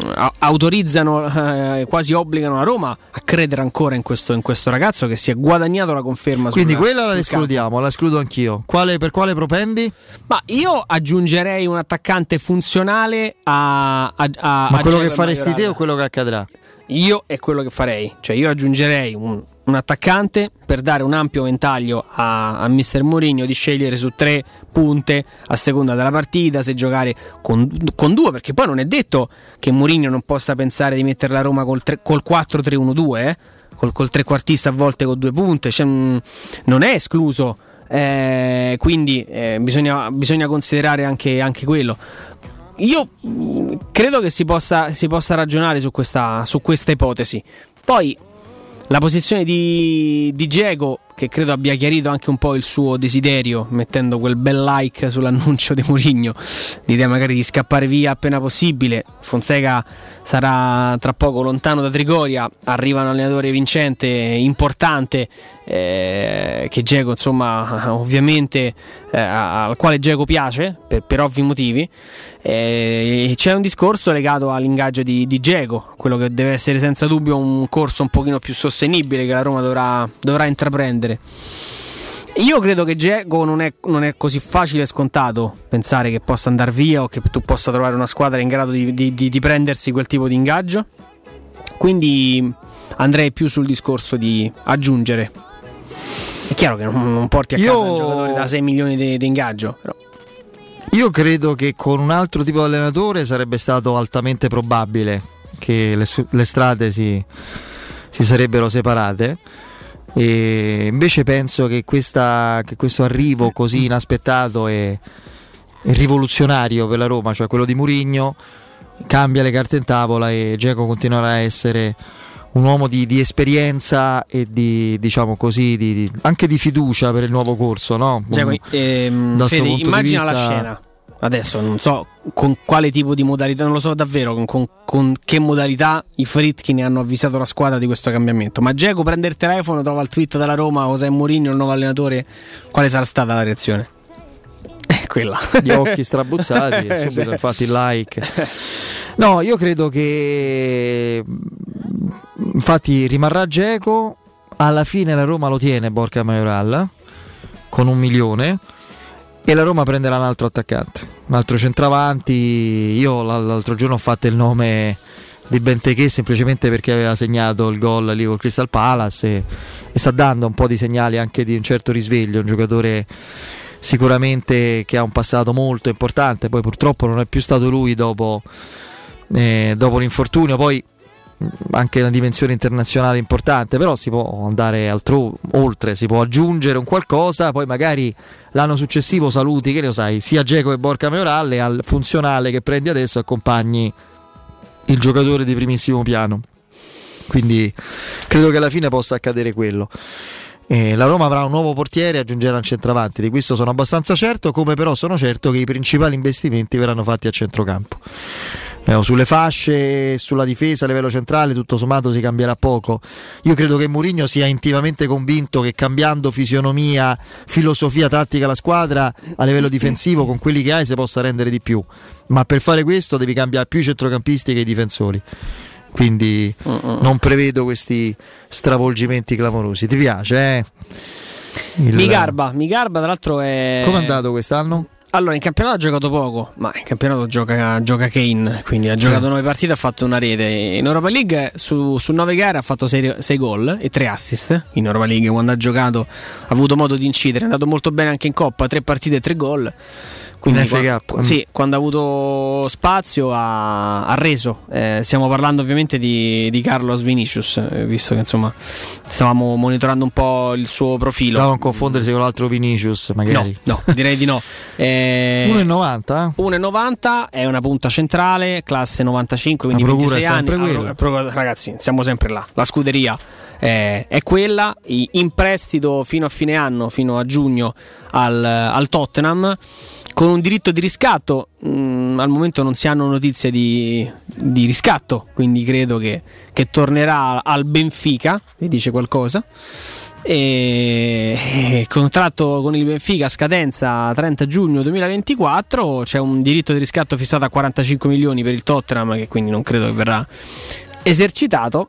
autorizzano, quasi obbligano la Roma a credere ancora in questo ragazzo che si è guadagnato la conferma. Quindi quella la escludiamo, la escludo anch'io. Per quale propendi? Ma io aggiungerei un attaccante funzionale ma quello che faresti te o quello che accadrà? Io è quello che farei, cioè io aggiungerei un attaccante per dare un ampio ventaglio a Mister Mourinho di scegliere su 3 punte a seconda della partita, se giocare con 2, perché poi non è detto che Mourinho non possa pensare di mettere la Roma col 4-3-1-2, col trequartista a volte con 2 punte, cioè, non è escluso, quindi bisogna considerare anche quello. Io credo che si possa ragionare su questa ipotesi. Poi la posizione di Dzeko, che credo abbia chiarito anche un po' il suo desiderio, mettendo quel bel like sull'annuncio di Mourinho, l'idea magari di scappare via appena possibile. Fonseca sarà tra poco lontano da Trigoria, arriva un allenatore vincente, importante, che Dzeko insomma ovviamente al quale Dzeko piace per ovvi motivi. C'è un discorso legato all'ingaggio di Dzeko, quello che deve essere senza dubbio un corso un pochino più sostenibile che la Roma dovrà intraprendere. Io credo che Dzeko non è così facile e scontato pensare che possa andare via o che tu possa trovare una squadra in grado di prendersi quel tipo di ingaggio, quindi andrei più sul discorso di aggiungere. È chiaro che non porti a casa un giocatore da 6 milioni di ingaggio, però. Io credo che con un altro tipo di allenatore sarebbe stato altamente probabile che le strade si sarebbero separate, e invece penso che questo arrivo così inaspettato e rivoluzionario per la Roma, cioè quello di Mourinho, cambia le carte in tavola e Dzeko continuerà a essere un uomo di esperienza e di, diciamo così, anche di fiducia per il nuovo corso, no? Fede, immagina la scena. Adesso non so con quale tipo di modalità, non lo so davvero con che modalità i Friedkin hanno avvisato la squadra di questo cambiamento, ma Dzeko prende il telefono, trova il tweet della Roma, José Mourinho il nuovo allenatore, quale sarà stata la reazione? Quella. Gli occhi strabuzzati e subito infatti il like. No, io credo che infatti rimarrà Dzeko, alla fine la Roma lo tiene Borja Majoral con 1 milione e la Roma prenderà un altro attaccante, un altro centravanti. Io l'altro giorno ho fatto il nome di Benteke semplicemente perché aveva segnato il gol lì col Crystal Palace e sta dando un po' di segnali anche di un certo risveglio, un giocatore sicuramente che ha un passato molto importante, poi purtroppo non è più stato lui dopo l'infortunio, poi anche una dimensione internazionale importante, però si può andare oltre, si può aggiungere un qualcosa, poi magari l'anno successivo saluti, che ne sai, sia Dzeko che Borja Majoral, e al funzionale che prendi adesso accompagni il giocatore di primissimo piano. Quindi credo che alla fine possa accadere quello. La Roma avrà un nuovo portiere e aggiungerà un centravanti, di questo sono abbastanza certo, come però sono certo che i principali investimenti verranno fatti a centrocampo. Sulle fasce, sulla difesa a livello centrale tutto sommato si cambierà poco. Io credo che Mourinho sia intimamente convinto che cambiando fisionomia, filosofia tattica alla squadra a livello difensivo con quelli che hai si possa rendere di più, ma per fare questo devi cambiare più i centrocampisti che i difensori, quindi non prevedo questi stravolgimenti clamorosi. Ti piace? Mi garba, tra l'altro è... Come è andato quest'anno? Allora, in campionato ha giocato poco, ma in campionato gioca Kane, quindi ha giocato 9 partite, ha fatto una rete. In Europa League su 9 gare ha fatto 6 gol e 3 assist. In Europa League quando ha giocato ha avuto modo di incidere, è andato molto bene anche in Coppa, 3 partite e 3 gol. Quindi quando ha avuto spazio ha reso. Stiamo parlando ovviamente di Carlos Vinicius, visto che insomma stavamo monitorando un po' il suo profilo. Da non confondersi con l'altro Vinicius, magari. No, direi di no. 1,90? 1,90, è una punta centrale, classe 95, quindi 26 anni. Ragazzi, siamo sempre là. La scuderia è quella, in prestito fino a fine anno, fino a giugno al Tottenham, con un diritto di riscatto. Al momento non si hanno notizie di riscatto, quindi credo che tornerà al Benfica. Vi dice qualcosa? E contratto con il Benfica a scadenza 30 giugno 2024. C'è un diritto di riscatto fissato a 45 milioni per il Tottenham, che quindi non credo che verrà esercitato.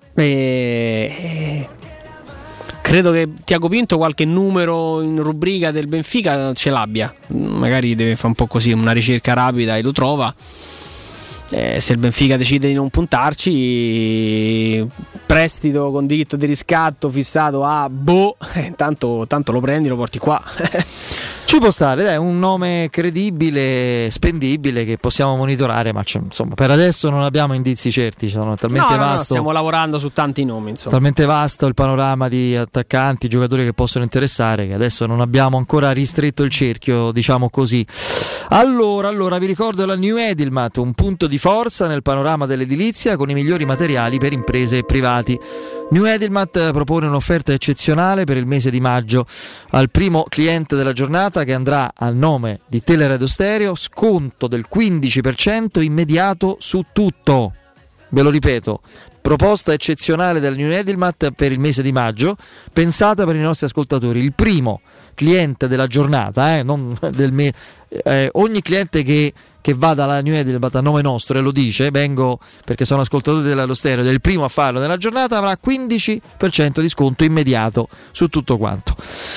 Credo che Tiago Pinto qualche numero in rubrica del Benfica ce l'abbia, magari deve fare un po' così, una ricerca rapida e lo trova. Se il Benfica decide di non puntarci, prestito con diritto di riscatto fissato a tanto lo prendi, lo porti qua. Ci può stare, è un nome credibile, spendibile, che possiamo monitorare, ma insomma per adesso non abbiamo indizi certi, sono talmente vasto. No, stiamo lavorando su tanti nomi, insomma. Talmente vasto il panorama di attaccanti, giocatori che possono interessare, che adesso non abbiamo ancora ristretto il cerchio, diciamo così. Allora vi ricordo la New Edilmat, un punto di forza nel panorama dell'edilizia con i migliori materiali per imprese e privati. New Edilmat propone un'offerta eccezionale per il mese di maggio al primo cliente della giornata, che andrà al nome di Teleradio Stereo, sconto del 15% immediato su tutto. Ve lo ripeto, proposta eccezionale del New Edilmat per il mese di maggio, pensata per i nostri ascoltatori. Il primo cliente della giornata, non del mese. Ogni cliente che va dalla New Edilmat a nome nostro e lo dice, vengo perché sono ascoltatore dello Stereo, del primo a farlo nella giornata, avrà 15% di sconto immediato su tutto quanto,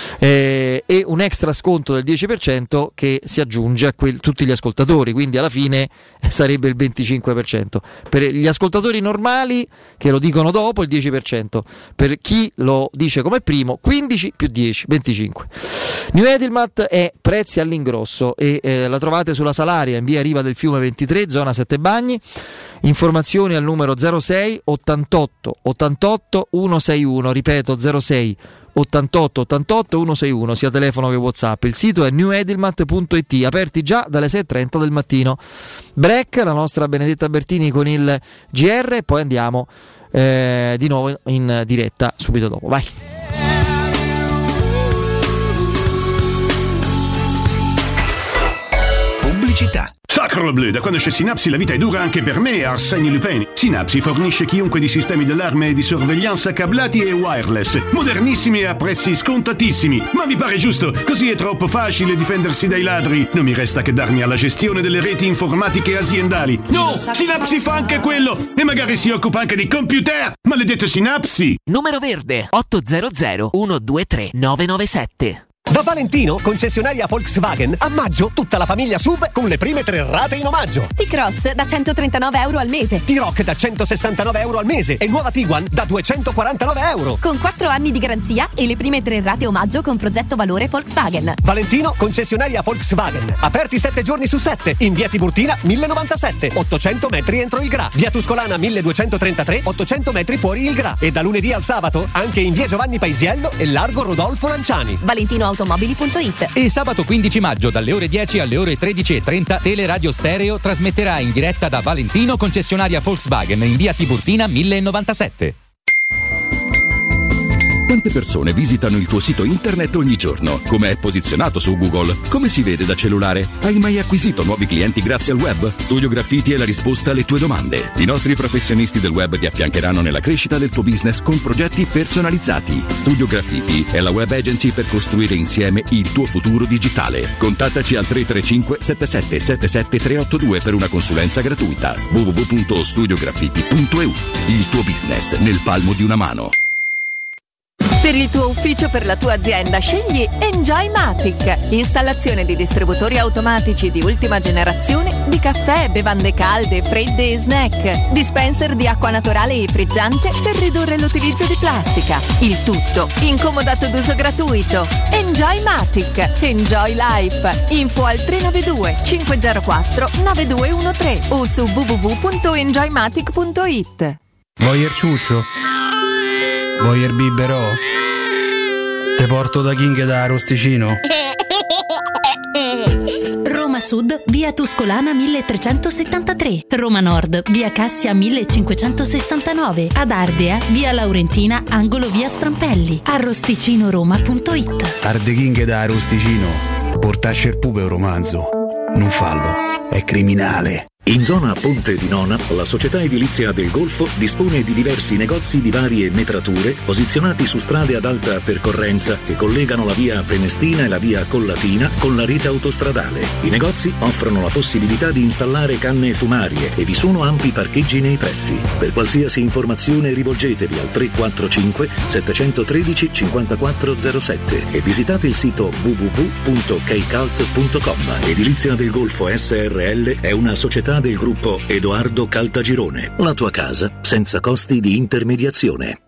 e un extra sconto del 10% che si aggiunge a tutti gli ascoltatori, quindi alla fine sarebbe il 25%. Per gli ascoltatori normali che lo dicono dopo il 10%, per chi lo dice come primo 15 più 10, 25. New Edilmat è prezzi all'ingrosso e la trovate sulla Salaria in via Riva del Fiume 23, zona 7 Bagni. Informazioni al numero 06 88 88 161, ripeto 06 88 88 161, sia telefono che WhatsApp. Il sito è newedilmat.it, aperti già dalle 6:30 del mattino. Break, la nostra Benedetta Bertini con il GR, e poi andiamo di nuovo in diretta subito dopo. Vai. Pubblicità. Sacre bleu, da quando c'è Synapsi la vita è dura anche per me, Arsène Lupin. Synapsi fornisce chiunque di sistemi d'allarme e di sorveglianza cablati e wireless, modernissimi e a prezzi scontatissimi. Ma vi pare giusto? Così è troppo facile difendersi dai ladri. Non mi resta che darmi alla gestione delle reti informatiche aziendali. No, Synapsi fa anche quello, e magari si occupa anche di computer. Maledetto Synapsi. Numero verde 800 123 997. Da Valentino, concessionaria Volkswagen, a maggio tutta la famiglia SUV con le prime 3 rate in omaggio. T-Cross da 139 euro al mese. T-Roc da 169 euro al mese e nuova Tiguan da 249 euro. Con 4 anni di garanzia e le prime 3 rate omaggio con progetto valore Volkswagen. Valentino, concessionaria Volkswagen. Aperti 7 giorni su 7. In via Tiburtina 1097, 800 metri entro il Gra. Via Tuscolana 1233, 800 metri fuori il Gra. E da lunedì al sabato anche in via Giovanni Paisiello e largo Rodolfo Lanciani. Valentino Automobili.it. E sabato 15 maggio dalle ore 10 alle ore 13:30 Teleradio Stereo trasmetterà in diretta da Valentino, concessionaria Volkswagen in via Tiburtina 1097. Quante persone visitano il tuo sito internet ogni giorno? Come è posizionato su Google? Come si vede da cellulare? Hai mai acquisito nuovi clienti grazie al web? Studio Graffiti è la risposta alle tue domande. I nostri professionisti del web ti affiancheranno nella crescita del tuo business con progetti personalizzati. Studio Graffiti è la web agency per costruire insieme il tuo futuro digitale. Contattaci al 335 77 77 382 per una consulenza gratuita. www.studiograffiti.eu. Il tuo business nel palmo di una mano. Per il tuo ufficio, per la tua azienda, scegli Enjoymatic. Installazione di distributori automatici di ultima generazione di caffè, bevande calde, fredde e snack. Dispenser di acqua naturale e frizzante per ridurre l'utilizzo di plastica. Il tutto incomodato d'uso gratuito. Enjoymatic. Enjoy life. Info al 392 504 9213 o su www.enjoymatic.it. Voyer ciuccio? Voyer biberò? Te porto da King da Arosticino? Roma Sud, via Tuscolana 1373. Roma Nord, via Cassia 1569. Ad Ardea, via Laurentina, angolo via Strampelli. Arrosticinoroma.it. Arde King da Arosticino. Portasce il pupe un romanzo. Non fallo, è criminale. In zona Ponte di Nona, la società edilizia del Golfo dispone di diversi negozi di varie metrature posizionati su strade ad alta percorrenza che collegano la via Prenestina e la via Collatina con la rete autostradale. I negozi offrono la possibilità di installare canne fumarie e vi sono ampi parcheggi nei pressi. Per qualsiasi informazione rivolgetevi al 345 713 5407 e visitate il sito www.keicalt.com. Edilizia del Golfo SRL è una società del gruppo Edoardo Caltagirone. La tua casa senza costi di intermediazione.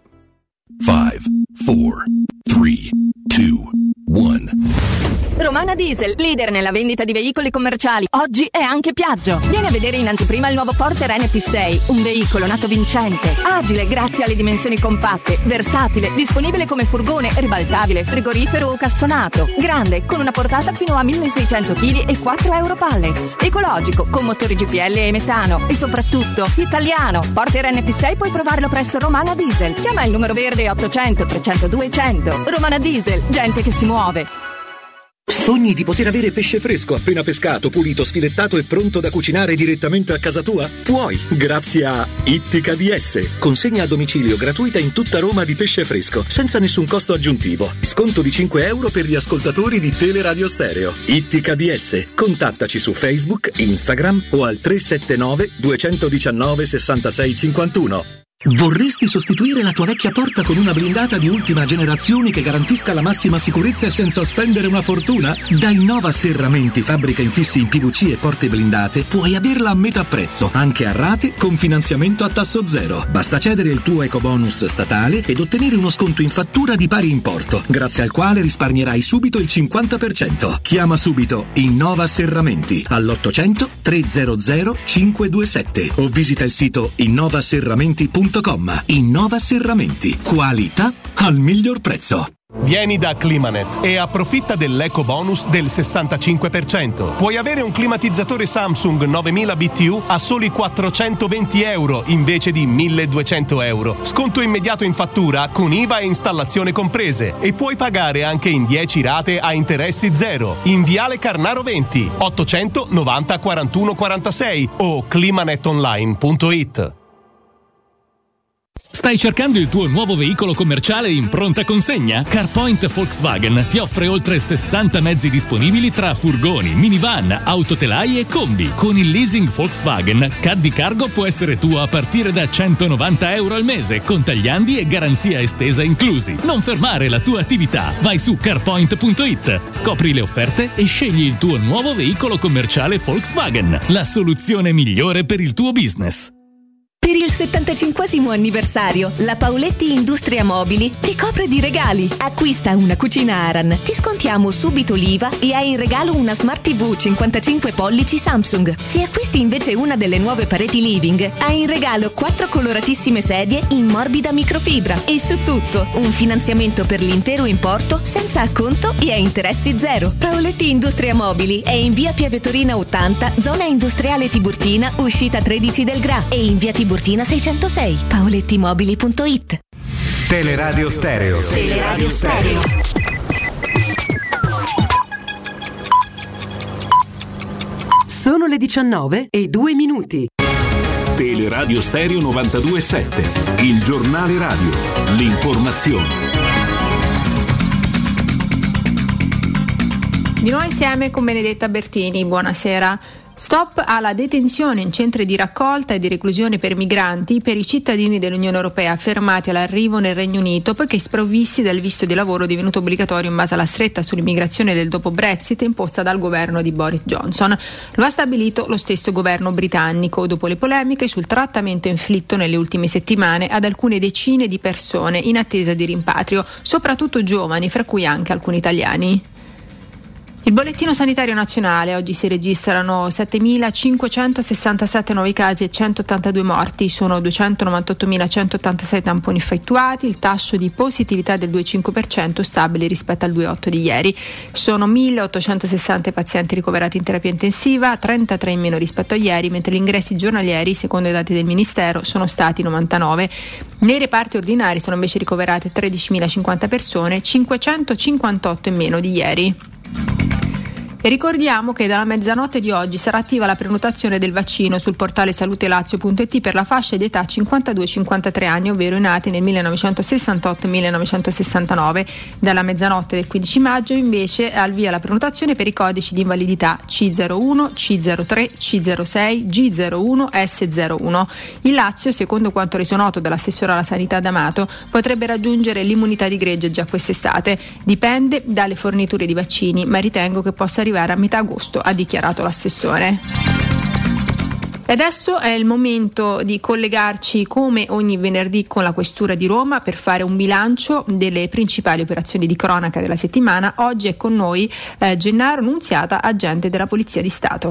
5, 4, 3, 2, 1. Romana Diesel, leader nella vendita di veicoli commerciali. Oggi è anche Piaggio. Vieni a vedere in anteprima il nuovo Porter NP6, un veicolo nato vincente, agile grazie alle dimensioni compatte, versatile, disponibile come furgone, ribaltabile, frigorifero o cassonato, grande, con una portata fino a 1600 kg e 4 euro pallets, ecologico, con motori GPL e metano e soprattutto italiano. Porter NP6 puoi provarlo presso Romana Diesel. Chiama il numero verde 800 302 100. Romana Diesel, gente che si muove. Sogni di poter avere pesce fresco appena pescato, pulito, sfilettato e pronto da cucinare direttamente a casa tua? Puoi, grazie a Ittica DS. Consegna a domicilio gratuita in tutta Roma di pesce fresco, senza nessun costo aggiuntivo. Sconto di 5 euro per gli ascoltatori di Teleradio Stereo. Ittica DS. Contattaci su Facebook, Instagram o al 379 219 66 51. Vorresti sostituire la tua vecchia porta con una blindata di ultima generazione che garantisca la massima sicurezza senza spendere una fortuna? Da Innova Serramenti, fabbrica infissi in PVC e porte blindate, puoi averla a metà prezzo, anche a rate con finanziamento a tasso zero. Basta cedere il tuo ecobonus statale ed ottenere uno sconto in fattura di pari importo, grazie al quale risparmierai subito il 50%. Chiama subito Innova Serramenti all'800 300 527 o visita il sito innovaserramenti.com. Innova Serramenti, qualità al miglior prezzo. Vieni da Climanet e approfitta dell'eco bonus del 65%. Puoi avere un climatizzatore Samsung 9000 BTU a soli 420 euro invece di 1200 euro. Sconto immediato in fattura con IVA e installazione comprese e puoi pagare anche in 10 rate a interessi zero. In Viale Carnaro 20 890 41 46 o climanetonline.it. Stai cercando il tuo nuovo veicolo commerciale in pronta consegna? CarPoint Volkswagen ti offre oltre 60 mezzi disponibili tra furgoni, minivan, autotelai e combi. Con il leasing Volkswagen, Caddy Cargo può essere tuo a partire da 190 euro al mese, con tagliandi e garanzia estesa inclusi. Non fermare la tua attività. Vai su carpoint.it, scopri le offerte e scegli il tuo nuovo veicolo commerciale Volkswagen. La soluzione migliore per il tuo business. Per il 75° anniversario, la Paoletti Industria Mobili ti copre di regali. Acquista una cucina Aran, ti scontiamo subito l'IVA e hai in regalo una Smart TV 55 pollici Samsung. Se acquisti invece una delle nuove pareti living, hai in regalo 4 coloratissime sedie in morbida microfibra e su tutto un finanziamento per l'intero importo senza acconto e a interessi zero. Paoletti Industria Mobili è in via Piavetorina 80, zona industriale Tiburtina, uscita 13 del Gra, e in via Tiburtina 606, paolettimobili.it. Teleradio Stereo. Teleradio Stereo. Sono le 19:02. Teleradio Stereo 92.7, il giornale radio, l'informazione. Di nuovo insieme con Benedetta Bertini, buonasera. Stop alla detenzione in centri di raccolta e di reclusione per migranti per i cittadini dell'Unione Europea fermati all'arrivo nel Regno Unito poiché sprovvisti del visto di lavoro divenuto obbligatorio in base alla stretta sull'immigrazione del dopo Brexit imposta dal governo di Boris Johnson. Lo ha stabilito lo stesso governo britannico dopo le polemiche sul trattamento inflitto nelle ultime settimane ad alcune decine di persone in attesa di rimpatrio, soprattutto giovani, fra cui anche alcuni italiani. Il bollettino sanitario nazionale: oggi si registrano 7.567 nuovi casi e 182 morti, sono 298.186 tamponi effettuati, il tasso di positività del 2,5% stabile rispetto al 2,8% di ieri, sono 1.860 pazienti ricoverati in terapia intensiva, 33 in meno rispetto a ieri, mentre gli ingressi giornalieri, secondo i dati del Ministero, sono stati 99. Nei reparti ordinari sono invece ricoverate 13.050 persone, 558 in meno di ieri. E ricordiamo che dalla mezzanotte di oggi sarà attiva la prenotazione del vaccino sul portale salutelazio.it per la fascia di età 52-53 anni, ovvero i nati nel 1968 e 1969. Dalla mezzanotte del 15 maggio invece al via la prenotazione per i codici di invalidità C01, C03, C06, G01, S01. Il Lazio, secondo quanto reso noto dall'assessore alla sanità D'Amato, potrebbe raggiungere l'immunità di gregge già quest'estate. Dipende dalle forniture di vaccini, ma ritengo che possa arrivare a metà agosto, ha dichiarato l'assessore. E adesso è il momento di collegarci come ogni venerdì con la Questura di Roma per fare un bilancio delle principali operazioni di cronaca della settimana. Oggi è con noi Gennaro Nunziata, agente della Polizia di Stato.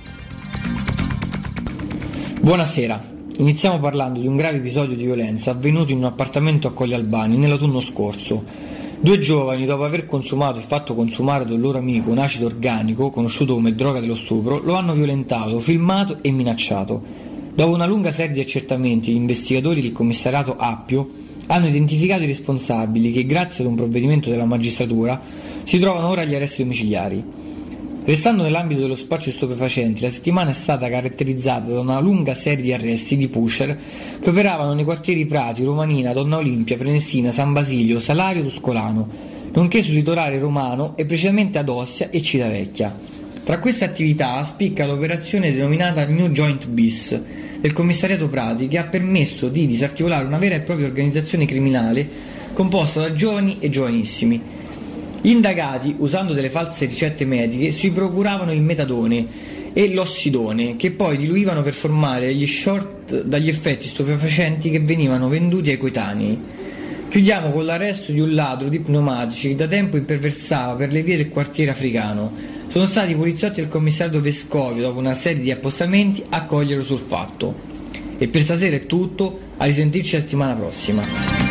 Buonasera. Iniziamo parlando di un grave episodio di violenza avvenuto in un appartamento a Colli Albani nell'autunno scorso. 2 giovani, dopo aver consumato e fatto consumare dal loro amico un acido organico, conosciuto come droga dello stupro, lo hanno violentato, filmato e minacciato. Dopo una lunga serie di accertamenti, gli investigatori del commissariato Appio hanno identificato i responsabili che, grazie ad un provvedimento della magistratura, si trovano ora agli arresti domiciliari. Restando nell'ambito dello spaccio di stupefacenti, la settimana è stata caratterizzata da una lunga serie di arresti di pusher che operavano nei quartieri Prati, Romanina, Donna Olimpia, Prenestina, San Basilio, Salario, Tuscolano, nonché sul litorale romano e precisamente ad Ostia e Civitavecchia. Tra queste attività spicca l'operazione denominata New Joint Bis del commissariato Prati, che ha permesso di disarticolare una vera e propria organizzazione criminale composta da giovani e giovanissimi. Gli indagati, usando delle false ricette mediche, si procuravano il metadone e l'ossidone, che poi diluivano per formare gli short dagli effetti stupefacenti che venivano venduti ai coetanei. Chiudiamo con l'arresto di un ladro di pneumatici che da tempo imperversava per le vie del quartiere africano. Sono stati i poliziotti del commissariato Vescovio, dopo una serie di appostamenti, a coglierlo sul fatto. E per stasera è tutto, a risentirci la settimana prossima.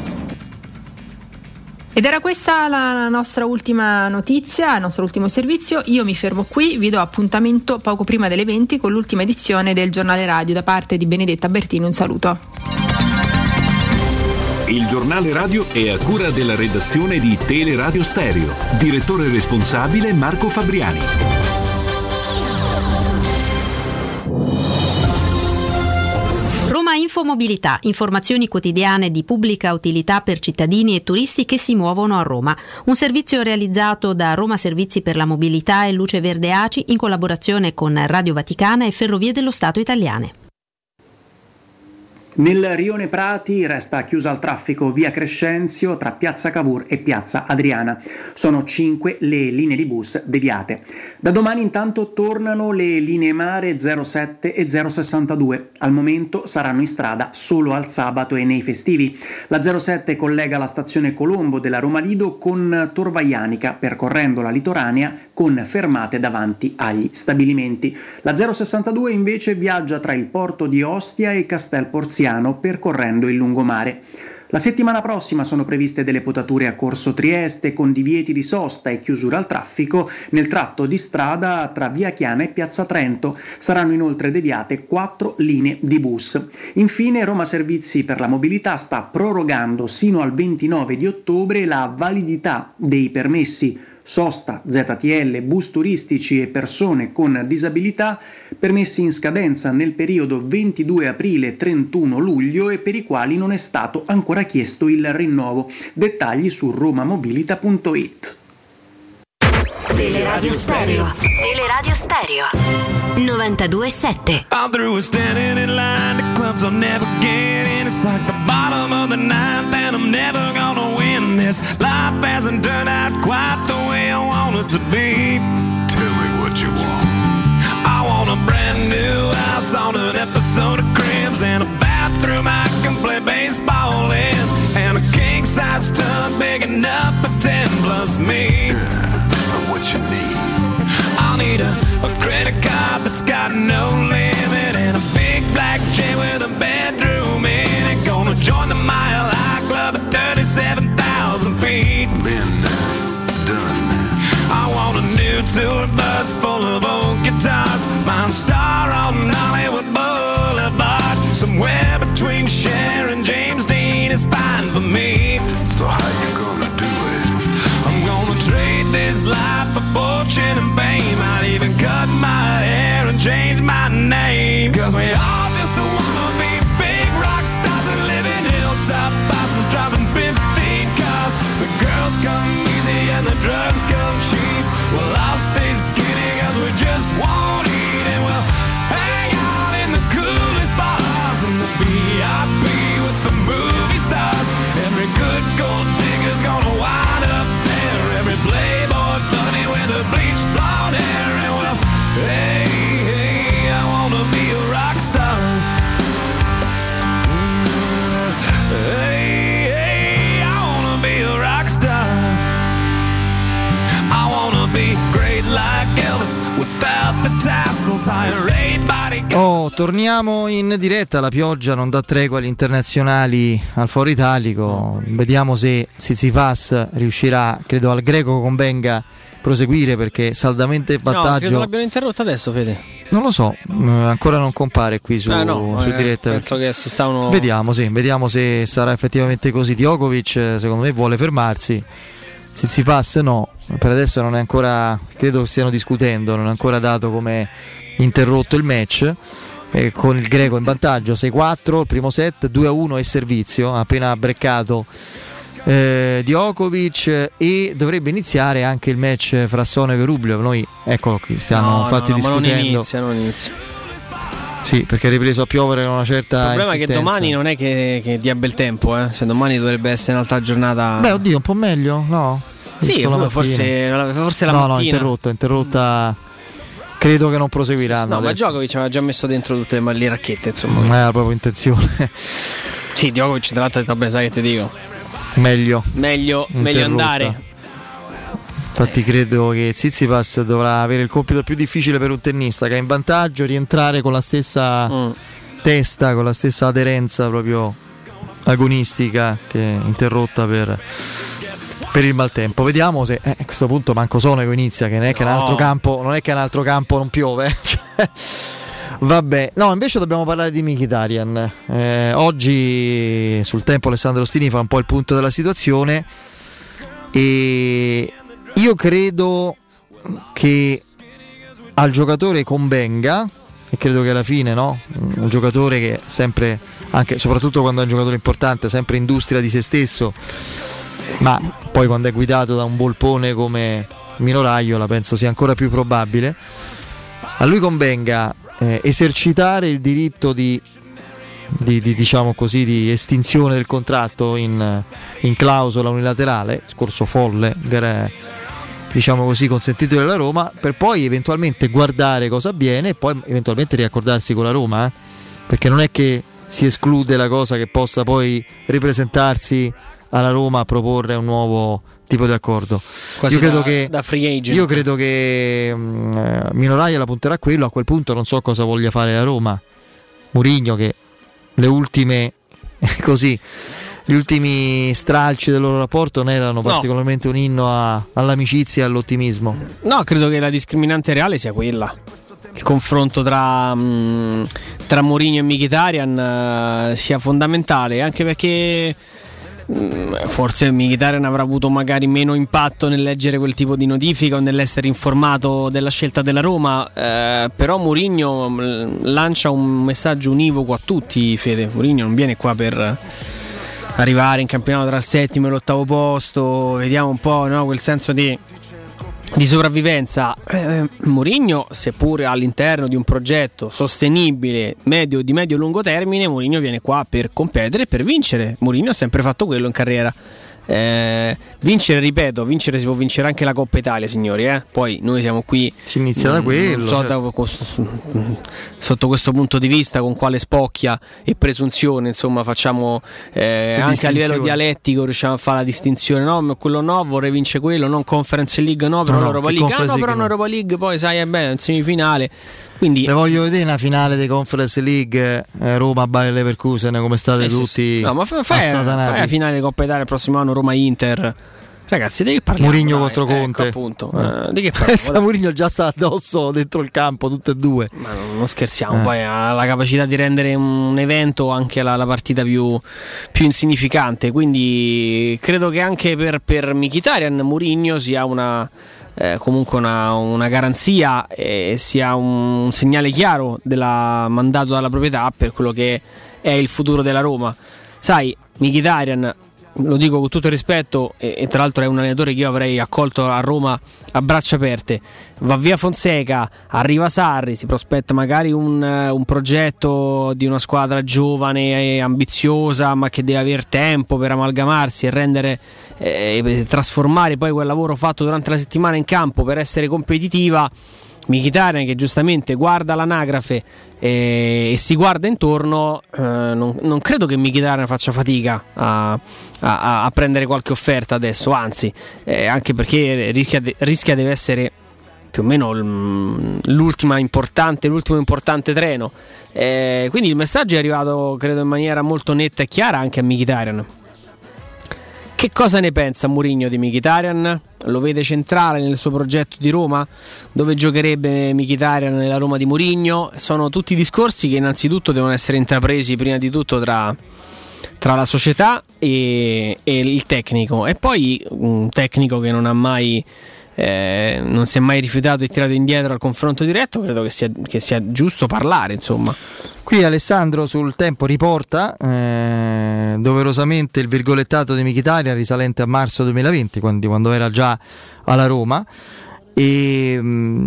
Ed era questa la nostra ultima notizia, il nostro ultimo servizio. Io mi fermo qui, vi do appuntamento poco prima delle 20 con l'ultima edizione del Giornale Radio. Da parte di Benedetta Bertini un saluto. Il Giornale Radio è a cura della redazione di Teleradio Stereo. Direttore responsabile Marco Fabriani. Roma Infomobilità, informazioni quotidiane di pubblica utilità per cittadini e turisti che si muovono a Roma. Un servizio realizzato da Roma Servizi per la Mobilità e Luce Verde ACI in collaborazione con Radio Vaticana e Ferrovie dello Stato Italiane. Nel rione Prati resta chiusa al traffico via Crescenzio tra Piazza Cavour e Piazza Adriana. Sono 5 le linee di bus deviate. Da domani intanto tornano le linee Mare 07 e 062. Al momento saranno in strada solo al sabato e nei festivi. La 07 collega la stazione Colombo della Roma Lido con Torvaianica, percorrendo la litoranea con fermate davanti agli stabilimenti. La 062 invece viaggia tra il porto di Ostia e Castel Porziano, percorrendo il lungomare. La settimana prossima sono previste delle potature a Corso Trieste con divieti di sosta e chiusura al traffico nel tratto di strada tra Via Chiana e Piazza Trento. Saranno inoltre deviate 4 linee di bus. Infine Roma Servizi per la Mobilità sta prorogando sino al 29 di ottobre la validità dei permessi sosta, ZTL, bus turistici e persone con disabilità permessi in scadenza nel periodo 22 aprile-31 luglio e per i quali non è stato ancora chiesto il rinnovo. Dettagli su romamobilita.it. Teleradio Stereo. Teleradio Stereo 92.7. I'm through standing in line, the clubs I'll never get in. It's like the bottom of the ninth and I'm never gonna win this. Life hasn't turned out quite the way I want it to be. Tell me what you want. I want a brand new house on an episode of Cribs and a bathroom I can play baseball in, and a king-size tub big enough for 10 plus me. What you need? I'll need a credit card that's got no limit and a big black jet with a bedroom in it. Gonna join the Mile High Club at 37,000 feet. Been done. I want a new tour bus full of old guitars, mine star on Hollywood Boulevard. Somewhere between Cher and James Dean is fine for me. So how you gonna do it? I'm gonna trade this life for fortune and fame. I'd even cut my hair and change my name. Cause we all just wanna be big rock stars and live in hilltop bosses driving 15 cars. The girls come easy and the drugs come cheap. Well, I'll stay skinny cause we just won't eat, and we'll hang out in the coolest bars and the VIP with the movie stars. Every good gold digger's gonna wind up there. Every playboy bunny with a bleached blonde hair. And well, hey, hey, I wanna be a rock star. Hey, hey, I wanna be a rock star. I wanna be great like Elvis without the tassels. Hire a bodyguard. Oh, torniamo in diretta. La pioggia non dà tregua agli internazionali al Foro Italico. Vediamo se Tsitsipas riuscirà, credo al greco convenga proseguire, perché saldamente il vantaggio. No, credo l'abbiano interrotta adesso, Fede. Non lo so, ancora non compare qui su diretta. Penso che si stavano. Vediamo se sarà effettivamente così. Djokovic secondo me vuole fermarsi, Tsitsipas no, per adesso non è ancora, credo stiano discutendo, non è ancora dato come interrotto il match, con il greco in vantaggio 6-4 il primo set, 2-1 e servizio, appena breccato Djokovic, e dovrebbe iniziare anche il match fra Sonego e Rublev. Noi eccolo qui, stiamo discutendo. Ma non inizia. Sì, perché è ripreso a piovere con una certa insistenza. Il problema è che domani non è che dia bel tempo, cioè domani dovrebbe essere un'altra giornata. Beh, oddio, un po' meglio, no? Sì, forse la mattina. No, interrotta. Credo che non proseguiranno. No, adesso. Ma Djokovic aveva già messo dentro tutte le racchette, insomma. Non era proprio intenzione. Sì, Djokovic tra l'altro ha detto, vabbè, sai che ti dico. Meglio andare. Infatti credo che Tsitsipas dovrà avere il compito più difficile per un tennista, che è in vantaggio, rientrare con la stessa testa, con la stessa aderenza proprio agonistica, che è interrotta per il maltempo. Vediamo se a questo punto manco Sonego inizia, che non è che in un altro campo non piove. Vabbè, no, invece dobbiamo parlare di Mkhitaryan. Oggi sul Tempo Alessandro Ostini fa un po' il punto della situazione, e io credo che al giocatore convenga, e credo che alla fine un giocatore che sempre, anche soprattutto quando è un giocatore importante, sempre industria di se stesso, ma poi quando è guidato da un volpone come Mino Raiola penso sia ancora più probabile, a lui convenga esercitare il diritto di diciamo così, di estinzione del contratto in clausola unilaterale, scorso folle, diciamo così, consentito dalla Roma, per poi eventualmente guardare cosa avviene e poi eventualmente riaccordarsi con la Roma, perché non è che si esclude la cosa che possa poi ripresentarsi alla Roma a proporre un nuovo tipo di accordo. Quasi da free agent. Io credo che Mino Raiola punterà a quello. A quel punto non so cosa voglia fare la Roma. Mourinho, che le ultime gli ultimi stralci del loro rapporto non erano particolarmente un inno all'amicizia e all'ottimismo. No, credo che la discriminante reale sia quella. Il confronto tra Mourinho e Mkhitaryan sia fondamentale, anche perché forse Mkhitaryan avrà avuto magari meno impatto nel leggere quel tipo di notifica o nell'essere informato della scelta della Roma, però Mourinho lancia un messaggio univoco a tutti, Fede. Mourinho non viene qua per arrivare in campionato tra il settimo e l'ottavo posto, vediamo un po', no? Quel senso di di sopravvivenza. Mourinho, seppure all'interno di un progetto sostenibile di medio-lungo termine, Mourinho viene qua per competere e per vincere. Mourinho ha sempre fatto quello in carriera. Vincere si può vincere anche la Coppa Italia, signori, poi noi siamo qui, si inizia da quello, sotto questo punto di vista con quale spocchia e presunzione, insomma, facciamo anche a livello dialettico riusciamo a fare la distinzione, no, quello no, vorrei vincere quello, non Conference League, no, però l'Europa League, però in Europa League poi sai, in semifinale. Quindi le voglio vedere una finale di Conference League, Roma Bayer Leverkusen, come state tutti. No, ma fai la finale di Coppa Italia il prossimo anno, Roma Inter. Ragazzi, di che parliamo? Mourinho contro Conte. Appunto. Di che parliamo? Mourinho già sta addosso dentro il campo, tutte e due. Ma non scherziamo, poi ha la capacità di rendere un evento anche la partita più insignificante. Quindi credo che anche per Mkhitaryan Mourinho sia comunque una garanzia e sia un segnale chiaro mandato dalla proprietà per quello che è il futuro della Roma. Sai, Mkhitaryan, lo dico con tutto il rispetto, e tra l'altro è un allenatore che io avrei accolto a Roma a braccia aperte. Va via Fonseca, arriva Sarri, si prospetta magari un progetto di una squadra giovane e ambiziosa, ma che deve avere tempo per amalgamarsi e rendere trasformare poi quel lavoro fatto durante la settimana in campo per essere competitiva. Mkhitaryan, che giustamente guarda l'anagrafe e si guarda intorno, non credo che Mkhitaryan faccia fatica a prendere qualche offerta adesso, anzi, anche perché rischia deve essere più o meno l'ultimo importante treno, quindi il messaggio è arrivato, credo, in maniera molto netta e chiara anche a Mkhitaryan. Che cosa ne pensa Mourinho di Mkhitaryan? Lo vede centrale nel suo progetto di Roma? Dove giocherebbe Mkhitaryan nella Roma di Mourinho? Sono tutti discorsi che innanzitutto devono essere intrapresi prima di tutto tra la società e il tecnico, e poi un tecnico che non si è mai rifiutato e tirato indietro al confronto diretto. Credo che sia giusto parlare, insomma. Qui Alessandro sul Tempo riporta doverosamente il virgolettato di Mkhitaryan risalente a marzo 2020, quando era già alla Roma, e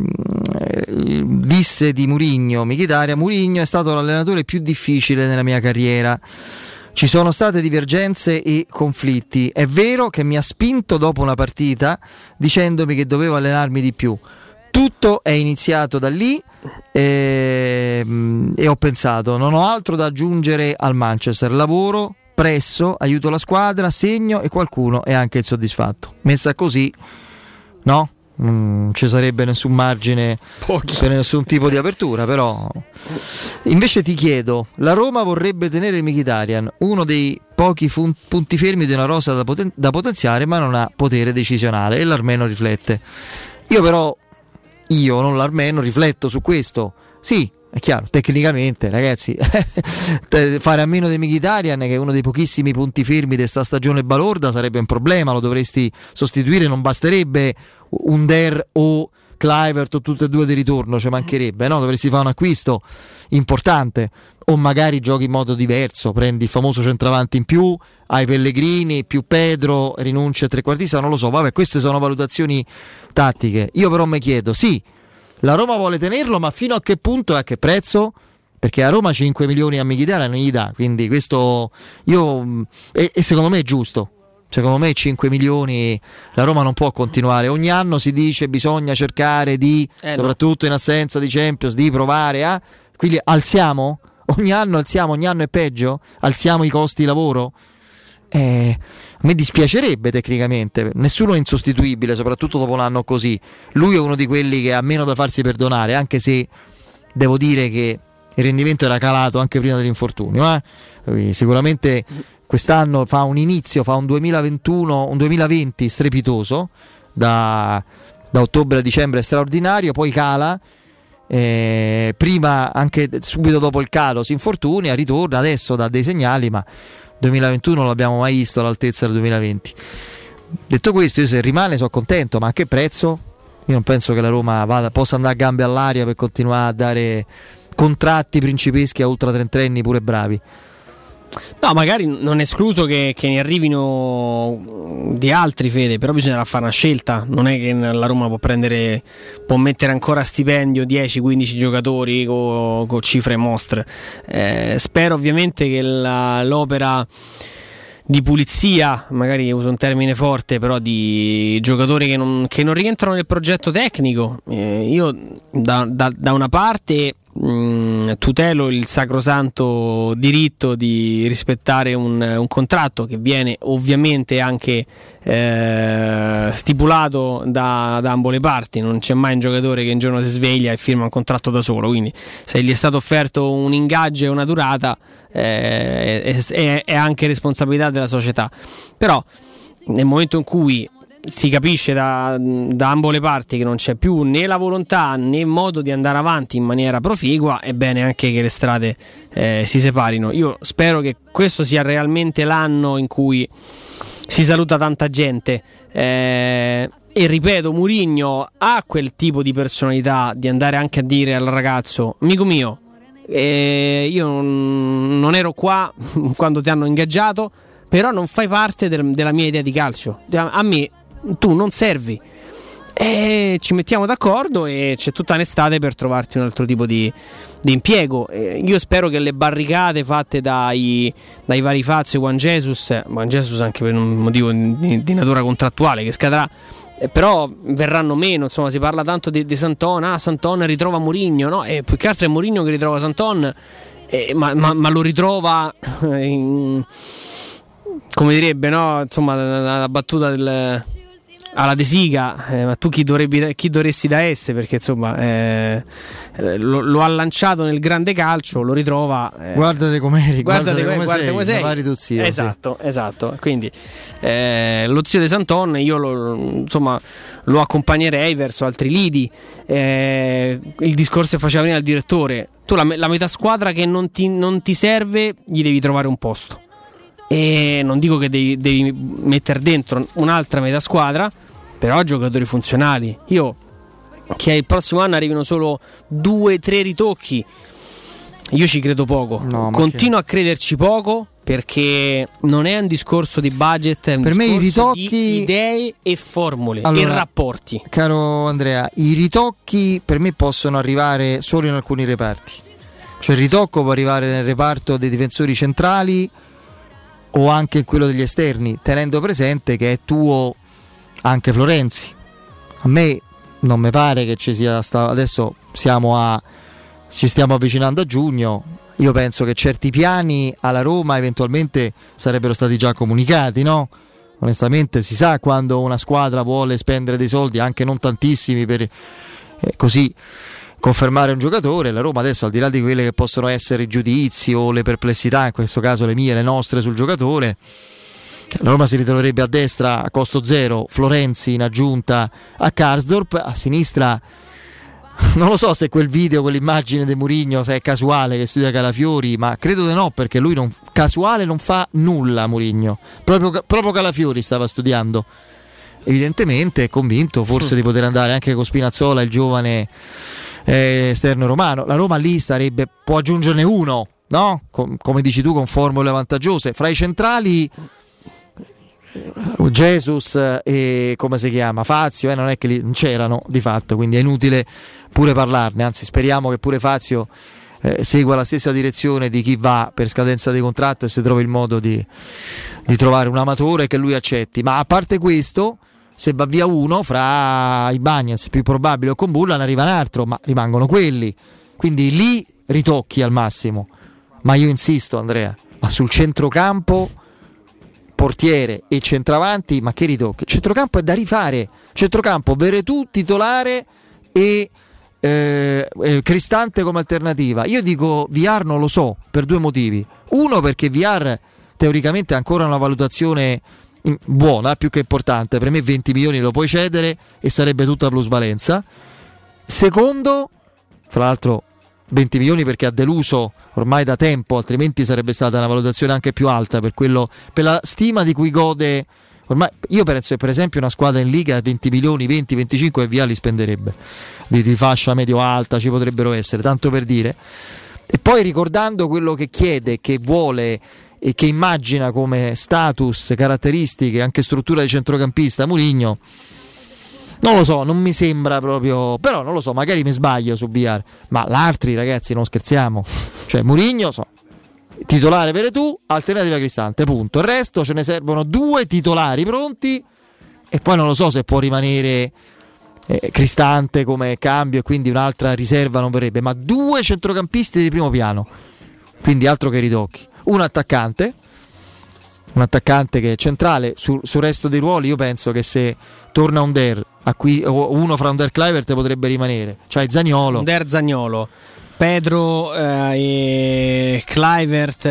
disse di Mourinho: Mourinho è stato l'allenatore più difficile nella mia carriera. Ci sono state divergenze e conflitti. È vero che mi ha spinto dopo una partita dicendomi che dovevo allenarmi di più. Tutto è iniziato da lì e ho pensato: non ho altro da aggiungere al Manchester. Lavoro, presso, aiuto la squadra, segno e qualcuno è anche insoddisfatto. Messa così, no? Non ci sarebbe nessun margine per nessun tipo di apertura, però invece ti chiedo: la Roma vorrebbe tenere Mkhitaryan, uno dei pochi punti fermi di una rosa da potenziare, ma non ha potere decisionale, e l'Armeno riflette. Io, non l'Armeno, rifletto su questo. Sì, è chiaro, tecnicamente, ragazzi, fare a meno di Mkhitaryan, che è uno dei pochissimi punti fermi di questa stagione balorda, sarebbe un problema. Lo dovresti sostituire, non basterebbe Under o Kluivert o tutte e due di ritorno, ci mancherebbe, no? Dovresti fare un acquisto importante, o magari giochi in modo diverso, prendi il famoso centravanti in più, hai Pellegrini più Pedro, rinunci a trequartista, non lo so. Vabbè, queste sono valutazioni tattiche. Io però mi chiedo, sì, la Roma vuole tenerlo, ma fino a che punto e a che prezzo? Perché a Roma 5 milioni a Mkhitaryan non gli dà, quindi questo e secondo me è giusto. Secondo me 5 milioni la Roma non può continuare. Ogni anno si dice bisogna cercare di, soprattutto in assenza di Champions, di provare a... Quindi alziamo? Ogni anno è peggio? Alziamo i costi di lavoro? A me dispiacerebbe tecnicamente. Nessuno è insostituibile, soprattutto dopo un anno così. Lui è uno di quelli che ha meno da farsi perdonare, anche se devo dire che il rendimento era calato anche prima dell'infortunio. Sicuramente quest'anno fa un 2020 strepitoso, da ottobre a dicembre straordinario, poi cala, prima anche subito dopo il calo si infortuna, ritorna, adesso dà dei segnali, ma 2021 non l'abbiamo mai visto all'altezza del 2020. Detto questo, io se rimane sono contento, ma a che prezzo? Io non penso che la Roma possa andare a gambe all'aria per continuare a dare contratti principeschi a ultra trentenni pure bravi. No, magari non è escluso che ne arrivino di altri, Fede, però bisognerà fare una scelta. Non è che la Roma può mettere ancora a stipendio 10-15 giocatori con cifre mostre. Spero ovviamente che l'opera di pulizia, magari uso un termine forte, però di giocatori che non rientrano nel progetto tecnico, io da una parte tutelo il sacrosanto diritto di rispettare un contratto che viene ovviamente anche stipulato da ambo le parti. Non c'è mai un giocatore che un giorno si sveglia e firma un contratto da solo, quindi se gli è stato offerto un ingaggio e una durata è anche responsabilità della società. Però nel momento in cui si capisce da ambo le parti che non c'è più né la volontà né modo di andare avanti in maniera proficua, è bene anche che le strade si separino. Io spero che questo sia realmente l'anno in cui si saluta tanta gente, e ripeto, Mourinho ha quel tipo di personalità di andare anche a dire al ragazzo: amico mio, io non ero qua quando ti hanno ingaggiato, però non fai parte della mia idea di calcio, a me tu non servi, e ci mettiamo d'accordo e c'è tutta un'estate per trovarti un altro tipo di impiego. Io spero che le barricate fatte dai vari Fazio e Juan Jesus anche per un motivo di natura contrattuale che scadrà, però verranno meno. Insomma, si parla tanto di Santon, Santon ritrova Mourinho, no? E più che altro è Mourinho che ritrova Santon, ma lo ritrova come direbbe, no? Insomma, la battuta alla De Sica, ma tu chi dovresti da essere, perché insomma lo ha lanciato nel grande calcio, lo ritrova, guardate com'eri, guardate come sei. Esatto, sì. Esatto. Quindi lo zio De Santon io lo accompagnerei verso altri lidi. Il discorso che faceva prima il direttore: tu la metà squadra che non ti serve gli devi trovare un posto, e non dico che devi mettere dentro un'altra metà squadra, però giocatori funzionali. Io che il prossimo anno arrivino solo 2-3 ritocchi, io ci credo poco, continuo a crederci poco, perché non è un discorso di budget, è un per discorso me i ritocchi, di idee e formule, e rapporti. Caro Andrea, i ritocchi per me possono arrivare solo in alcuni reparti. Cioè il ritocco può arrivare nel reparto dei difensori centrali o anche in quello degli esterni, tenendo presente che è tuo anche Florenzi. A me non mi pare che ci sia adesso ci stiamo avvicinando a giugno. Io penso che certi piani alla Roma eventualmente sarebbero stati già comunicati, no? Onestamente si sa quando una squadra vuole spendere dei soldi, anche non tantissimi, per così confermare un giocatore. La Roma adesso, al di là di quelle che possono essere i giudizi o le perplessità, in questo caso le mie, le nostre, sul giocatore, la Roma si ritroverebbe a destra a costo zero Florenzi in aggiunta a Karsdorp, a sinistra non lo so se quel video, quell'immagine di Mourinho, se è casuale che studia Calafiori, ma credo di no, perché lui casuale non fa nulla. Mourinho proprio Calafiori stava studiando, evidentemente è convinto forse di poter andare anche con Spinazzola, il giovane esterno romano. La Roma lì può aggiungerne uno, no? Come dici tu, con formule vantaggiose fra i centrali. Jesus e come si chiama Fazio, non è che non c'erano di fatto, quindi è inutile pure parlarne, anzi speriamo che pure Fazio segua la stessa direzione di chi va per scadenza di contratto e si trovi il modo di trovare un amatore che lui accetti. Ma a parte questo, se va via uno fra i Bagnets, più probabile, o con Bulla, ne arriva un altro, ma rimangono quelli, quindi lì ritocchi al massimo. Ma io insisto, Andrea, ma sul centrocampo, portiere e centravanti, ma che ritocchi? Centrocampo è da rifare. Centrocampo Veretù titolare e Cristante come alternativa. Io dico Villar non lo so, per due motivi. Uno, perché Villar teoricamente ha ancora una valutazione buona, più che importante. Per me 20 milioni lo puoi cedere e sarebbe tutta plusvalenza. Secondo, fra l'altro 20 milioni perché ha deluso ormai da tempo, altrimenti sarebbe stata una valutazione anche più alta per la stima di cui gode ormai. Io penso che per esempio una squadra in Liga 20 milioni, 20-25 e via li spenderebbe, di fascia medio-alta ci potrebbero essere, tanto per dire. E poi ricordando quello che chiede, che vuole e che immagina come status, caratteristiche, anche struttura di centrocampista Mourinho, non lo so, non mi sembra proprio, però non lo so, magari mi sbaglio su VR, ma l'altri ragazzi non scherziamo, cioè Mourinho titolare Veretù, alternativa Cristante, punto. Il resto ce ne servono 2 titolari pronti e poi non lo so se può rimanere Cristante come cambio e quindi un'altra riserva non verrebbe, ma 2 centrocampisti di primo piano, quindi altro che ritocchi. Un attaccante che è centrale sul resto dei ruoli. Io penso che se torna Under o uno fra Under e Kluivert potrebbe rimanere, cioè Zaniolo, Under, Zaniolo, Pedro e Kluivert,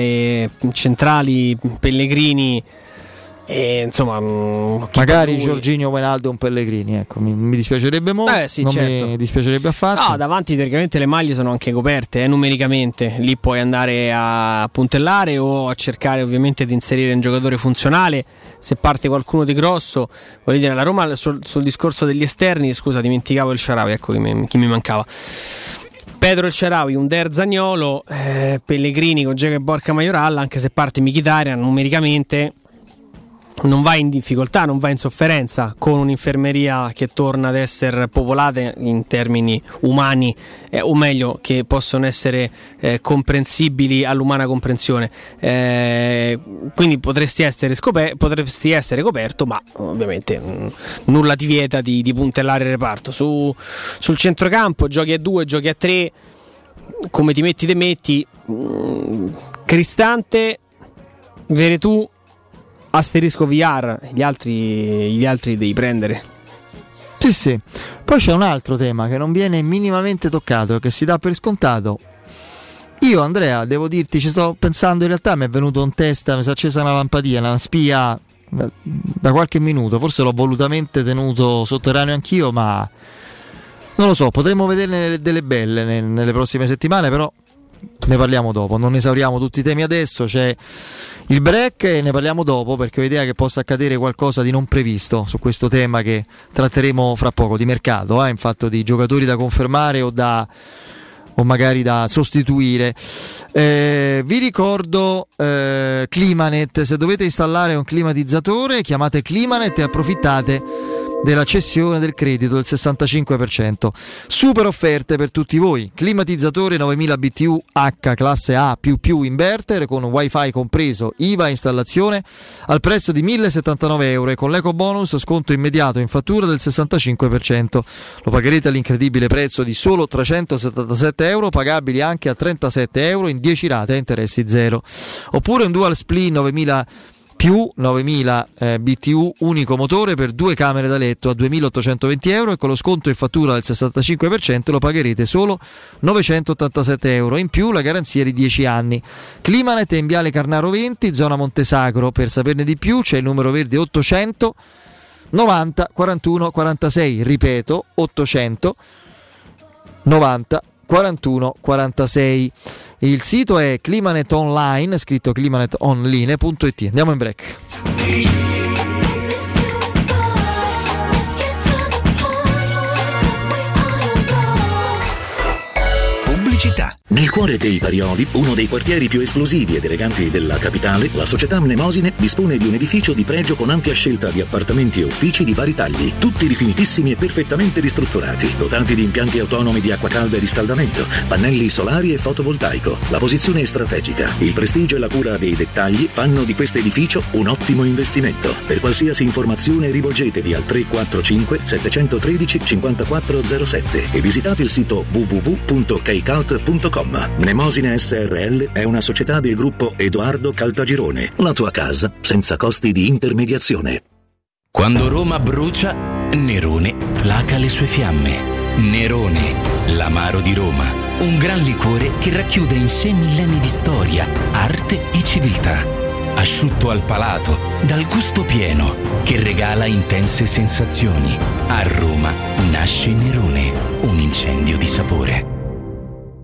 centrali Pellegrini, e insomma magari Jorginho, Wijnaldum, Pellegrini, ecco, mi dispiacerebbe molto, sì, non certo. Mi dispiacerebbe affatto. No, davanti teoricamente le maglie sono anche coperte numericamente, lì puoi andare a puntellare o a cercare ovviamente di inserire un giocatore funzionale. Se parte qualcuno di grosso, voglio dire, la Roma sul discorso degli esterni, scusa, dimenticavo il Shaarawy, ecco chi mi mancava. Pedro El Shaarawy, Under, Zaniolo, Pellegrini con Dzeko e Borja Majoral, anche se parte Mkhitaryan numericamente non va in difficoltà, non va in sofferenza, con un'infermeria che torna ad essere popolata in termini umani, o meglio che possono essere comprensibili all'umana comprensione, quindi potresti essere coperto, ma ovviamente nulla ti vieta di puntellare il reparto. Sul centrocampo giochi a 2, giochi a 3, come ti metti Cristante, Veretù, asterisco VR, gli altri devi prendere. Sì. Poi c'è un altro tema che non viene minimamente toccato, che si dà per scontato. Io, Andrea, devo dirti, ci sto pensando, in realtà mi è venuto in testa, mi si è accesa una lampadina, una spia da qualche minuto, forse l'ho volutamente tenuto sotterraneo anch'io, ma non lo so, potremmo vederne delle belle nelle prossime settimane, però ne parliamo dopo, non esauriamo tutti i temi adesso, c'è il break e ne parliamo dopo, perché ho idea che possa accadere qualcosa di non previsto su questo tema che tratteremo fra poco, di mercato, in fatto di giocatori da confermare o magari da sostituire. Vi ricordo Climanet, se dovete installare un climatizzatore chiamate Climanet e approfittate della cessione del credito del 65%. Super offerte per tutti voi: climatizzatore 9000 BTU H classe A++ inverter con wifi compreso, IVA e installazione al prezzo di 1.079 euro e con l'eco bonus sconto immediato in fattura del 65%. Lo pagherete all'incredibile prezzo di solo 377 euro, pagabili anche a 37 euro in 10 rate a interessi zero. Oppure un dual split 9000 BTU unico motore per 2 camere da letto a 2.820 euro e con lo sconto in fattura del 65% lo pagherete solo 987 euro, in più la garanzia di 10 anni. Climanet è in Viale Carnaro 20, zona Montesacro. Per saperne di più c'è il numero verde 800 90 41 46, ripeto 800 90 41 46. Il sito è Climanet Online, scritto climanetonline.it. Andiamo in break. Pubblicità. Nel cuore dei Parioli, uno dei quartieri più esclusivi ed eleganti della capitale, la società Mnemosine dispone di un edificio di pregio con ampia scelta di appartamenti e uffici di vari tagli, tutti rifinitissimi e perfettamente ristrutturati, dotati di impianti autonomi di acqua calda e riscaldamento, pannelli solari e fotovoltaico. La posizione è strategica, il prestigio e la cura dei dettagli fanno di questo edificio un ottimo investimento. Per qualsiasi informazione rivolgetevi al 345 713 5407 e visitate il sito www.kcalt.com. Mnemosine SRL è una società del gruppo Edoardo Caltagirone. La tua casa senza costi di intermediazione. Quando Roma brucia, Nerone placa le sue fiamme. Nerone, l'amaro di Roma. Un gran liquore che racchiude in sé millenni di storia, arte e civiltà. Asciutto al palato, dal gusto pieno, che regala intense sensazioni. A Roma nasce Nerone, un incendio di sapore.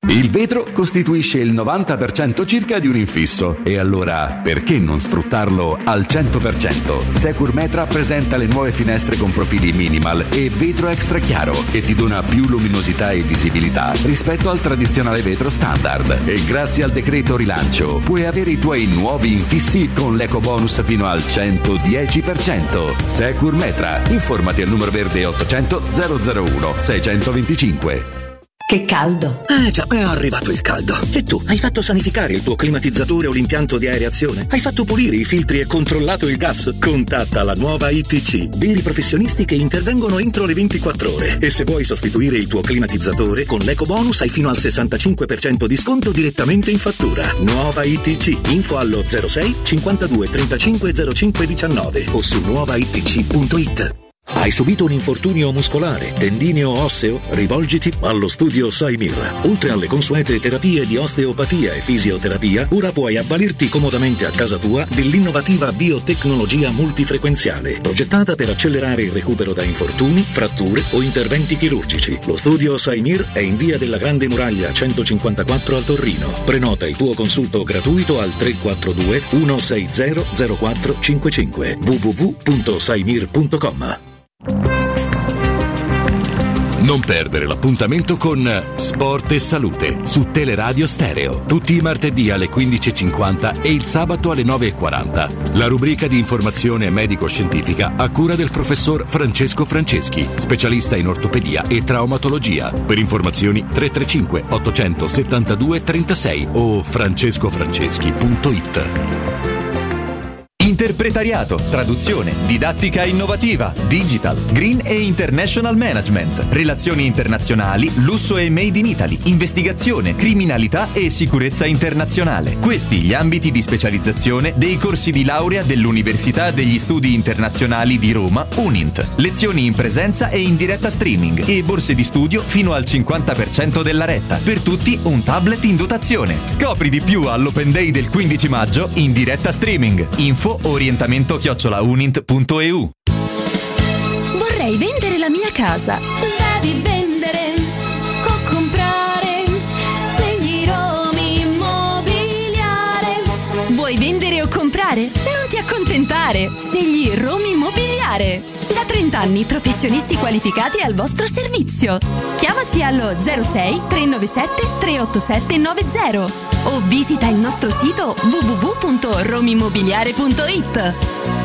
Il vetro costituisce il 90% circa di un infisso e allora perché non sfruttarlo al 100%? Securmetra presenta le nuove finestre con profili minimal e vetro extra chiaro che ti dona più luminosità e visibilità rispetto al tradizionale vetro standard. E grazie al decreto rilancio puoi avere i tuoi nuovi infissi con l'eco bonus fino al 110%. Securmetra, informati al numero verde 800 001 625. Che caldo! Già, è arrivato il caldo. E tu, hai fatto sanificare il tuo climatizzatore o l'impianto di areazione? Hai fatto pulire i filtri e controllato il gas? Contatta la nuova ITC, veri professionisti che intervengono entro le 24 ore. E se vuoi sostituire il tuo climatizzatore, con l'eco bonus hai fino al 65% di sconto direttamente in fattura. Nuova ITC, info allo 06 52 35 05 19 o su nuovaitc.it. Hai subito un infortunio muscolare, tendineo o osseo? Rivolgiti allo studio Saimir. Oltre alle consuete terapie di osteopatia e fisioterapia, ora puoi avvalerti comodamente a casa tua dell'innovativa biotecnologia multifrequenziale, progettata per accelerare il recupero da infortuni, fratture o interventi chirurgici. Lo studio Saimir è in via della Grande Muraglia 154 al Torino. Prenota il tuo consulto gratuito al 342 160 0455 www.saimir.com. Non perdere l'appuntamento con Sport e Salute su Teleradio Stereo, tutti i martedì alle 15.50 e il sabato alle 9.40. La rubrica di informazione medico-scientifica a cura del professor Francesco Franceschi, specialista in ortopedia e traumatologia. Per informazioni 335 872 36 o francescofranceschi.it. Interpretariato, traduzione, didattica innovativa, digital, green e international management, relazioni internazionali, lusso e made in Italy, investigazione, criminalità e sicurezza internazionale. Questi gli ambiti di specializzazione dei corsi di laurea dell'Università degli Studi Internazionali di Roma, UNINT. Lezioni in presenza e in diretta streaming e borse di studio fino al 50% della retta. Per tutti un tablet in dotazione. Scopri di più all'Open Day del 15 maggio in diretta streaming. Info orientamento@unint.eu. Vorrei vendere la mia casa. Devi vendere o comprare. Scegli Romi Immobiliare. Vuoi vendere o comprare? Non ti accontentare. Scegli Romi Immobiliare. Da 30 anni professionisti qualificati al vostro servizio. Chiamaci allo 06 397 387 90 o visita il nostro sito www.romimmobiliare.it.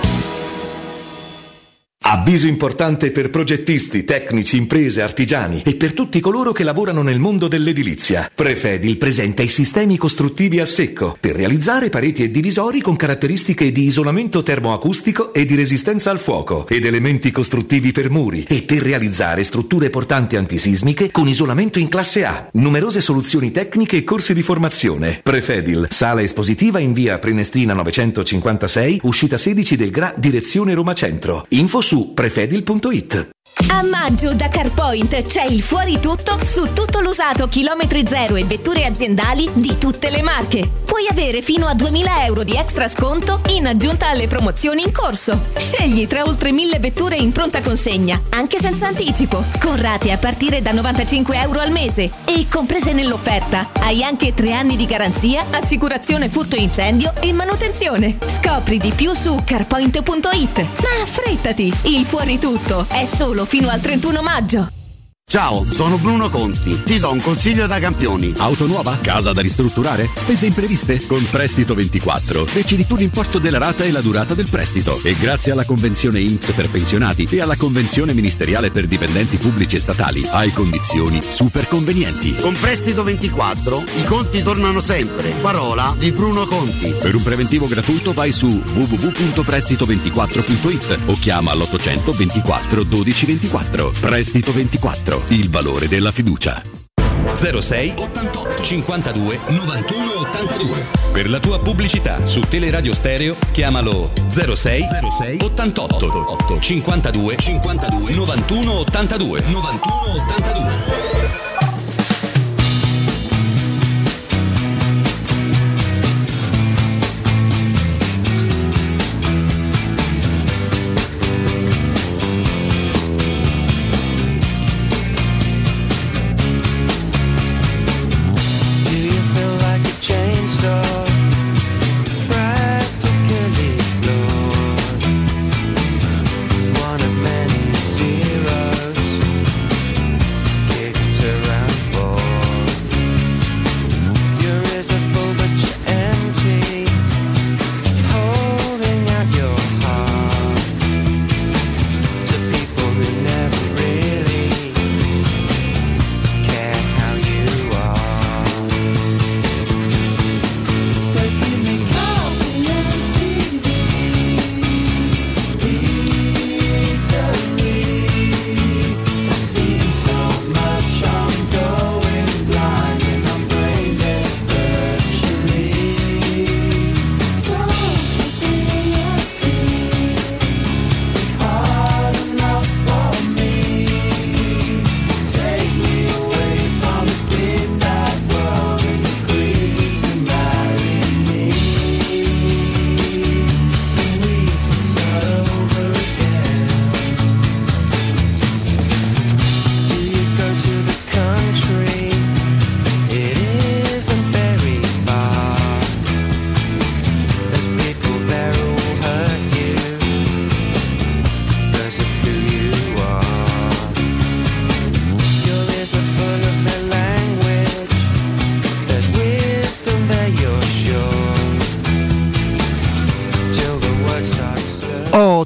Avviso importante per progettisti, tecnici, imprese, artigiani e per tutti coloro che lavorano nel mondo dell'edilizia. Prefedil presenta i sistemi costruttivi a secco per realizzare pareti e divisori con caratteristiche di isolamento termoacustico e di resistenza al fuoco ed elementi costruttivi per muri e per realizzare strutture portanti antisismiche con isolamento in classe A. Numerose soluzioni tecniche e corsi di formazione. Prefedil, sala espositiva in via Prenestina 956, uscita 16 del GRA, direzione Roma Centro. Info su prefedil.it. A maggio da CarPoint c'è il fuori tutto su tutto l'usato chilometri zero e vetture aziendali di tutte le marche. Puoi avere fino a 2.000 euro di extra sconto in aggiunta alle promozioni in corso. Scegli tra oltre 1.000 vetture in pronta consegna, anche senza anticipo, con rate a partire da 95 euro al mese. E comprese nell'offerta hai anche 3 anni di garanzia, assicurazione furto incendio e manutenzione. Scopri di più su carpoint.it. Ma affrettati, il fuori tutto è solo fino al 31 maggio. Ciao, sono Bruno Conti. Ti do un consiglio da campioni. Auto nuova? Casa da ristrutturare? Spese impreviste? Con Prestito 24 decidi tu l'importo della rata e la durata del prestito. E grazie alla convenzione INPS per pensionati e alla convenzione ministeriale per dipendenti pubblici e statali hai condizioni super convenienti. Con Prestito 24 i conti tornano sempre. Parola di Bruno Conti. Per un preventivo gratuito vai su www.prestito24.it o chiama all'800 24 12 24. Prestito 24. Il valore della fiducia. 06 88 52 91 82. Per la tua pubblicità su Teleradio Stereo chiamalo 06 88 52 91 82.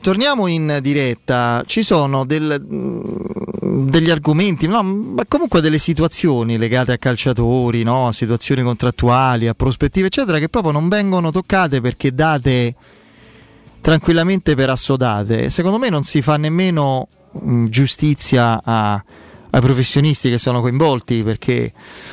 torniamo in diretta. Ci sono degli argomenti, no, ma comunque delle situazioni legate a calciatori, no, a situazioni contrattuali, a prospettive eccetera, che proprio non vengono toccate perché date tranquillamente per assodate. Secondo me non si fa nemmeno giustizia ai professionisti che sono coinvolti, perché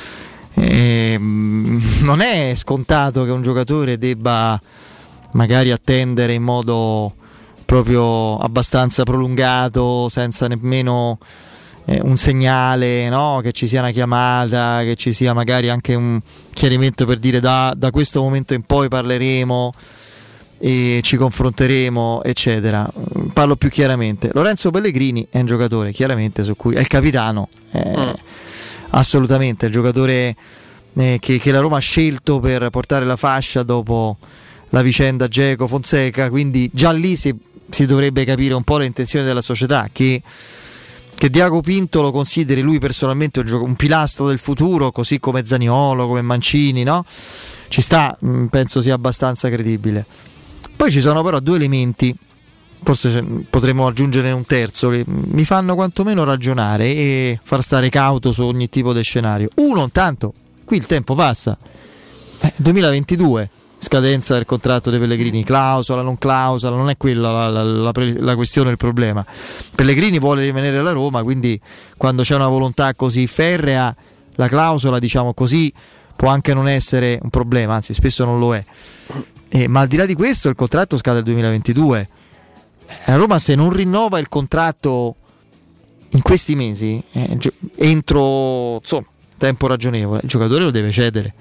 non è scontato che un giocatore debba magari attendere in modo proprio abbastanza prolungato, senza nemmeno un segnale, no? Che ci sia una chiamata, che ci sia magari anche un chiarimento per dire da questo momento in poi parleremo e ci confronteremo, eccetera. Parlo più chiaramente. Lorenzo Pellegrini è un giocatore chiaramente su cui è il capitano, assolutamente il giocatore che la Roma ha scelto per portare la fascia dopo la vicenda Dzeko Fonseca, quindi già lì si dovrebbe capire un po' le intenzioni della società, che Diago Pinto lo consideri lui personalmente un pilastro del futuro, così come Zaniolo, come Mancini, no? Ci sta, penso sia abbastanza credibile. Poi ci sono però due elementi, forse potremmo aggiungere un terzo, che mi fanno quantomeno ragionare e far stare cauto su ogni tipo di scenario. Uno, intanto, qui il tempo passa, 2022, scadenza del contratto dei Pellegrini, clausola, non clausola, non è quella la questione, il problema. Pellegrini vuole rimanere alla Roma, quindi quando c'è una volontà così ferrea, la clausola, diciamo così, può anche non essere un problema, anzi spesso non lo è. Ma al di là di questo il contratto scade nel 2022. La Roma, se non rinnova il contratto in questi mesi, entro tempo ragionevole, il giocatore lo deve cedere.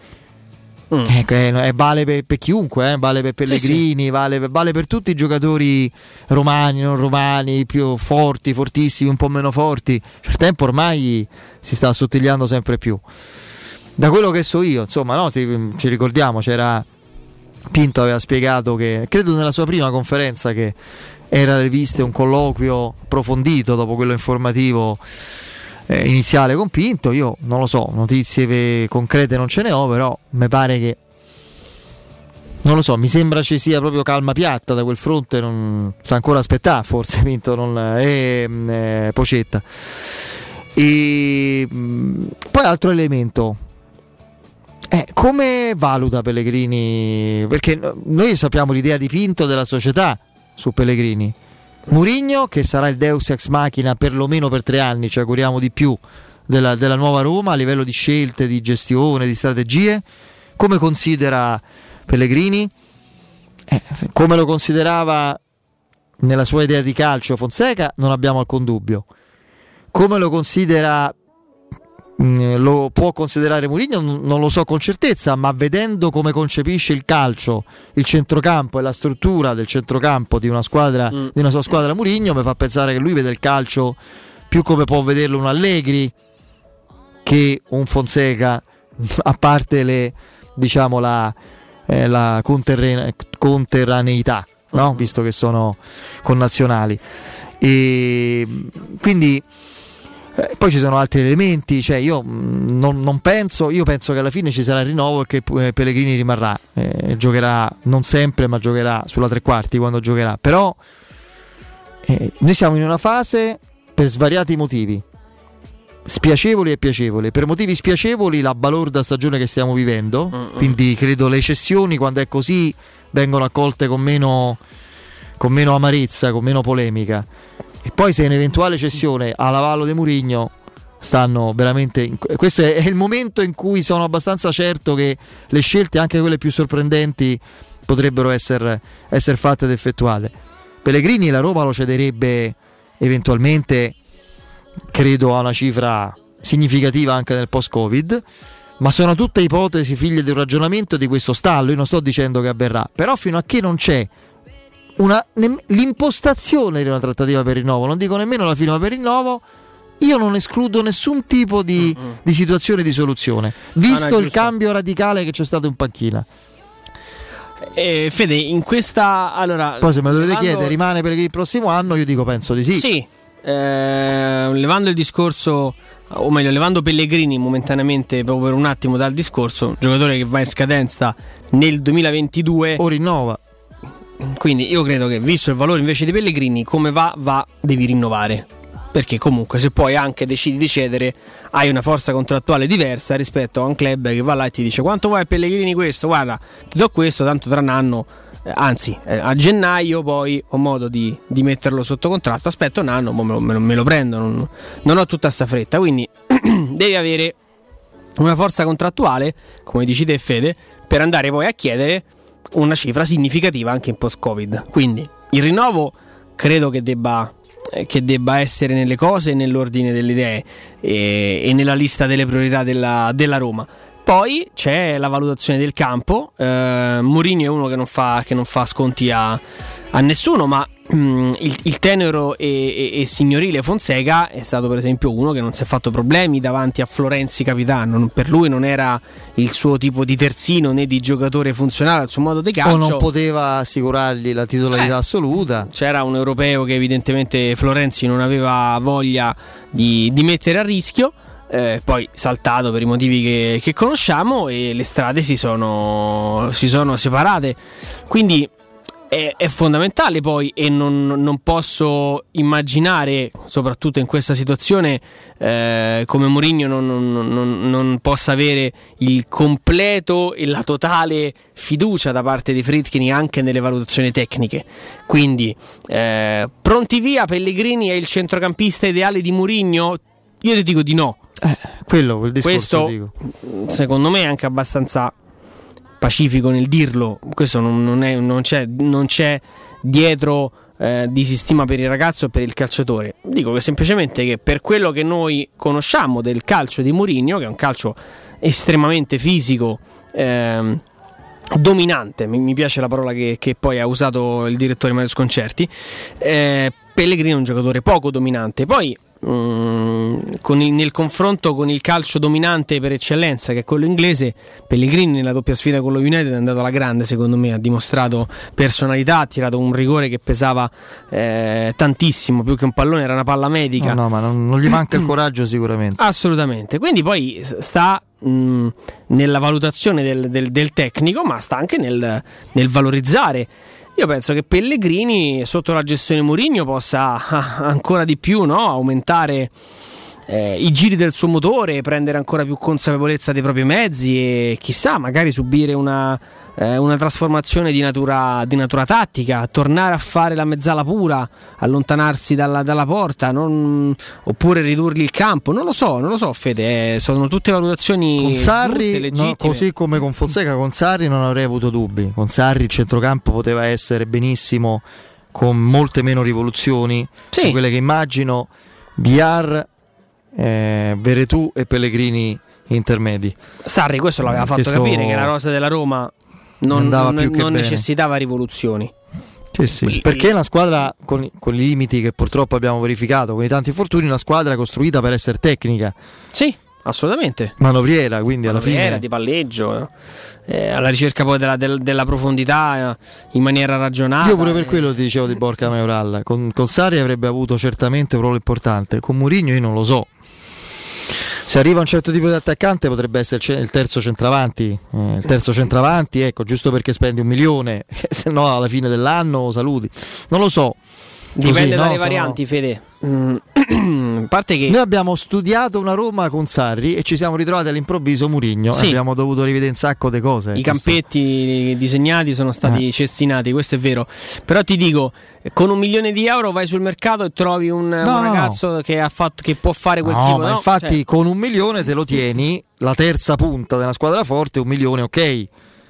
Vale per chiunque, vale per Pellegrini, sì. Vale per tutti i giocatori romani, non romani, più forti, fortissimi, un po' meno forti. Il tempo ormai si sta assottigliando sempre più. Da quello che so io, insomma, no, ci ricordiamo, c'era Pinto aveva spiegato che, credo nella sua prima conferenza, che era alle viste un colloquio approfondito dopo quello informativo iniziale con Pinto. Io non lo so, notizie concrete non ce ne ho, però mi pare che, non lo so, mi sembra ci sia proprio calma piatta da quel fronte, non sta ancora a aspettare forse Pinto Pocetta. E poi altro elemento, come valuta Pellegrini, perché noi sappiamo l'idea di Pinto della società su Pellegrini. Mourinho, che sarà il Deus ex machina perlomeno per 3 anni, ci auguriamo di più, della nuova Roma a livello di scelte, di gestione, di strategie. Come considera Pellegrini? Come lo considerava nella sua idea di calcio Fonseca, non abbiamo alcun dubbio. Come lo considera, lo può considerare Mourinho, non lo so con certezza, ma vedendo come concepisce il calcio, il centrocampo e la struttura del centrocampo di una squadra, di una sua squadra, Mourinho mi fa pensare che lui vede il calcio più come può vederlo un Allegri che un Fonseca, a parte la conterraneità, no? Visto che sono connazionali. E quindi poi ci sono altri elementi, cioè io non penso, io penso che alla fine ci sarà il rinnovo e che Pellegrini rimarrà, giocherà non sempre, ma giocherà sulla 3/4 quando giocherà. Però noi siamo in una fase, per svariati motivi, spiacevoli e piacevoli. Per motivi spiacevoli la balorda stagione che stiamo vivendo, quindi credo le cessioni, quando è così, vengono accolte con meno amarezza, con meno polemica. E poi se un'eventuale cessione alla Vallo di Mourinho stanno veramente questo è il momento in cui sono abbastanza certo che le scelte, anche quelle più sorprendenti, potrebbero essere fatte ed effettuate. Pellegrini la Roma lo cederebbe eventualmente, credo, a una cifra significativa anche nel post-Covid, ma sono tutte ipotesi figlie di un ragionamento di questo stallo. Io non sto dicendo che avverrà, però fino a che non c'è l'impostazione di una trattativa per rinnovo, non dico nemmeno la firma per rinnovo, io non escludo nessun tipo di situazione di soluzione, visto il cambio radicale che c'è stato in panchina. Fede, in questa, allora, poi se me lo dovete chiedere, rimane per il prossimo anno, io dico penso di sì. Sì, levando il discorso, o meglio levando Pellegrini momentaneamente proprio per un attimo dal discorso, giocatore che va in scadenza nel 2022 o rinnova. Quindi io credo che, visto il valore invece di Pellegrini, come va devi rinnovare, perché comunque se poi anche decidi di cedere hai una forza contrattuale diversa rispetto a un club che va là e ti dice quanto vuoi a Pellegrini questo, guarda ti do questo, tanto tra un anno, anzi a gennaio poi ho modo di metterlo sotto contratto, aspetta un anno, me lo prendo, non ho tutta sta fretta. Quindi devi avere una forza contrattuale, come dici te Fede, per andare poi a chiedere una cifra significativa anche in post-Covid. Quindi il rinnovo credo che debba essere nelle cose, nell'ordine delle idee e nella lista delle priorità della Roma. Poi c'è la valutazione del campo. Mourinho è uno che non fa sconti a nessuno, ma il tenero e signorile Fonseca è stato per esempio uno che non si è fatto problemi davanti a Florenzi capitano. Per lui non era il suo tipo di terzino né di giocatore funzionale al suo modo di calcio, o non poteva assicurargli la titolarità assoluta. C'era un europeo che evidentemente Florenzi non aveva voglia di mettere a rischio. Poi saltato per i motivi che conosciamo, e le strade si sono separate. Quindi è fondamentale poi, e non posso immaginare, soprattutto in questa situazione, come Mourinho non possa avere il completo e la totale fiducia da parte di Friedkin anche nelle valutazioni tecniche. Quindi pronti via, Pellegrini è il centrocampista ideale di Mourinho? Io ti dico di no. Quel discorso, questo dico. Secondo me è anche abbastanza pacifico nel dirlo. Questo non c'è dietro disistima per il ragazzo e per il calciatore. Dico che semplicemente che per quello che noi conosciamo del calcio di Mourinho, che è un calcio estremamente fisico, dominante, mi piace la parola che poi ha usato il direttore Mario Sconcerti, Pellegrini è un giocatore poco dominante. Poi nel confronto con il calcio dominante per eccellenza, che è quello inglese, Pellegrini nella doppia sfida con lo United è andato alla grande, secondo me. Ha dimostrato personalità, ha tirato un rigore che pesava tantissimo, più che un pallone era una palla medica. No, ma non gli manca il coraggio sicuramente. Assolutamente. Quindi poi sta nella valutazione del tecnico, ma sta anche nel valorizzare. Io penso che Pellegrini sotto la gestione Mourinho possa ancora di più, no, aumentare i giri del suo motore, prendere ancora più consapevolezza dei propri mezzi e chissà, magari subire una trasformazione di natura tattica, tornare a fare la mezzala pura, allontanarsi dalla porta, oppure ridurgli il campo. Non lo so Fede, sono tutte valutazioni con Sarri, giuste, legittime. No, così come con Fonseca, con Sarri non avrei avuto dubbi. Con Sarri il centrocampo poteva essere benissimo con molte meno rivoluzioni di quelle che immagino. Biar, Veretù e Pellegrini intermedi. Sarri questo l'aveva fatto capire, che la rosa della Roma non necessitava rivoluzioni. Sì. Perché è una squadra con i limiti che purtroppo abbiamo verificato, con i tanti infortuni, una squadra costruita per essere tecnica. Sì, assolutamente. Manovriera, quindi alla fine di palleggio, alla ricerca poi della profondità in maniera ragionata. Io pure per quello ti dicevo di Borca Majoral. Con Sarri avrebbe avuto certamente un ruolo importante, con Mourinho io non lo so. Se arriva un certo tipo di attaccante potrebbe essere il terzo centravanti. Il terzo centravanti, ecco, giusto perché spendi 1 milione, se no alla fine dell'anno saluti. Non lo so. Dipende dalle varianti, Fede. A parte che noi abbiamo studiato una Roma con Sarri e ci siamo ritrovati all'improvviso Mourinho. Sì. Abbiamo dovuto rivedere un sacco di cose. I campetti disegnati sono stati cestinati, questo è vero. Però ti dico, con 1 milione di euro vai sul mercato e trovi un ragazzo che può fare quel tipo. Ma infatti con 1 milione te lo tieni, la terza punta della squadra forte, 1 milione, ok.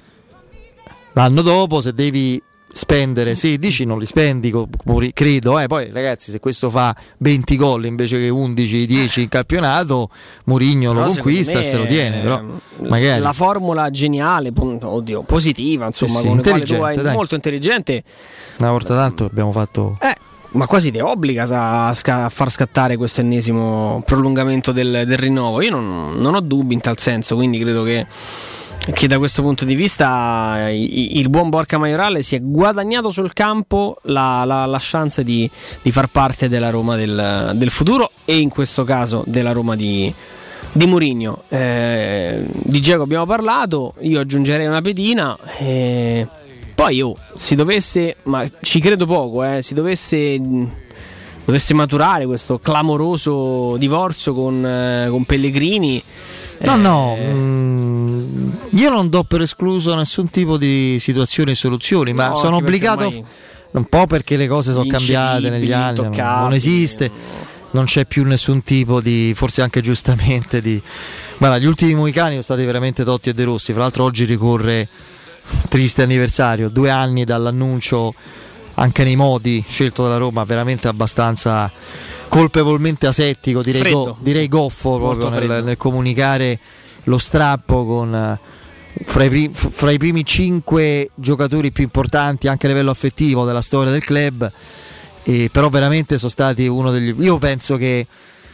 L'anno dopo, se devi spendere 16 non li spendi, credo. Poi ragazzi, se questo fa 20 gol invece che 11-10 in campionato, Mourinho lo conquista e se lo tiene. Però magari la formula geniale, positiva, insomma, con la quale tu hai molto intelligente. Una volta tanto abbiamo fatto ma quasi ti obbliga a far scattare questo ennesimo prolungamento del rinnovo. Io non ho dubbi in tal senso, quindi credo che da questo punto di vista il buon Borca Majoral si è guadagnato sul campo la chance di far parte della Roma del futuro, e in questo caso della Roma di Mourinho. Di Dzeko abbiamo parlato, io aggiungerei una pedina, Poi si dovesse, ma ci credo poco, si dovesse maturare questo clamoroso divorzio con Pellegrini. No, io non do per escluso nessun tipo di situazioni e soluzioni, ma sono obbligato un po' perché le cose sono cambiate negli anni, non esiste, non c'è più nessun tipo di, forse anche giustamente guarda, gli ultimi mohicani sono stati veramente Totti e De Rossi. Fra l'altro oggi ricorre triste anniversario, 2 anni dall'annuncio anche nei modi scelto dalla Roma, veramente abbastanza colpevolmente asettico, direi goffo proprio nel comunicare lo strappo con fra i primi 5 giocatori più importanti anche a livello affettivo della storia del club, però veramente sono stati uno degli, io penso che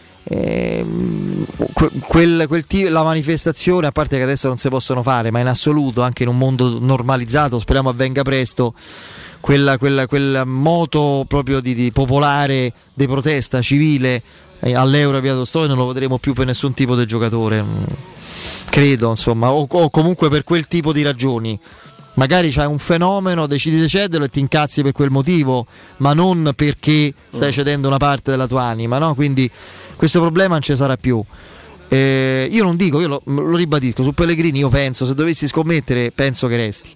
la manifestazione, a parte che adesso non si possono fare, ma in assoluto anche in un mondo normalizzato, speriamo avvenga presto, quel moto proprio di popolare di protesta civile all'Euro Via Tolstoi non lo vedremo più per nessun tipo di giocatore, credo, insomma, o comunque per quel tipo di ragioni. Magari c'hai un fenomeno, decidi di cederlo e ti incazzi per quel motivo, ma non perché stai cedendo una parte della tua anima, no? Quindi questo problema non ci sarà più. Io non dico, io lo ribadisco, su Pellegrini io penso, se dovessi scommettere, penso che resti.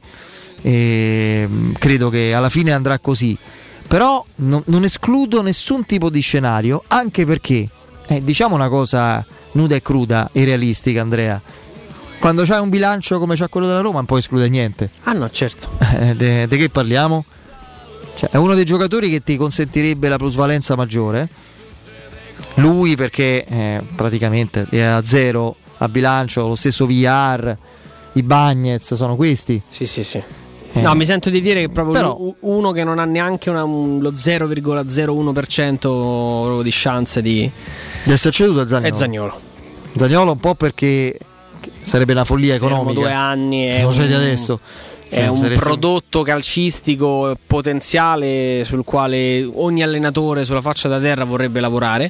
Credo che alla fine andrà così, però non escludo nessun tipo di scenario, anche perché diciamo una cosa nuda e cruda e realistica, Andrea, quando c'hai un bilancio come c'ha quello della Roma non puoi escludere niente. Ah no, certo. Di che parliamo? Cioè, è uno dei giocatori che ti consentirebbe la plusvalenza maggiore, lui, perché praticamente è a zero a bilancio, lo stesso VR, i Bagnez, sono questi. Sì. No, mi sento di dire che proprio però, uno che non ha neanche lo 0,01% proprio di chance di essere ceduto è Zaniolo. Zaniolo un po' perché sarebbe una follia economica. 2 anni è adesso. È un prodotto calcistico potenziale sul quale ogni allenatore sulla faccia della terra vorrebbe lavorare.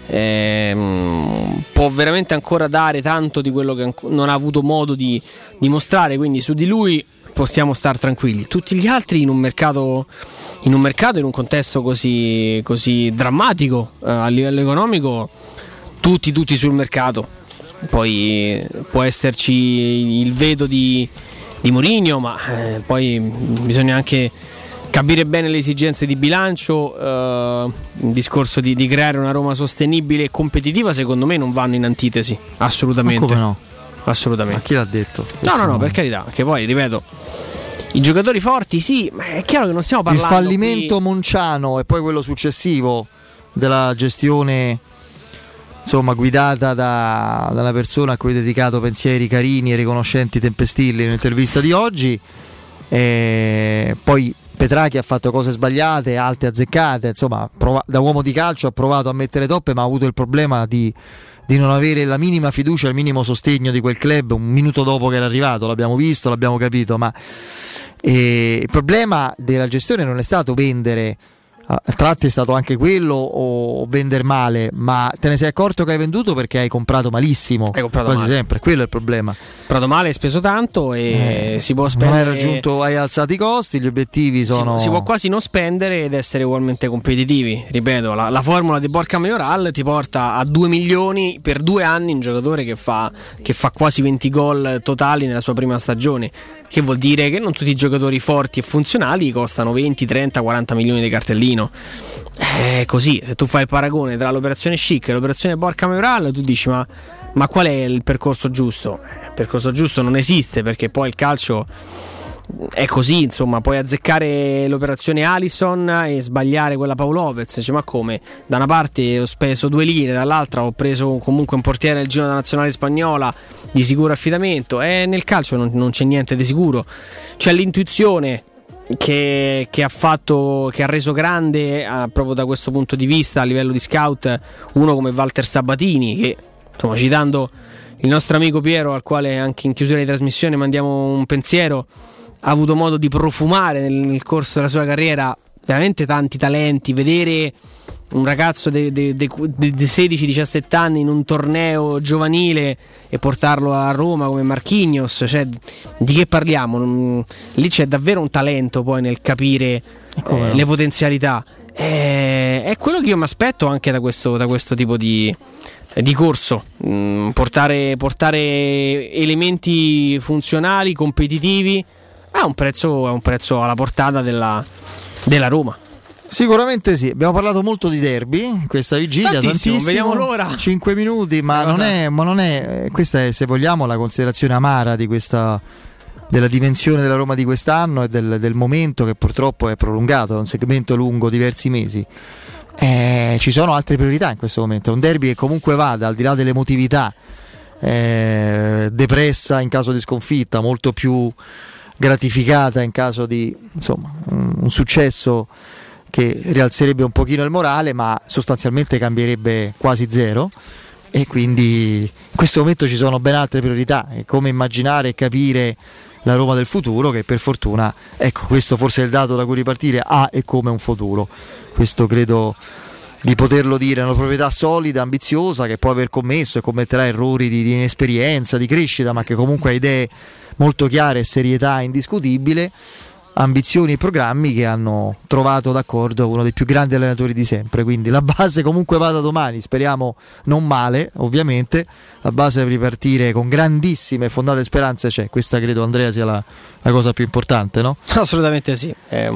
Può veramente ancora dare tanto di quello che non ha avuto modo di dimostrare, quindi su di lui possiamo star tranquilli. Tutti gli altri in un mercato in un contesto così drammatico a livello economico, tutti sul mercato. Poi può esserci il veto di Mourinho, ma poi bisogna anche capire bene le esigenze di bilancio. Il discorso di creare una Roma sostenibile e competitiva secondo me non vanno in antitesi, assolutamente. Ma come no? Assolutamente. Ma chi l'ha detto? No, per carità, che poi ripeto, i giocatori forti sì, ma è chiaro che non stiamo parlando. Il fallimento Monciano e poi quello successivo della gestione, insomma, guidata da una persona a cui ho dedicato pensieri carini e riconoscenti tempestilli in un'intervista di oggi. Poi Petracchi ha fatto cose sbagliate, alte azzeccate, insomma, da uomo di calcio ha provato a mettere toppe, ma ha avuto il problema di non avere la minima fiducia, il minimo sostegno di quel club un minuto dopo che era arrivato. L'abbiamo visto, l'abbiamo capito, ma il problema della gestione non è stato vendere, a tratti è stato anche quello, o vendere male, ma te ne sei accorto che hai venduto perché hai comprato malissimo. Hai comprato quasi male. Sempre, quello è il problema. Comprato male, hai speso tanto e si può spendere. Non hai raggiunto, hai alzato i costi, gli obiettivi sono. Si può quasi non spendere ed essere ugualmente competitivi. Ripeto, la formula di Borca Majoral ti porta a 2 milioni per 2 anni un giocatore che fa quasi 20 gol totali nella sua prima stagione. Che vuol dire che non tutti i giocatori forti e funzionali costano 20, 30, 40 milioni di cartellino. È così, se tu fai il paragone tra l'operazione Schick e l'operazione Borca Majoral, tu dici ma qual è il percorso giusto? Il percorso giusto non esiste, perché poi il calcio è così, insomma, puoi azzeccare l'operazione Alisson e sbagliare quella Paolo Lopez. Dice, ma come? Da una parte ho speso 2 lire, dall'altra ho preso comunque un portiere del giro della nazionale spagnola di sicuro affidamento. Nel calcio non c'è niente di sicuro, c'è l'intuizione che ha reso grande proprio da questo punto di vista a livello di scout uno come Walter Sabatini, che, insomma, citando il nostro amico Piero, al quale anche in chiusura di trasmissione mandiamo un pensiero, ha avuto modo di profumare nel corso della sua carriera veramente tanti talenti, vedere un ragazzo di 16-17 anni in un torneo giovanile e portarlo a Roma come Marquinhos, cioè di che parliamo? Lì c'è davvero un talento poi nel capire le potenzialità. È quello che io mi aspetto anche da questo tipo di corso, portare elementi funzionali, competitivi a un prezzo alla portata della Roma. Sicuramente sì, abbiamo parlato molto di derby in questa vigilia, tantissimo, vediamo l'ora. 5 minuti, ma non è questa è, se vogliamo, la considerazione amara di questa, della dimensione della Roma di quest'anno e del momento che purtroppo è prolungato, è un segmento lungo diversi mesi. Ci sono altre priorità in questo momento, è un derby che comunque vada al di là dell'emotività depressa in caso di sconfitta, molto più gratificata in caso di un successo che rialzerebbe un pochino il morale, ma sostanzialmente cambierebbe quasi zero, e quindi in questo momento ci sono ben altre priorità, è come immaginare e capire la Roma del futuro, che per fortuna, ecco, questo forse è il dato da cui ripartire, ha e come un futuro. Questo credo di poterlo dire, è una proprietà solida, ambiziosa, che può aver commesso e commetterà errori di inesperienza, di crescita, ma che comunque ha idee molto chiare e serietà indiscutibile, ambizioni e programmi che hanno trovato d'accordo uno dei più grandi allenatori di sempre. Quindi la base comunque vada domani, speriamo non male, ovviamente la base per ripartire con grandissime fondate speranze c'è. Questa credo, Andrea, sia la cosa più importante, no? Assolutamente sì, è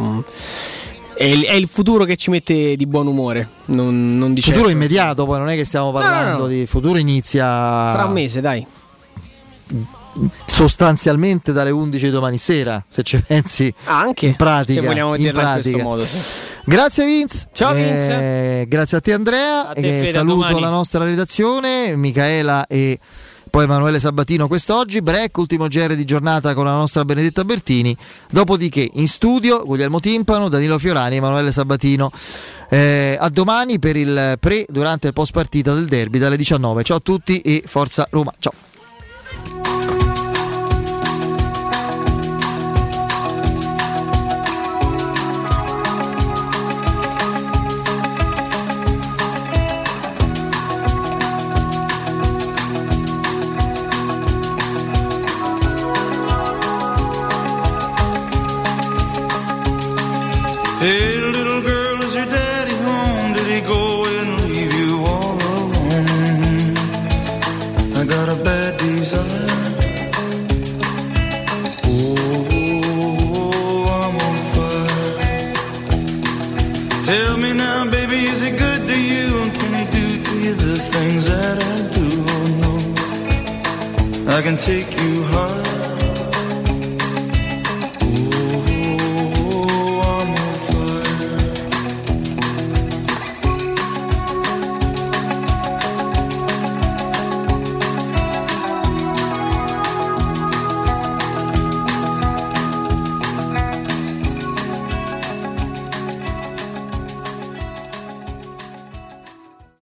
il futuro che ci mette di buon umore, non di futuro immediato, poi non è che stiamo parlando di futuro, inizia tra un mese, dai, sostanzialmente dalle 11 domani sera, se ci pensi, anche in pratica, se vogliamo vederla in questo modo, sì. Grazie Vince. Ciao Vince. Grazie a te Andrea, a te, Fede, saluto la nostra redazione, Micaela e poi Emanuele Sabatino quest'oggi. Break, ultimo GR di giornata con la nostra Benedetta Bertini, dopodiché in studio Guglielmo Timpano, Danilo Fiorani e Emanuele Sabatino. A domani per il pre, durante e post partita del derby dalle 19. Ciao a tutti e forza Roma, ciao. Hey little girl, is your daddy home? Did he go and leave you all alone? I got a bad desire. Oh, I'm on fire. Tell me now, baby, is he good to you? And can he do to you the things that I do? Oh no, I can take you high.